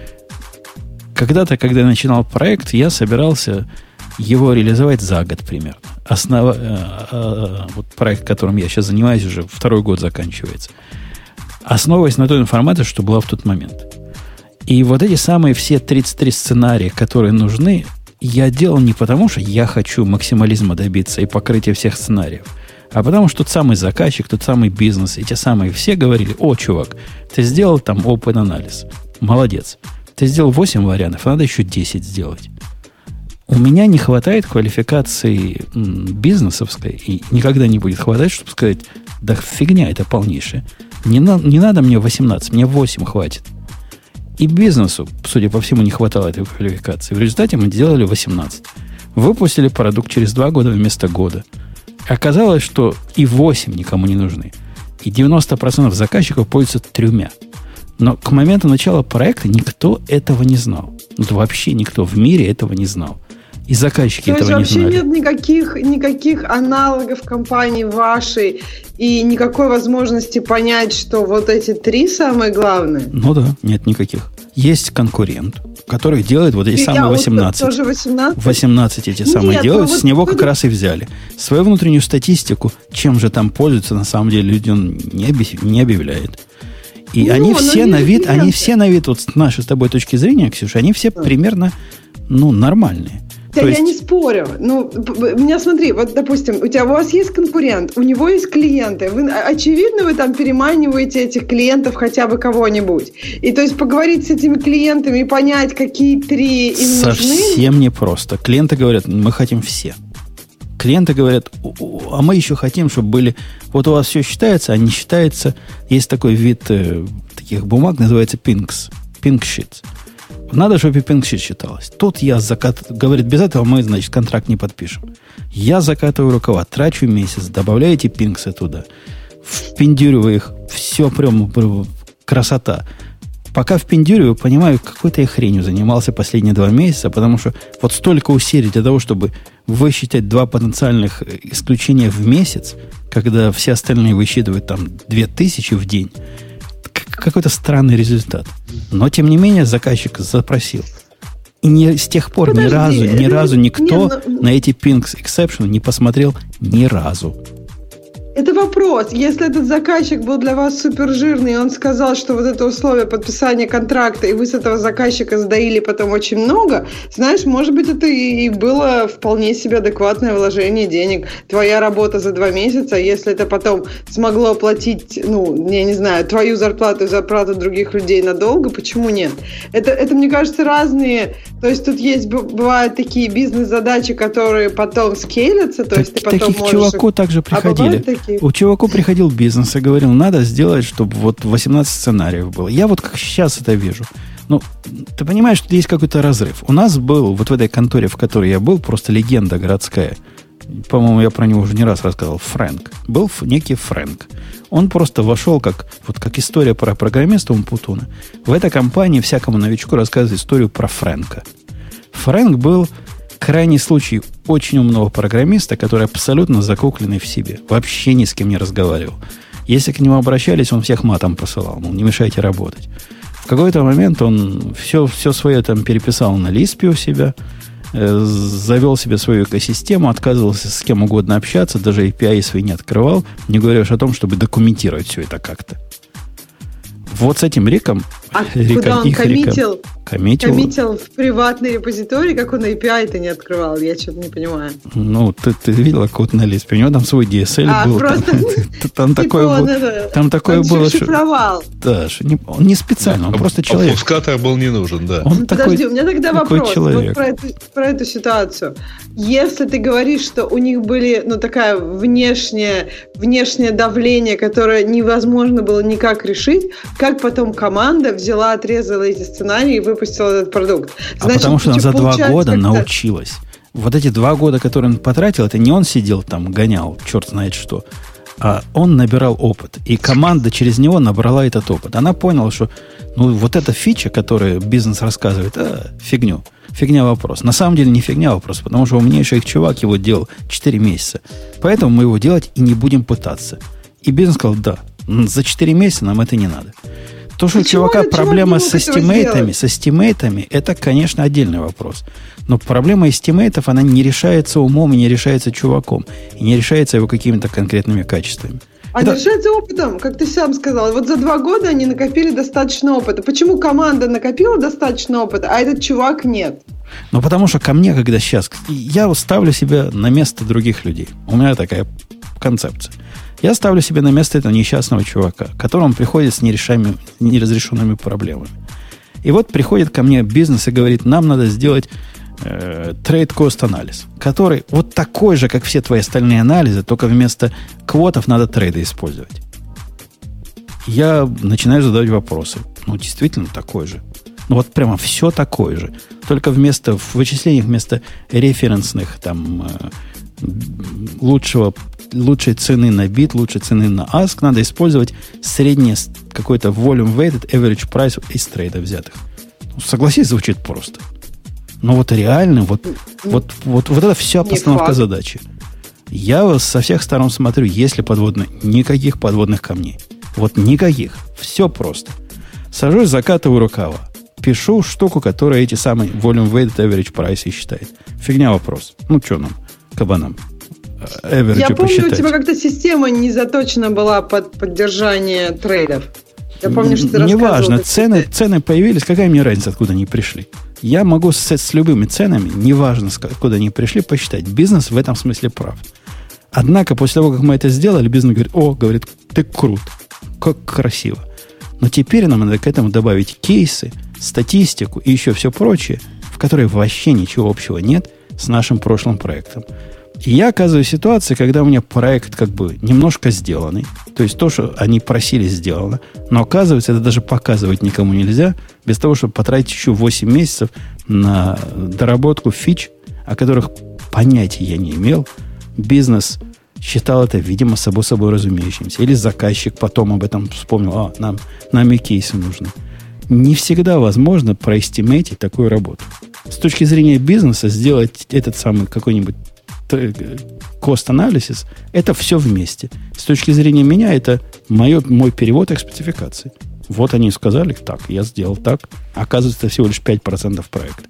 Когда-то, когда я начинал проект, я собирался его реализовать за год примерно. Основа, э, э, вот проект, которым я сейчас занимаюсь, уже второй год заканчивается. Основываясь на той информации, что была в тот момент. И вот эти самые все тридцать три сценария, которые нужны, я делал не потому, что я хочу максимализма добиться и покрытия всех сценариев, а потому что тот самый заказчик, тот самый бизнес, и те самые все говорили: о, чувак, ты сделал там open анализ, молодец. Ты сделал восемь вариантов, надо еще десять сделать. У меня не хватает квалификации м, бизнесовской, и никогда не будет хватать, чтобы сказать: да фигня это полнейшая. Не, на, не надо мне восемнадцать, мне восемь хватит. И бизнесу, судя по всему, не хватало этой квалификации. В результате мы делали восемнадцать. Выпустили продукт через два года вместо года. Оказалось, что и восемь никому не нужны. И девяносто процентов заказчиков пользуются тремя. Но к моменту начала проекта никто этого не знал. Вот вообще никто в мире этого не знал. И заказчики То этого не знали. То есть вообще нет никаких, никаких аналогов компании вашей и никакой возможности понять, что вот эти три самые главные? Ну да, нет никаких. Есть конкурент, который делает вот эти и самые восемнадцать. Тоже восемнадцать? восемнадцать эти нет, самые делают, вот с него вот как раз и взяли. Свою внутреннюю статистику, чем же там пользуются, на самом деле люди он не, объяв... не объявляет. И ну, они все на вид, клиенты. они все на вид, вот с нашей с тобой точки зрения, Ксюша, они все да. примерно, ну, нормальные. Да, То я есть... не спорю. Ну, у меня, смотри, вот, допустим, у тебя, у вас есть конкурент, у него есть клиенты. Вы, очевидно, вы там переманиваете этих клиентов хотя бы кого-нибудь. И то есть поговорить с этими клиентами и понять, какие три им Совсем нужны. Совсем непросто. Клиенты говорят: мы хотим все. Клиенты говорят: а мы еще хотим, чтобы были... Вот у вас все считается, а не считается... Есть такой вид э, таких бумаг, называется Pinks. Pink Sheets. Надо, чтобы и Pink Sheet считалось. Тут я закат... Говорит, без этого мы, значит, контракт не подпишем. Я закатываю рукава, трачу месяц, добавляю эти пинксы туда, впендюриваю их, все прям красота. Пока впендюриваю, понимаю, какой-то я хренью занимался последние два месяца, потому что вот столько усилий для того, чтобы высчитать два потенциальных исключения в месяц, когда все остальные высчитывают там две тысячи в день, какой-то странный результат. Но, тем не менее, заказчик запросил. И не, с тех пор Подожди, ни разу, ни разу никто не, но... на эти Pinks Exception не посмотрел ни разу. Это вопрос. Если этот заказчик был для вас супержирный, и он сказал, что вот это условие подписания контракта, и вы с этого заказчика сдаили потом очень много, знаешь, может быть, это и было вполне себе адекватное вложение денег. Твоя работа за два месяца, если это потом смогло оплатить, ну, я не знаю, твою зарплату и зарплату других людей надолго, почему нет? Это, это, мне кажется, разные... То есть тут есть, бывают такие бизнес-задачи, которые потом скейлятся, то так, есть ты потом таких можешь... чуваку их... также приходили. У чуваку приходил бизнес и говорил: надо сделать, чтобы вот восемнадцать сценариев было. Я вот как сейчас это вижу. Ну, ты понимаешь, что есть какой-то разрыв. У нас был вот в этой конторе, в которой я был, просто легенда городская. По-моему, я про него уже не раз рассказывал. Фрэнк. Был некий Фрэнк. Он просто вошел, как, вот как история про программиста Умпутуна. В этой компании всякому новичку рассказывают историю про Фрэнка. Фрэнк был крайний случай очень умного программиста, который абсолютно закукленный в себе. Вообще ни с кем не разговаривал. Если к нему обращались, он всех матом посылал. Мол, не мешайте работать. В какой-то момент он все, все свое там переписал на Лиспе у себя, э, завел себе свою экосистему, отказывался с кем угодно общаться, даже эй пи ай свои не открывал, не говоря уж о том, чтобы документировать все это как-то. Вот с этим Риком... А Риком, куда он коммитил? Коммитил? Коммитил в приватный репозиторий, как он эй пи ай-то не открывал? Я что-то не понимаю. Ну, ты, ты видела код на Лиспе? У него там свой ди эс эл а, был. Просто... Там, там такое было. Это... Там такое он было, шифровал. Что... Да, что не... он не специально, он а, просто человек. Обфускатор был не нужен, да. Он Подожди, такой, у меня тогда вопрос вот про, эту, про эту ситуацию. Если ты говоришь, что у них были, ну, такая внешняя, внешнее давление, которое невозможно было никак решить, как потом команда взяла, отрезала эти сценарии и выпустила этот продукт? Значит, а потому что она за два года научилась. Вот эти два года, которые он потратил, это не он сидел там, гонял, черт знает что, а он набирал опыт. И команда через него набрала этот опыт. Она поняла, что ну, вот эта фича, которую бизнес рассказывает, а, фигню. Фигня вопрос. На самом деле не фигня вопрос, потому что умнейший их чувак его делал четыре месяца. Поэтому мы его делать и не будем пытаться. И бизнес сказал, да, за четыре месяца нам это не надо. То, что Почему у чувака проблема со стимейтами, со стимейтами, это, конечно, отдельный вопрос. Но проблема эстимейтов, она не решается умом и не решается чуваком. И не решается его какими-то конкретными качествами. А это... не решается опытом, как ты сам сказал. Вот за два года они накопили достаточно опыта. Почему команда накопила достаточно опыта, а этот чувак нет? Ну, потому что ко мне, когда сейчас... Я ставлю себя на место других людей. У меня такая концепция. Я ставлю себя на место этого несчастного чувака, к которому приходит с нерешаемыми, неразрешенными проблемами. И вот приходит ко мне бизнес и говорит, нам надо сделать э, трейд-кост-анализ, который вот такой же, как все твои остальные анализы, только вместо квотов надо трейды использовать. Я начинаю задавать вопросы. Ну, действительно, такой же. Ну, вот прямо все такое же. Только вместо, в вычислениях вместо референсных, там, э, лучшего лучшей цены на бит, лучшей цены на аск надо использовать среднее какой-то volume weighted average price из трейда взятых. Ну, согласись, звучит просто. Но вот реально, вот, вот, вот, вот это вся постановка задачи. Я со всех сторон смотрю, есть ли подводные, никаких подводных камней. Вот никаких. Все просто. Сажусь, закатываю рукава. Пишу штуку, которая эти самые volume weighted average price считает. Фигня вопрос. Ну, что нам, кабанам? Я помню, посчитать. У тебя как-то система не заточена была под поддержание трейдов. Я помню, что ты рассказывал. Неважно, цены, цены появились, какая мне разница, откуда они пришли. Я могу с, с любыми ценами, неважно, откуда они пришли, посчитать. Бизнес в этом смысле прав. Однако, после того, как мы это сделали, бизнес говорит, о, говорит, ты крут, как красиво. Но теперь нам надо к этому добавить кейсы, статистику и еще все прочее, в которой вообще ничего общего нет с нашим прошлым проектом. И я оказываюсь в ситуации, когда у меня проект как бы немножко сделанный. То есть то, что они просили, сделано. Но оказывается, это даже показывать никому нельзя, без того, чтобы потратить еще восемь месяцев на доработку фич, о которых понятия я не имел. Бизнес считал это, видимо, само собой разумеющимся. Или заказчик потом об этом вспомнил. А, нам, нам и кейсы нужны. Не всегда возможно проэстимейтить такую работу. С точки зрения бизнеса сделать этот самый какой-нибудь cost-анализис, это все вместе. С точки зрения меня, это мое, мой перевод их спецификаций. Вот они сказали, так, я сделал так. Оказывается, всего лишь пять процентов проекта.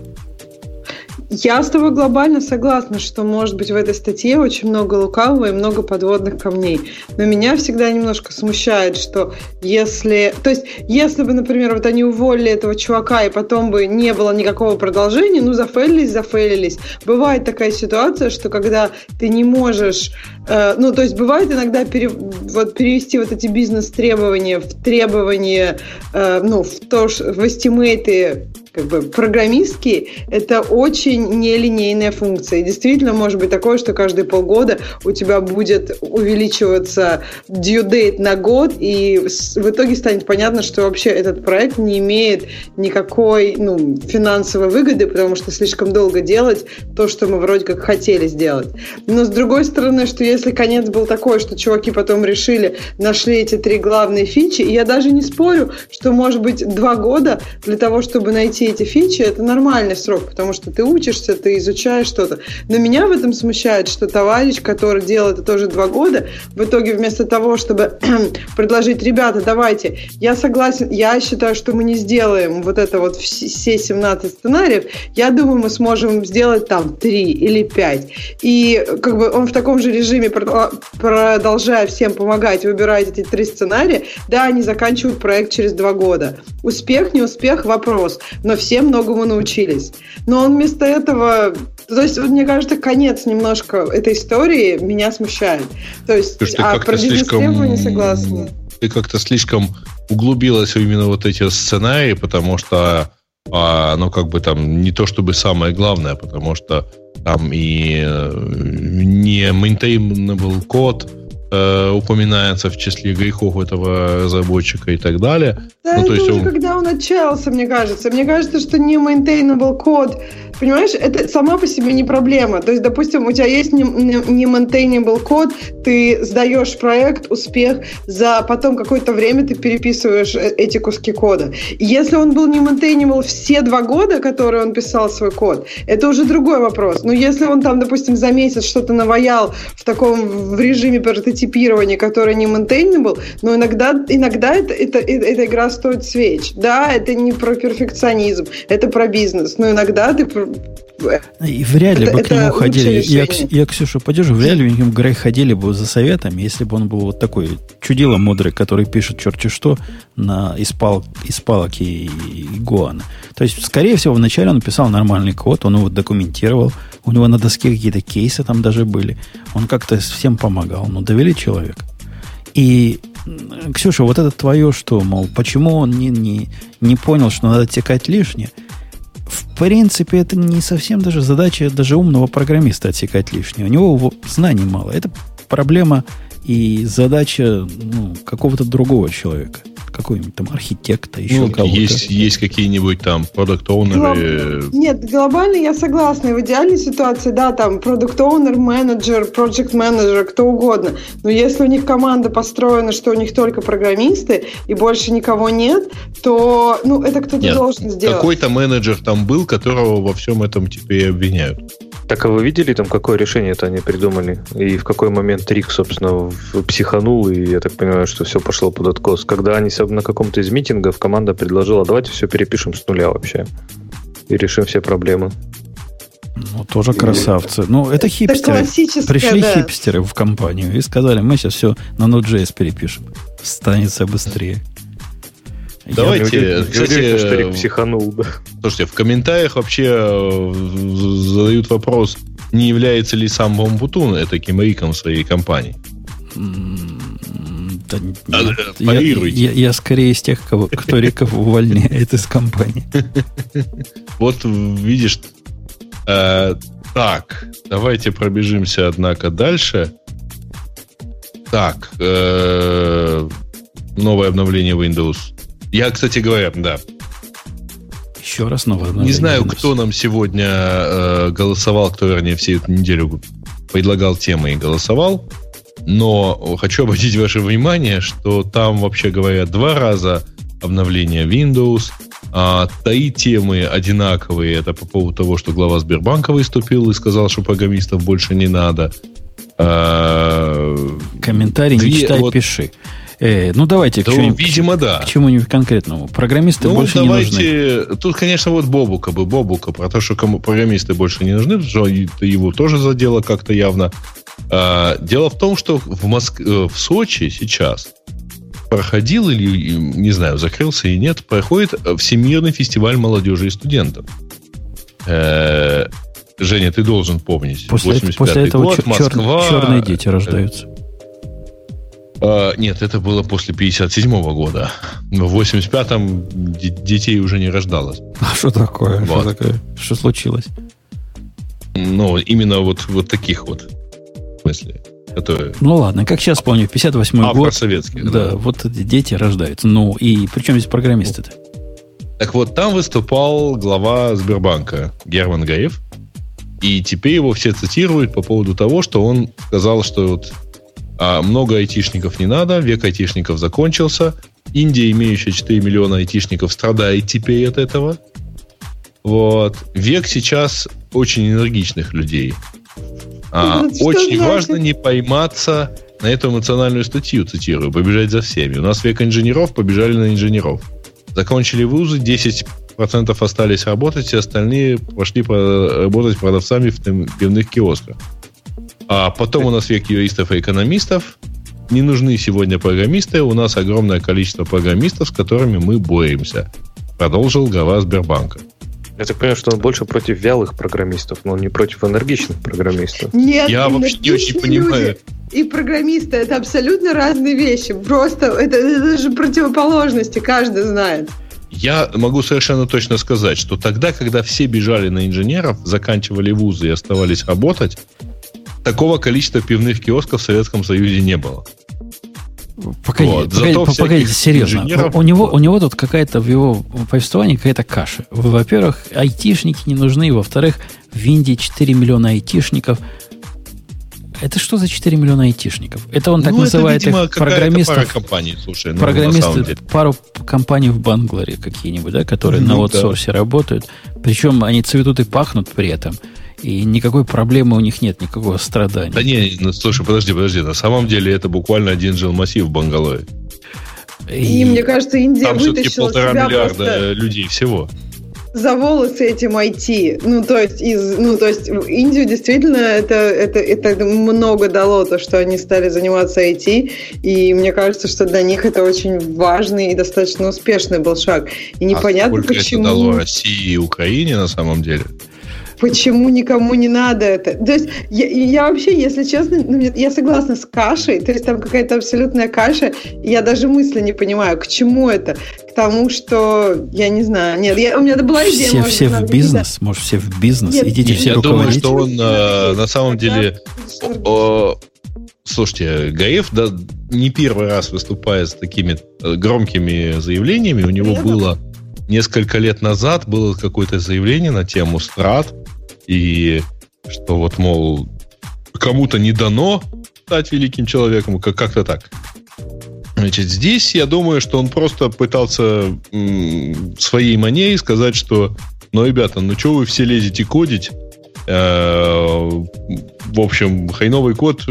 Я с тобой глобально согласна, что, может быть, в этой статье очень много лукавого и много подводных камней. Но меня всегда немножко смущает, что если... То есть, если бы, например, вот они уволили этого чувака, и потом бы не было никакого продолжения, ну, зафейлились, зафейлились. Бывает такая ситуация, что когда ты не можешь... Э, ну, то есть, бывает иногда пере, вот, перевести вот эти бизнес-требования в требования, э, ну, в то, в эстимейты как бы программистские, это очень нелинейная функция. И действительно может быть такое, что каждые полгода у тебя будет увеличиваться due date на год, и в итоге станет понятно, что вообще этот проект не имеет никакой ну, финансовой выгоды, потому что слишком долго делать то, что мы вроде как хотели сделать. Но с другой стороны, что если конец был такой, что чуваки потом решили, нашли эти три главные фичи, и я даже не спорю, что может быть два года для того, чтобы найти эти фичи, это нормальный срок, потому что ты учишься, ты изучаешь что-то. Но меня в этом смущает, что товарищ, который делал это тоже два года, в итоге вместо того, чтобы предложить, ребята, давайте, я согласен, я считаю, что мы не сделаем вот это вот все семнадцать сценариев, я думаю, мы сможем сделать там три или пять. И как бы он в таком же режиме, продолжая всем помогать, выбирать эти три сценария, да, они заканчивают проект через два года. Успех, не успех, вопрос. Но все многому научились. Но он вместо этого... То есть, мне кажется, конец немножко этой истории меня смущает. То есть, а про бизнес-требования согласна. Ты как-то слишком углубилась именно вот эти сценарии, потому что а, ну, как бы там не то чтобы самое главное, потому что там и не maintainable код э, упоминается в числе грехов этого разработчика и так далее. Да, ну, это то есть уже он... когда он отчаялся, мне кажется. Мне кажется, что не maintainable код понимаешь, это сама по себе не проблема. То есть, допустим, у тебя есть не, не maintainable код, ты сдаешь проект, успех, за потом какое-то время ты переписываешь эти куски кода. И если он был не maintainable все два года, которые он писал свой код, это уже другой вопрос. Но если он там, допустим, за месяц что-то наваял в таком в режиме прототипирования, который не maintainable, но иногда, иногда это, это, это, эта игра стоит свеч. Да, это не про перфекционизм, это про бизнес. Но иногда ты... И вряд ли это, бы к нему ходили. Я, я Ксюшу поддержу, вряд ли к нему Грей ходили бы за советами, если бы он был вот такой чудило мудрый, который пишет черти что на из, пал, из палок и, и гуана. То есть, скорее всего, вначале он писал нормальный код, он его документировал, у него на доске какие-то кейсы там даже были, он как-то всем помогал, но довели человека. И, Ксюша, вот это твое, что, мол, почему он не, не, не понял, что надо отсекать лишнее? В принципе, это не совсем даже задача даже умного программиста отсекать лишнее. У него знаний мало. Это проблема и задача ну, какого-то другого человека. Какой-нибудь там архитекта, еще ну, кого-то. Есть, есть какие-нибудь там продакт-оунеры. Глоб... Нет, глобально я согласна. В идеальной ситуации, да, там продакт-оунер, менеджер, проект-менеджер, кто угодно. Но если у них команда построена, что у них только программисты и больше никого нет, то ну, это кто-то нет, должен сделать. Какой-то менеджер там был, которого во всем этом теперь и обвиняют. Так, а вы видели, там, какое решение-то они придумали? И в какой момент Рик, собственно, психанул, и я так понимаю, что все пошло под откос. Когда они на каком-то из митингов команда предложила, давайте все перепишем с нуля вообще. И решим все проблемы. Ну, тоже красавцы. Ну, это хипстеры. Это Пришли да. хипстеры в компанию и сказали, мы сейчас все на Node.js перепишем. Станется быстрее. Давайте, кстати, уверен, что Рик психанул, да. Слушайте, в комментариях вообще задают вопрос, не является ли сам Умпутун таким Риком своей компании? Да, я, я, я, я скорее из тех, кого, кто Риков увольняет из компании. Вот видишь. Э, так, давайте пробежимся, однако, дальше. Так, э, новое обновление Windows. Я, кстати говоря, да. Еще раз новое обновление. Не знаю, Windows. кто нам сегодня э, голосовал, кто, вернее, всю эту неделю предлагал темы и голосовал. Но хочу обратить ваше внимание, что там, вообще говоря, два раза обновление Windows, а три темы одинаковые. Это по поводу того, что глава Сбербанка выступил и сказал, что программистов больше не надо. А, комментарий две, не читай, вот, пиши. Э, ну, давайте да, к чему-нибудь, видимо, да. к чему-нибудь конкретному. Программисты ну, больше давайте, не нужны. Тут, конечно, вот Бобука бы, Бобука, про то, что кому программисты больше не нужны, потому что его тоже задело как-то явно. А, дело в том, что в, Моск... в Сочи сейчас проходил, или, не знаю, закрылся или нет, проходит Всемирный фестиваль молодежи и студентов. Э-э- Женя, ты должен помнить. После, это, после этого год, чер- Москва, черные дети рождаются. А, нет, это было после пятьдесят седьмого года. В восемьдесят пятом д- детей уже не рождалось. А что такое? Вот. Что такое? Что случилось? Ну, именно вот, вот таких вот. В смысле, которые... Ну ладно, как сейчас помню, пятьдесят восьмой а, год. про советских, да, да. вот эти дети рождаются. Ну, и при чем здесь программисты-то? Так вот, там выступал глава Сбербанка Герман Греф. И теперь его все цитируют по поводу того, что он сказал, что вот, а, много айтишников не надо, век айтишников закончился. Индия, имеющая четыре миллиона айтишников, страдает теперь от этого. Вот. Век сейчас очень энергичных людей. А, очень значит? важно не пойматься на эту эмоциональную статью, цитирую, побежать за всеми. У нас век инженеров, побежали на инженеров. Закончили вузы, десять процентов остались работать, все остальные пошли работать продавцами в пивных киосках. А потом у нас век юристов и экономистов. Не нужны сегодня программисты, у нас огромное количество программистов, с которыми мы боремся. Продолжил глава Сбербанка. Я так понимаю, что он больше против вялых программистов, но он не против энергичных программистов. Нет, я вообще не очень понимаю. И программисты — это абсолютно разные вещи. Просто это, это же противоположности, каждый знает. Я могу совершенно точно сказать, что тогда, когда все бежали на инженеров, заканчивали вузы и оставались работать, такого количества пивных киосков в Советском Союзе не было. Погоди, вот. погоди, погодите, серьезно. У него, у него тут какая-то в его повествовании какая-то каша. Во-первых, айтишники не нужны. Во-вторых, в Индии четыре миллиона айтишников. Это что за четыре миллиона айтишников? Это он так ну, называет это, видимо, их программистов. Пара компаний, слушай, ну, программисты, пару компаний в Банглоре какие-нибудь, да, которые ну, на аутсорсе да. работают. Причем они цветут и пахнут при этом. И никакой проблемы у них нет, никакого страдания. Да не, ну, слушай, подожди, подожди. На самом деле это буквально один жилмассив в Бангалore. И, и мне кажется, Индия там вытащила все-таки полтора миллиарда просто... людей всего. За волосы этим ай ти. Ну, то есть, из, ну, то есть в Индию действительно это, это, это много дало, то, что они стали заниматься ай ти. И мне кажется, что для них это очень важный и достаточно успешный был шаг. И непонятно, а сколько почему... это дало России и Украине на самом деле? Почему никому не надо это? То есть я, я вообще, если честно, я согласна с кашей, то есть там какая-то абсолютная каша, я даже мысли не понимаю, к чему это? К тому, что, я не знаю, нет, я, у меня была идея. Все, может, все в бизнес, да. может, все в бизнес, нет, идите нет, все я руководить. думаю, что он а, на самом деле... О, слушайте, ГАЭФ да, не первый раз выступает с такими громкими заявлениями, у него было... Несколько лет назад было какое-то заявление на тему страт, и что вот, мол, кому-то не дано стать великим человеком, как-то так. Значит, здесь я думаю, что он просто пытался м- своей манере сказать, что, ну, ребята, ну, что вы все лезете кодить? Э-э- в общем, хреновый код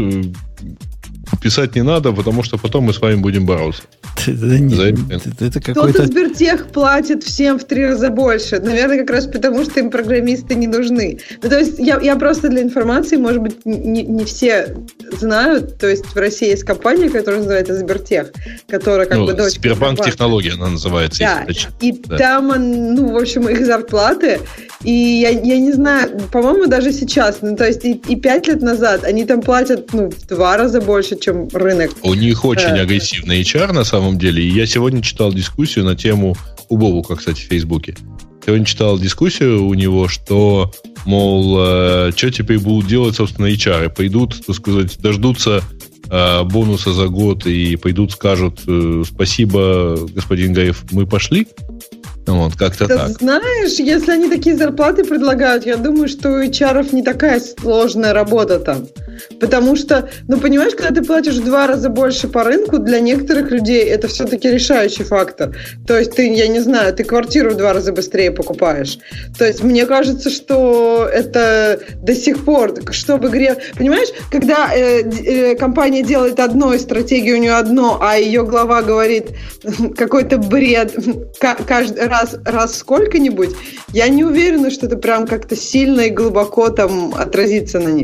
писать не надо, потому что потом мы с вами будем бороться. Да нет, это, это какой-то... Кто-то Сбертех платит всем в три раза больше. Наверное, как раз потому, что им программисты не нужны. Ну, то есть я, я просто для информации, может быть, не, не все знают. То есть в России есть компания, которая называется Сбертех, которая как ну, бы дочка. Сбербанк Технология она называется. Да, если и да. там, ну, в общем, их зарплаты, и я, я не знаю, по-моему, даже сейчас, ну, то есть и, и пять лет назад они там платят, ну, в два раза больше, чем рынок. У них очень да. агрессивный эйч ар, на самом деле. И я сегодня читал дискуссию на тему у Бобука, кстати, в Фейсбуке. Сегодня читал дискуссию у него, что, мол, э, что теперь будут делать, собственно, эйч ар? Пойдут, так сказать, дождутся э, бонуса за год и пойдут, скажут э, спасибо, господин Гаев, мы пошли. Вот, как-то да так. Знаешь, если они такие зарплаты предлагают, я думаю, что у эйч ар-ов не такая сложная работа там. Потому что, ну, понимаешь, когда ты платишь в два раза больше по рынку, для некоторых людей это все-таки решающий фактор. То есть ты, я не знаю, ты квартиру в два раза быстрее покупаешь. То есть мне кажется, что это до сих пор, чтобы грех... Понимаешь, когда э, э, компания делает одно, и стратегия у нее одно, а ее глава говорит какой-то бред каждый раз, раз сколько-нибудь, я не уверена, что это прям как-то сильно и глубоко там отразится на них.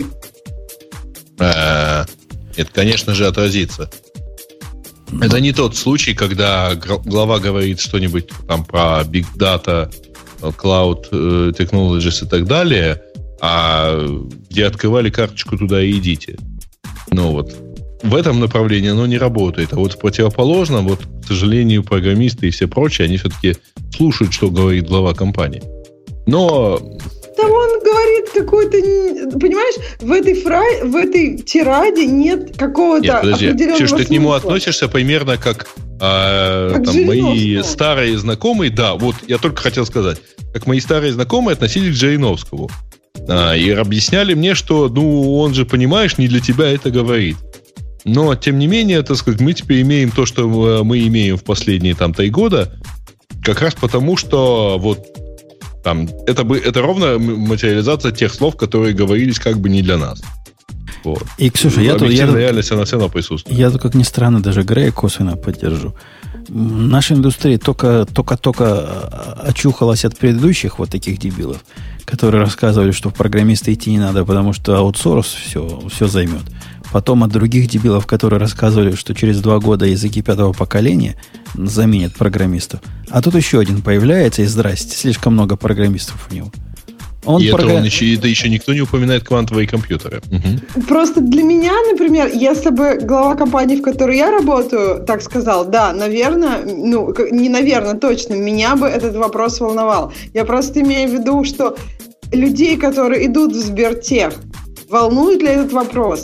Это, конечно же, отразится. Это не тот случай, когда глава говорит что-нибудь там про Big Data, Cloud Technologies и так далее, а где открывали карточку, туда и идите. Ну вот. В этом направлении оно не работает. А вот в противоположном, вот, к сожалению, программисты и все прочие, они все-таки слушают, что говорит глава компании. Но... Там он говорит какой-то... Понимаешь, в этой, фра... в этой тираде нет какого-то нет, подожди. определенного Чё, смысла. Ты к нему относишься примерно как, э, как там, мои старые знакомые... Да, вот я только хотел сказать. Как мои старые знакомые относились к Жириновскому. А, и объясняли мне, что, ну, он же, понимаешь, не для тебя это говорит. Но, тем не менее, так сказать, мы теперь имеем то, что мы имеем в последние там три года, как раз потому, что вот там, это, бы, это ровно материализация тех слов, которые говорились как бы не для нас. Вот. И, Ксюша, я тут... Я, реальность, она все равно присутствует. Я тут, как ни странно, даже Грея косвенно поддержу. Наша индустрия только, только-только очухалась от предыдущих вот таких дебилов, которые рассказывали, что в программисты идти не надо, потому что аутсорс все, все займет. Потом от других дебилов, которые рассказывали, что через два года языки пятого поколения заменят программистов. А тут еще один появляется, и здрасте, слишком много программистов у него. Он и програ... это, он еще, это еще никто не упоминает квантовые компьютеры. Угу. Просто для меня, например, если бы глава компании, в которой я работаю, так сказал, да, наверное, ну, не наверное, точно, меня бы этот вопрос волновал. Я просто имею в виду, что людей, которые идут в Сбертех, волнует ли этот вопрос?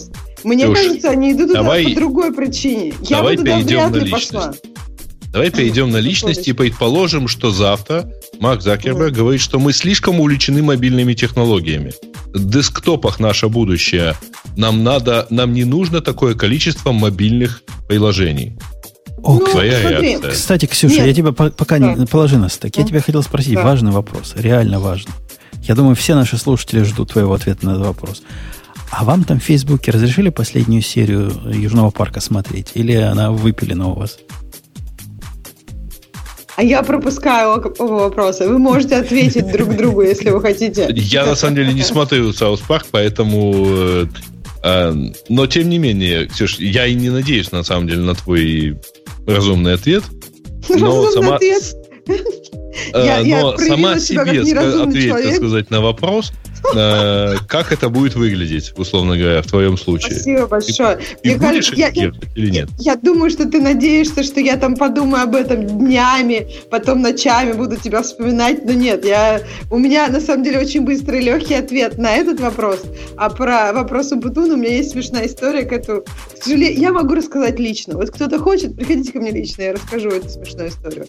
Мне Ксюш, кажется, они идут туда давай, по другой причине. Я давай бы туда перейдем вряд на ли личность. пошла. Давай перейдем на личность и предположим, что завтра Марк Закерберг mm. говорит, что мы слишком увлечены мобильными технологиями. В десктопах наше будущее. Нам надо, нам не нужно такое количество мобильных приложений. О, ну, твоя смотри. реакция. Кстати, Ксюша, Нет. я тебя по- пока Да. не положи на стак. Я Да. тебя хотел спросить. Да. Важный вопрос. Реально важный. Я думаю, все наши слушатели ждут твоего ответа на этот вопрос. А вам там в Фейсбуке разрешили последнюю серию Южного парка смотреть? Или она выпилена у вас? А я пропускаю оба вопроса. Вы можете ответить друг другу, если вы хотите. Я, на самом деле, не смотрю Саус Парк, поэтому... э, э, но, тем не менее, Ксюш, я и не надеюсь, на самом деле, на твой разумный ответ. Но Разумный сама, ответ. э, Я- я но проявила сама себя как себе ска- неразумный ответь, так человек. сказать, на вопрос, э, как это будет выглядеть, условно говоря, в твоем случае. Спасибо большое. Ты Мне будешь кажется, я, я, реагировать или нет? я думаю, что ты надеешься, что я там подумаю об этом днями, потом ночами буду тебя вспоминать, но нет, я, у меня на самом деле очень быстрый и легкий ответ на этот вопрос, а про вопрос Умпутуна у меня есть смешная история, которую, к сожалению, я могу рассказать лично. Вот кто-то хочет, приходите ко мне лично, я расскажу эту смешную историю.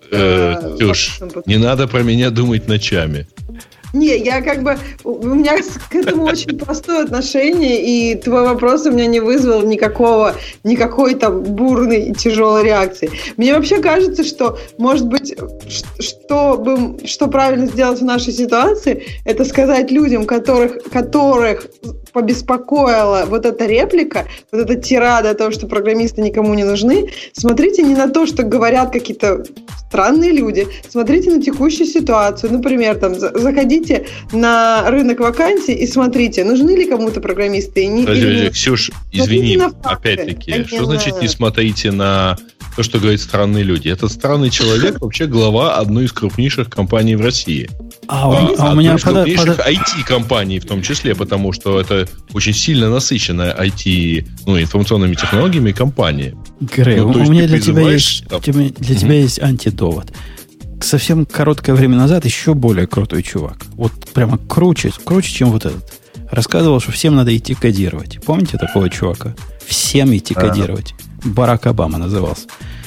Э, Э, Ксюш, вопрос Умпутуна. не надо про меня думать ночами. Не, я как бы... У у меня с- к этому очень простое отношение, и твой вопрос у меня не вызвал никакого, никакой там бурной и тяжелой реакции. Мне вообще кажется, что, может быть, ш- что, бы, что правильно сделать в нашей ситуации, это сказать людям, которых, которых побеспокоила вот эта реплика, вот эта тирада о том, что программисты никому не нужны, смотрите не на то, что говорят какие-то странные люди, смотрите на текущую ситуацию. Например, там, за- заходите на рынок вакансий и смотрите, нужны ли кому-то программисты. И не, Подожди, или подожди, нет. Ксюш, Смотрите извини, на факты, опять-таки, а не что на- значит не смотрите на то, что говорят странные люди? Этот странный человек вообще глава одной из крупнейших компаний в России. А, у- А, а у одной меня из пода- крупнейших пода- ай ти-компаний в том числе, потому что это очень сильно насыщенная ай ти, ну, информационными технологиями компания. Грей, Ну, то у есть меня ты для тебя призываешь, есть да. тебе- для тебя есть антидовод. Совсем короткое время назад еще более крутой чувак. Вот прямо круче, круче, чем вот этот. Рассказывал, что всем надо идти кодировать. Помните такого чувака? Всем идти Ага. кодировать. Барак Обама назывался.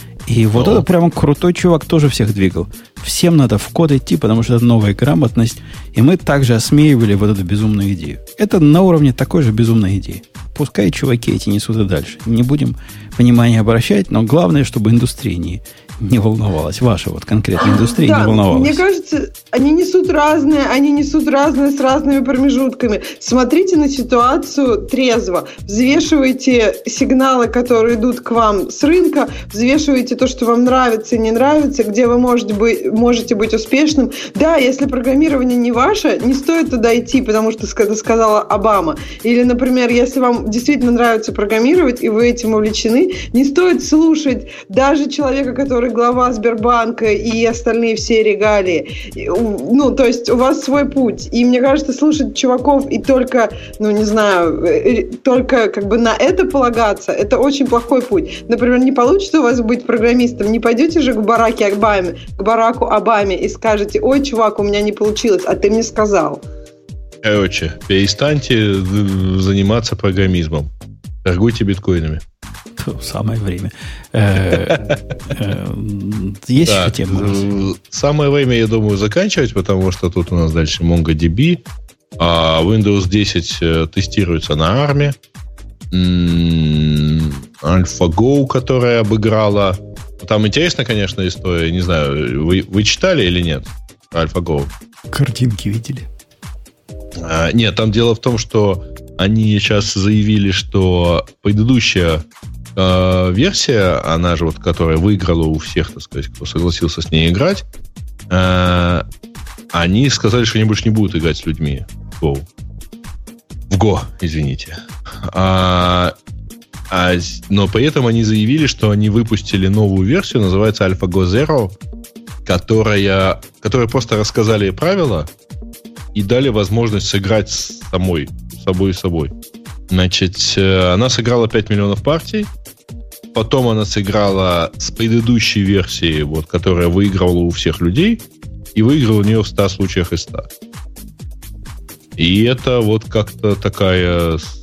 И вот Ну. этот прямо крутой чувак тоже всех двигал. Всем надо в код идти, потому что это новая грамотность. И мы также осмеивали вот эту безумную идею. Это на уровне такой же безумной идеи. Пускай чуваки эти несут и дальше. Не будем внимания обращать, но главное, чтобы индустрия не, не волновалась. Ваша вот конкретная индустрия Да, не волновалась. мне кажется, они несут разные, они несут разные с разными промежутками. Смотрите на ситуацию трезво, взвешивайте сигналы, которые идут к вам с рынка, взвешивайте то, что вам нравится и не нравится, где вы можете быть, можете быть успешным. Да, если программирование не ваше, не стоит туда идти, потому что это сказала Обама. Или, например, если вам действительно нравится программировать, и вы этим увлечены, не стоит слушать даже человека, который глава Сбербанка и остальные все регалии. Ну, то есть у вас свой путь. И мне кажется, слушать чуваков и только, ну, не знаю, только как бы на это полагаться, это очень плохой путь. Например, не получится у вас быть программистом, не пойдете же к Бараке Обаме, к Бараку Обаме и скажете: ой, чувак, у меня не получилось, а ты мне сказал. Короче, перестаньте заниматься программизмом. Торгуйте биткоинами. Самое время. Э, э, Есть еще Так, тема? э, самое время, я думаю, заканчивать, потому что тут у нас дальше MongoDB, а Windows десять э, тестируется на арме. М, AlphaGo, которая обыграла. Там интересно, конечно, история. Не знаю, вы, вы читали или нет AlphaGo? Картинки видели? А, нет, там дело в том, что они сейчас заявили, что предыдущая э, версия, она же вот, которая выиграла у всех, так сказать, кто согласился с ней играть, э, они сказали, что они больше не будут играть с людьми в Go. В Go, извините. А, а, но при этом они заявили, что они выпустили новую версию, называется AlphaGo Zero, которая, которая просто рассказали правила и дали возможность сыграть с самой, с собой и собой. Значит, она сыграла пять миллионов партий, потом она сыграла с предыдущей версией, вот, которая выигрывала у всех людей, и выиграла у нее в ста случаях из ста. И это вот как-то такая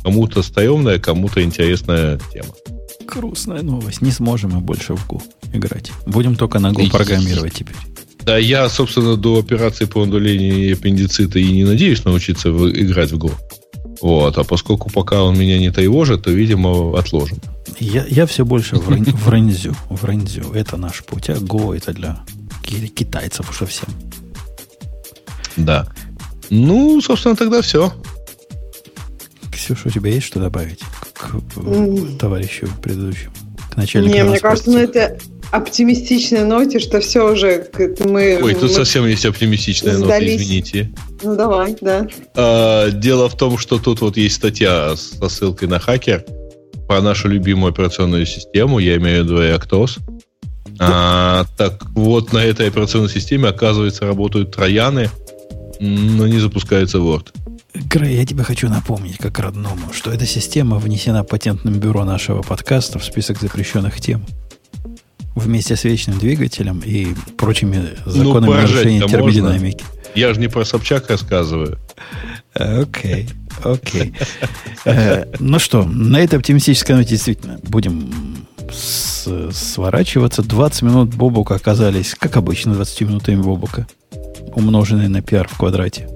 Кому-то стрёмная, кому-то интересная тема. Грустная новость. Не сможем мы больше в Go играть. Будем только на Go и... программировать теперь. Да, я, собственно, до операции по удалению аппендицита и не надеюсь научиться в... играть в Go. Вот. А поскольку пока он меня не тревожит, то, видимо, отложим. Я, я все больше в, рен... в рензю. В рензю. Это наш путь. А Go это для китайцев уж совсем. Да. Ну, собственно, тогда все. Ксюша, у тебя есть что добавить к mm. товарищу предыдущему? К начальнику? Не, мне кажется, на этой оптимистичной ноте, что все уже мы... Ой, тут мы совсем есть оптимистичная нота, извините. Ну, давай, да. А, дело в том, что тут вот есть статья со ссылкой на хакер про нашу любимую операционную систему, я имею в виду Reactos. А, так вот, на этой операционной системе, оказывается, работают трояны, но не запускается Word. Грей, я тебе хочу напомнить, как родному, что эта система внесена патентным бюро нашего подкаста в список запрещенных тем. Вместе с вечным двигателем и прочими законами ну, нарушения термодинамики. Можно. Я же не про Собчак рассказываю. Окей, окей. Ну что, на этой оптимистической ноте действительно будем сворачиваться. двадцать минут Бобука оказались, как обычно, двадцать минутами Бобука, умноженные на пиар в квадрате.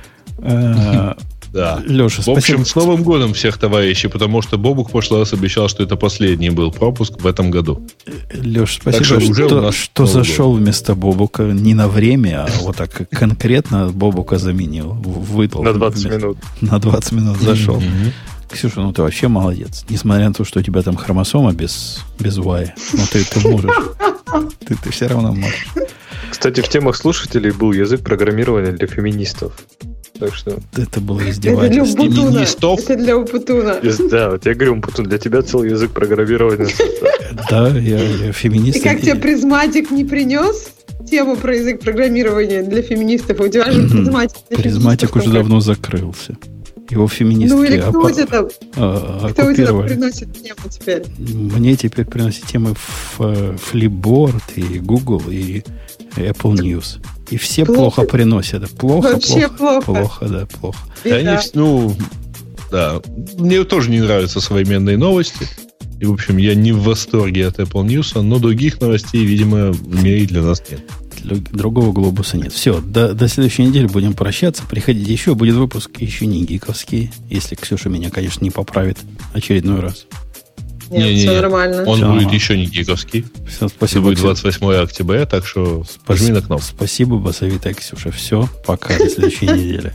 Да. Леша, в общем, с Новым годом всех товарищей, потому что Бобук в прошлый раз обещал, что это последний был пропуск в этом году. Леша, спасибо, что, что, что зашел год. Вместо Бобука не на время, а вот так конкретно Бобука заменил. Выдал. На двадцать вместо, минут. На двадцать минут зашел. Mm-hmm. Ксюша, ну ты вообще молодец. Несмотря на то, что у тебя там хромосома без, без Y, но ты, ты можешь. Ты, ты все равно можешь. Кстати, в темах слушателей был язык программирования для феминистов. Так что... Это было издевательство. Это для Умпутуна. Это для Умпутуна. Да, вот я говорю, Умпутун, для тебя целый язык программирования. Да, я феминист. И как тебе призматик не принес тему про язык программирования для феминистов? У тебя же призматик для Призматик уже давно закрылся. Его феминистки Ну или кто у тебя там, кто у тебя приносит тему теперь? Мне теперь приносит темы Flipboard и Google и Apple News. И все плохо, плохо приносят. Плохо, Вообще плохо, плохо. Плохо, да, плохо. Они, ну, да. Мне тоже не нравятся современные новости. И, в общем, я не в восторге от Apple News, но других новостей, видимо, в мире для нас нет. Другого глобуса нет. Все, до, до следующей недели будем прощаться. Приходите еще, будет выпуск еще не гиковский. Если Ксюша меня, конечно, не поправит очередной раз. Нет, не, все не, нормально. Он все. будет еще не гиковский. Все, спасибо. Будет двадцать восьмое октября, так что пожми на кнопку. Спасибо, басовитая Ксюша. Все, пока, до следующей недели.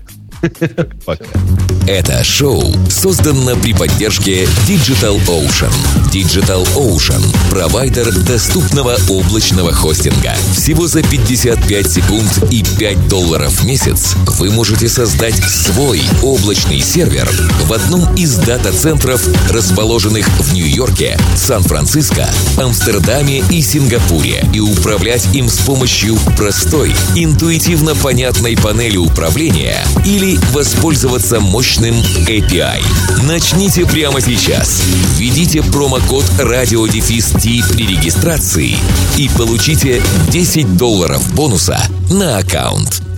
Пока. Это шоу создано при поддержке DigitalOcean. DigitalOcean – провайдер доступного облачного хостинга. Всего за пятьдесят пять секунд и пять долларов в месяц вы можете создать свой облачный сервер в одном из дата-центров, расположенных в Нью-Йорке, Сан-Франциско, Амстердаме и Сингапуре, и управлять им с помощью простой, интуитивно понятной панели управления или воспользоваться мощным эй пи ай. Начните прямо сейчас. Введите промокод радиодефис-ти при регистрации и получите десять долларов бонуса на аккаунт.